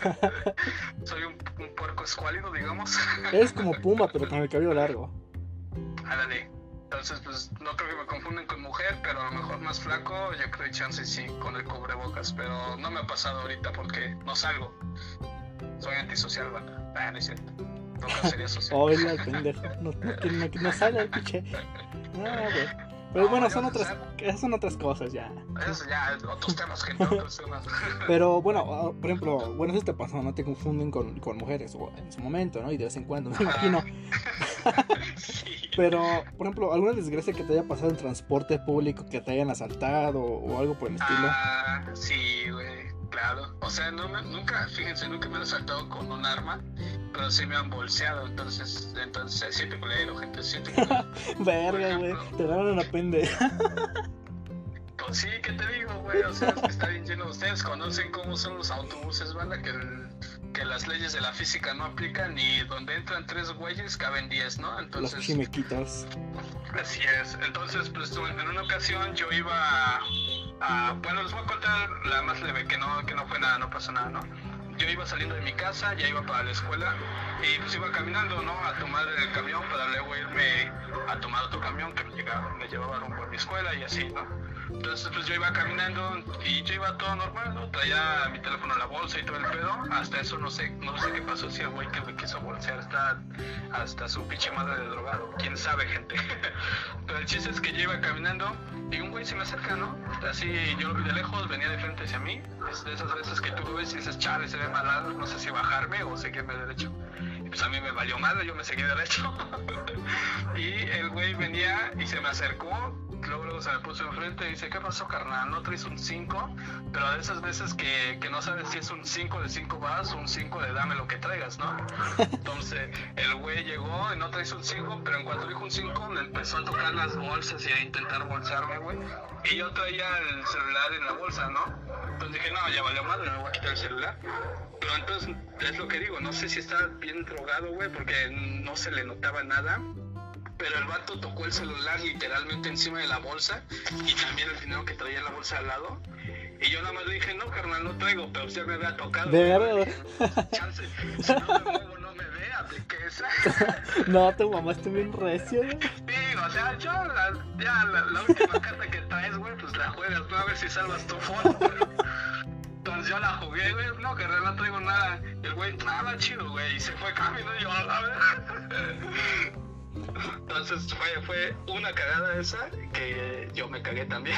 Soy un, un puerco escuálido, digamos. Es como Puma, pero con el cabello largo. Ándale. Entonces, pues, no creo que me confunden con mujer, pero a lo mejor más flaco, yo creo que chance sí, con el cubrebocas, pero no me ha pasado ahorita porque no salgo. Soy antisocial, banda. Ah, no es cierto. Nunca sería social. Oye, el pendejo. No, no, que no, que no sale el pinche. Ah, güey. Pero No, bueno, ya son se otras, sabe. esas son otras cosas ya. Eso ya, otros temas, gente, otros temas. Pero bueno, ah, por ejemplo, bueno, eso te pasó, no te confunden con, con mujeres o en su momento, ¿no? Y de vez en cuando, me imagino. Sí. Pero, por ejemplo, ¿alguna desgracia que te haya pasado en transporte público, que te hayan asaltado o algo por el estilo? Ah, sí, güey, claro. O sea, no me- nunca, fíjense, nunca me han asaltado con un arma, pero sí me han bolseado, entonces, entonces se siente culero, gente, se siente culero. Verga, güey, te dan una pendeja. Pues sí, ¿qué te digo, güey? O sea, es que está bien lleno. Ustedes conocen cómo son los autobuses, banda, que, el- que las leyes de la física no aplican y donde entran tres güeyes caben diez, ¿no? Los Entonces, chimequitos. así es. Entonces, pues en una ocasión yo iba a, a- bueno, les voy a contar la más leve, que no, que no fue nada, no pasó nada, ¿no? Yo iba saliendo de mi casa, ya iba para la escuela y pues iba caminando, ¿no? A tomar el camión para luego irme a tomar otro camión que me, llegaba, me llevaba rumbo a mi escuela y así, ¿no? Entonces pues yo iba caminando y yo iba todo normal, ¿no? Traía mi teléfono en la bolsa y todo el pedo. Hasta eso no sé, no sé qué pasó, si el güey que me quiso bolsear está hasta su pinche madre de drogado. Quién sabe, gente. Pero el chiste es que yo iba caminando y un güey se me acerca, ¿no? Así yo de lejos venía de frente hacia mí. Es de esas veces que tú lo ves y dices, chale, se ve malado, no sé si bajarme o seguirme derecho. Y pues a mí me valió madre, yo me seguí derecho. Y el güey venía y se me acercó. Luego, luego se me puso enfrente y dice, ¿qué pasó, carnal? ¿No traes un cinco? Pero de esas veces que, que no sabes si es un cinco de cinco vas o un cinco de dame lo que traigas, ¿no? Entonces, el güey llegó y no traes un cinco, pero en cuanto dijo un cinco, me empezó a tocar las bolsas y a intentar bolsarme, güey. Y yo traía el celular en la bolsa, ¿no? Entonces dije, no, ya valió madre, me voy a quitar el celular. Pero entonces, es lo que digo, no sé si está bien drogado, güey, porque no se le notaba nada. Pero el vato tocó el celular literalmente encima de la bolsa y también el dinero que traía en la bolsa al lado. Y yo nada más le dije, no, carnal, no traigo, pero usted me había tocado. De verdad. Chance, si no me muevo, no me ve, apliqué esa. No, tu mamá está bien recio, ¿no? Sí, o sea, yo, la, ya, la, la última carta que traes, güey, pues la juegas, tú a ver si salvas tu foto, pero... Entonces yo la jugué, güey, no, carnal, no traigo nada. Y el güey, nada, chido, güey, y se fue caminando y yo, a ver... Entonces fue, fue una cagada esa que yo me cagué también.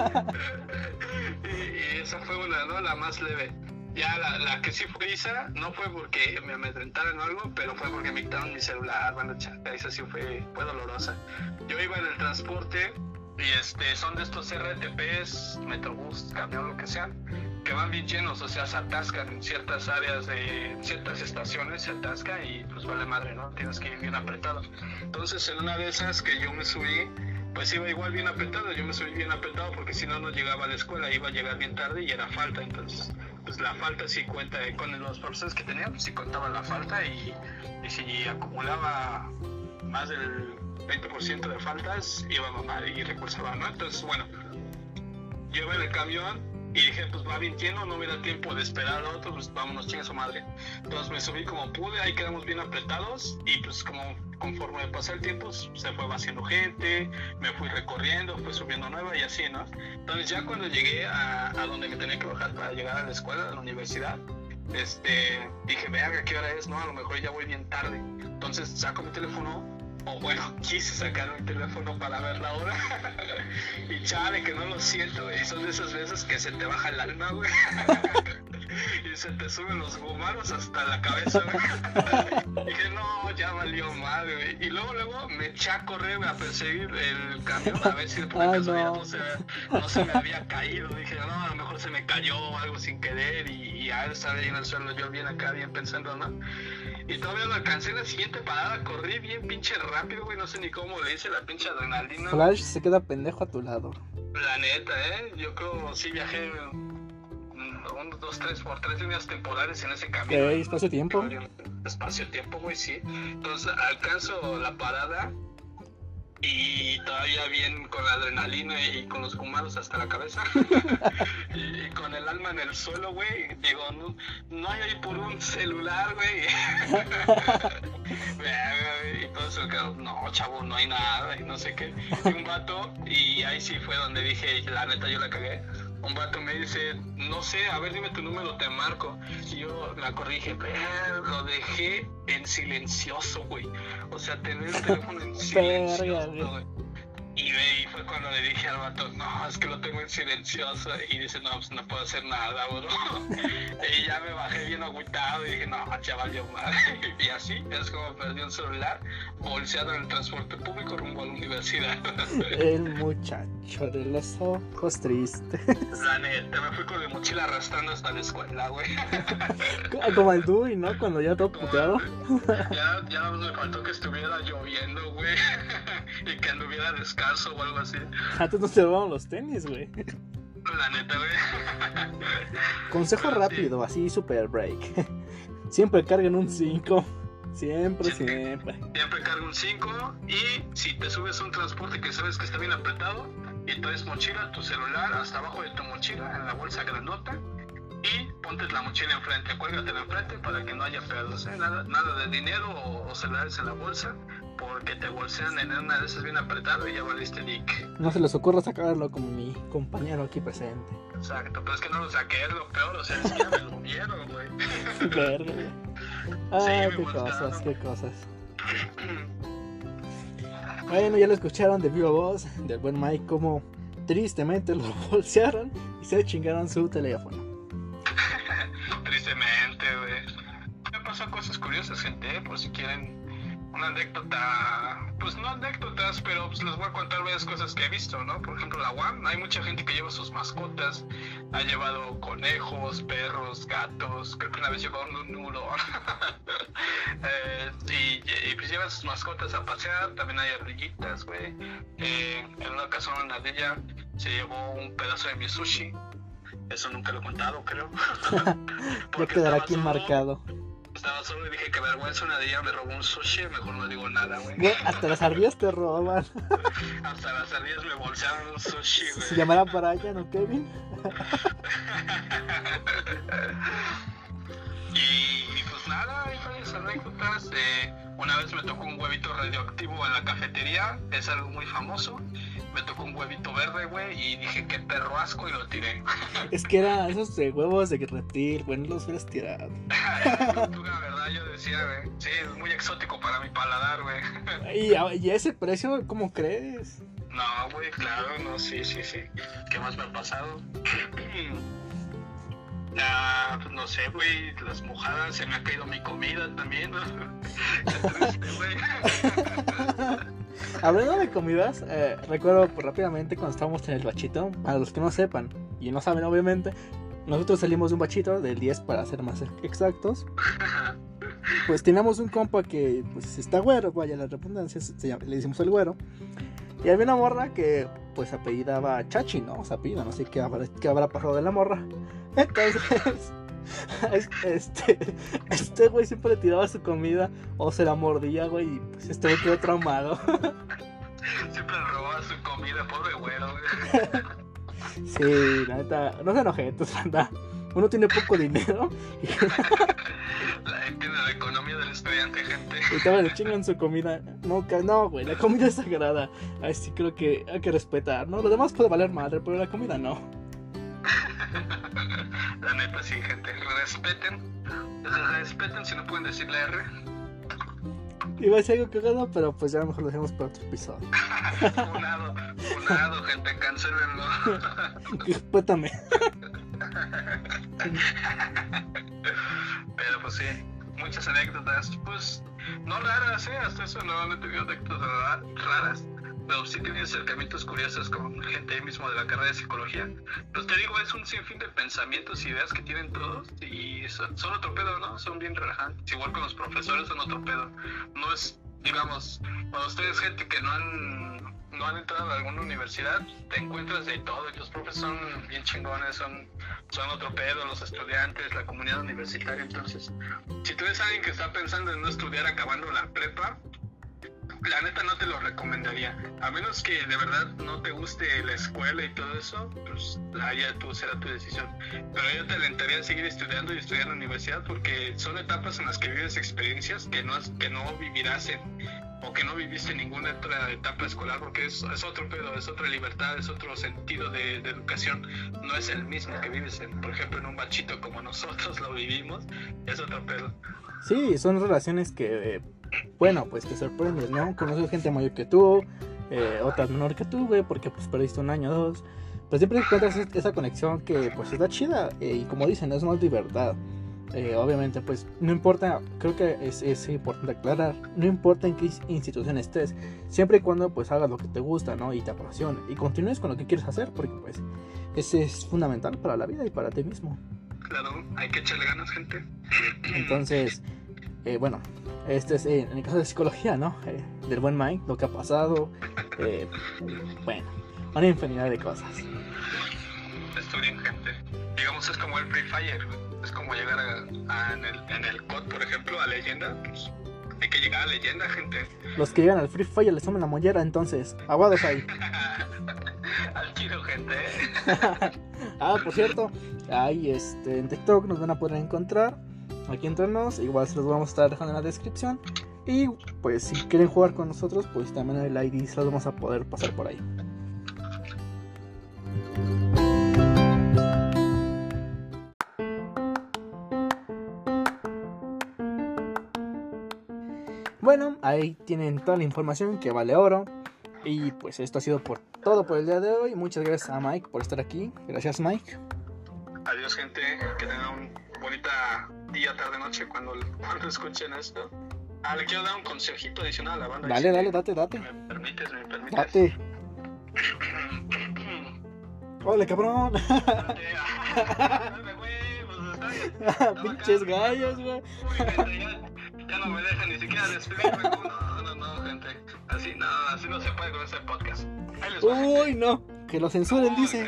y, y esa fue una, ¿no? La más leve. Ya la, la que sí fue Isa, no fue porque me amedrentaron o algo, pero fue porque me quitaron mi celular. Bueno, chata, esa sí fue, fue dolorosa. Yo iba en el transporte y este son de estos R T Ps, Metrobús, camión, lo que sea, que van bien llenos, o sea, se atascan en ciertas áreas de ciertas estaciones, se atasca y pues vale madre, ¿no? Tienes que ir bien apretado. Entonces en una de esas que yo me subí, pues iba igual bien apretado, yo me subí bien apretado porque si no, no llegaba a la escuela, iba a llegar bien tarde y era falta, entonces pues la falta sí cuenta, con los profesores que tenía, pues sí contaba la falta y, y si acumulaba más del veinte por ciento de faltas, iba a mamar y recursaba, ¿no? Entonces, bueno, yo iba en el camión y dije, pues va bien lleno, no me da tiempo de esperar a otro, pues vámonos, chinga su madre. Entonces me subí como pude, ahí quedamos bien apretados y pues como conforme pasó el tiempo se fue vaciando gente, me fui recorriendo, fui subiendo nueva y así, ¿no? Entonces ya cuando llegué a, a donde me tenía que bajar para llegar a la escuela, a la universidad, este, dije, verga, ¿qué hora es? No, a lo mejor ya voy bien tarde. Entonces saco mi teléfono, o bueno, quise sacar mi teléfono para ver la hora y chale, que no lo siento, y son de esas veces que se te baja el alma, güey, y se te suben los gumaros hasta la cabeza, güey. Dije, no, ya valió mal, güey, y luego, luego me eché a correr, güey, a perseguir el camión, a ver si de por casualidad no. no, se, no se me había caído. Dije, no, a lo mejor se me cayó o algo sin querer, y, y ya estaba ahí en el suelo, yo bien acá, bien pensando, ¿no? Y todavía lo alcancé en la siguiente parada, corrí bien pinche rápido, güey, no sé ni cómo le hice la pinche adrenalina. Flash se queda pendejo a tu lado. La neta, eh, yo creo sí viajé un, dos, tres, por tres líneas temporales en ese camino. ¿Qué? ¿Espacio-tiempo? Espacio-tiempo, güey, sí. Entonces alcanzo la parada y todavía bien con la adrenalina y con los humanos hasta la cabeza y, y con el alma en el suelo, güey. Digo, no, no hay ahí por un celular, güey. Y todo eso, no, chavo, no hay nada y no sé qué. Y un vato, y ahí sí fue donde dije, la neta yo la cagué. Un vato me dice, no sé, a ver, dime tu número, te marco. Y yo la corrige, lo dejé en silencioso, güey. O sea, tener el teléfono en silencioso, güey. Y, y fue cuando le dije al vato, no, es que lo tengo en silencioso. Y dice, no, pues no puedo hacer nada, bro. Y ya me bajé bien agüitado y dije, no, ya valió madre. Y así es como perdí un celular bolseado en el transporte público rumbo a la universidad. El muchacho de los ojos tristes. La neta, me fui con mi mochila arrastrando hasta la escuela, güey. Como el Dewey, ¿no? Cuando ya todo puteado. Ya, ya me faltó que estuviera lloviendo, güey. Y que anduviera descalzo o algo así. Antes no se llevaban los tenis, güey. La neta, güey. Consejo rápido, así super break. Siempre carguen un cinco. Siempre, siempre. Siempre carga un cinco. Y si te subes a un transporte que sabes que está bien apretado y traes mochila, tu celular hasta abajo de tu mochila, en la bolsa grandota, y ponte la mochila enfrente, cuélgatela enfrente para que no haya pedos, ¿eh? Nada, nada de dinero o, o celulares en la bolsa, por porque te bolsean en una de esas bien apretado y ya valiste dick. No se les ocurra sacarlo como mi compañero aquí presente. Exacto, pero es que no lo saqué, es lo peor, o sea, es que ya me lo vieron, güey. Verga. Ah, Sí, qué me bolsearon. cosas, qué cosas. Bueno, ya lo escucharon de viva voz del buen Mike como tristemente lo bolsearon y se chingaron su teléfono. Tristemente, güey. Me pasó cosas curiosas, gente, por si quieren una anécdota, pues no anécdotas, pero pues les voy a contar varias cosas que he visto, ¿no? Por ejemplo, la U A M, hay mucha gente que lleva sus mascotas, ha llevado conejos, perros, gatos, creo que una vez llevó un nulo, eh, y, y pues llevan sus mascotas a pasear, también hay ardillitas, güey, eh, en una ocasión una ardilla se llevó un pedazo de mi sushi, eso nunca lo he contado, creo. Ya quedará aquí marcado. Estaba solo y dije que vergüenza, una de ellas me robó un sushi, mejor no digo nada, güey. Güey, hasta las ardillas te roban. Hasta las ardillas me bolsearon un sushi, güey. Se llamará Brian o Kevin. y, y pues nada, hay varias anécdotas. Eh, una vez me tocó un huevito radioactivo en la cafetería, es algo muy famoso. Me tocó un huevito verde, güey, y dije qué perro asco y lo tiré. Es que era esos de huevos de reptil, güey, no los hubieras tirado. La verdad, yo decía, güey, sí, es muy exótico para mi paladar, güey. ¿Y a, y a ese precio, cómo crees? No, güey, claro, no, sí, sí, sí. ¿Qué más me ha pasado? Ah, pues no sé, güey, las mojadas, se me ha caído mi comida también, ¿no? Qué triste, güey. Hablando de comidas, eh, recuerdo pues, rápidamente cuando estábamos en el bachito, para los que no sepan, y no saben obviamente, nosotros salimos de un bachito del diez para ser más exactos. Pues teníamos un compa que pues está güero, vaya la redundancia, se llama, le decimos el güero. Y había una morra que pues apellidaba Chachi, ¿no? O sea, apellida, no sé qué habrá, qué habrá pasado de la morra. Entonces, este este güey siempre le tiraba su comida o se la mordía, güey, y pues este güey quedó traumado. Siempre le robaba su comida, pobre güero, güey. Sí, la neta, no se enojetos, anda. Uno tiene poco dinero y, La entiende la economía del estudiante, gente. y todavía le chingan su comida. No, ca- no, güey, la comida es sagrada. Ahí sí creo que hay que respetar, ¿no? Lo demás puede valer madre, pero la comida no. La neta, sí, gente. Respeten. Respeten si no pueden decir la R. Iba a decir algo cagado, pero pues ya mejor lo dejamos para otro episodio. Funado, funado, gente, cancélenlo. Respétame. Pero pues sí, muchas anécdotas, pues no raras, ¿eh? Hasta eso no he tenido anécdotas ra- raras, pero sí he tenido acercamientos curiosos con gente ahí mismo de la carrera de psicología. Pues te digo, es un sinfín de pensamientos y ideas que tienen todos y son, son otro pedo, ¿no? Son bien relajantes, igual con los profesores son otro pedo. No es, digamos, cuando ustedes gente que no han... no han entrado a alguna universidad, te encuentras de todo y los profes son bien chingones, son, son otro pedo, los estudiantes, la comunidad universitaria. Entonces, si tú eres alguien que está pensando en no estudiar acabando la prepa, la neta no te lo recomendaría, a menos que de verdad no te guste la escuela y todo eso, pues allá tú será tu decisión, pero yo te alentaría a seguir estudiando y estudiar en la universidad porque son etapas en las que vives experiencias que no, que no vivirás en o que no viviste ninguna otra etapa escolar, porque es, es otro pedo, es otra libertad, es otro sentido de, de educación, no es el mismo que vives, en, por ejemplo, en un bachito como nosotros lo vivimos, es otro pedo. Sí, son relaciones que, eh, bueno, pues te sorprendes, ¿no? Conoces gente mayor que tú, eh, otras menor que tú, güey, porque pues perdiste un año o dos, pero siempre encuentras esa conexión que pues está chida, eh, y como dicen, es más libertad. Eh, obviamente pues no importa, creo que es, es importante aclarar, no importa en qué institución estés, siempre y cuando pues hagas lo que te gusta, ¿no? Y te apasione y continúes con lo que quieres hacer, porque pues ese es fundamental para la vida y para ti mismo. Claro, hay que echarle ganas, gente. Entonces, eh, bueno, este es eh, en el caso de psicología, ¿no? Eh, del buen Mike, lo que ha pasado, eh, bueno, una infinidad de cosas. Estudien, gente. Digamos, es como el Free Fire, es como llegar a, a en el en el C O D, por ejemplo, a leyenda, pues hay que llegar a leyenda, gente. Los que llegan al Free Fire les toman la mollera, entonces, aguados ahí. Al tiro, gente. Ah, por cierto, ahí este, en TikTok nos van a poder encontrar aquí entre nos, igual se los vamos a estar dejando en la descripción. Y pues si quieren jugar con nosotros, pues también el I D se los vamos a poder pasar por ahí. Bueno, ahí tienen toda la información que vale oro. Y pues esto ha sido por todo por el día de hoy. Muchas gracias a Mike por estar aquí. Gracias, Mike. Adiós, gente. Que tengan un bonita día, tarde, noche cuando, cuando escuchen esto. Ah, le quiero dar un consejito adicional a la banda. Dale, dale, date, date. ¿Me permites? ¿Me permites? Date. Hola, cabrón. Date. Dame, güey. Pues está bien. Pinches gallos, güey. Uy, gente, ya, ya no me dejan ni siquiera despedirme. No, no, no, gente. Así no, así no se puede con este podcast. Ahí les va. Uy, no. Que lo censuren, Uy, dice.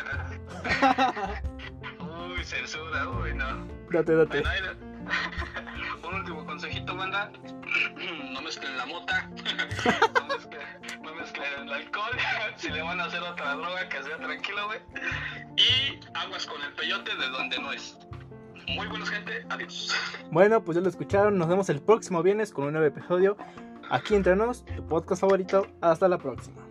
Uy, censura, uy, no. Date, date. Bueno, ahí, un último consejito, banda. No mezclen la mota. No mezclen, no mezclen el alcohol. Si le van a hacer otra droga, que sea tranquilo, güey. Y aguas con el peyote de donde no es. Muy buenos, gente. Adiós. Bueno, pues ya lo escucharon. Nos vemos el próximo viernes con un nuevo episodio. Aquí entre nos, tu podcast favorito. Hasta la próxima.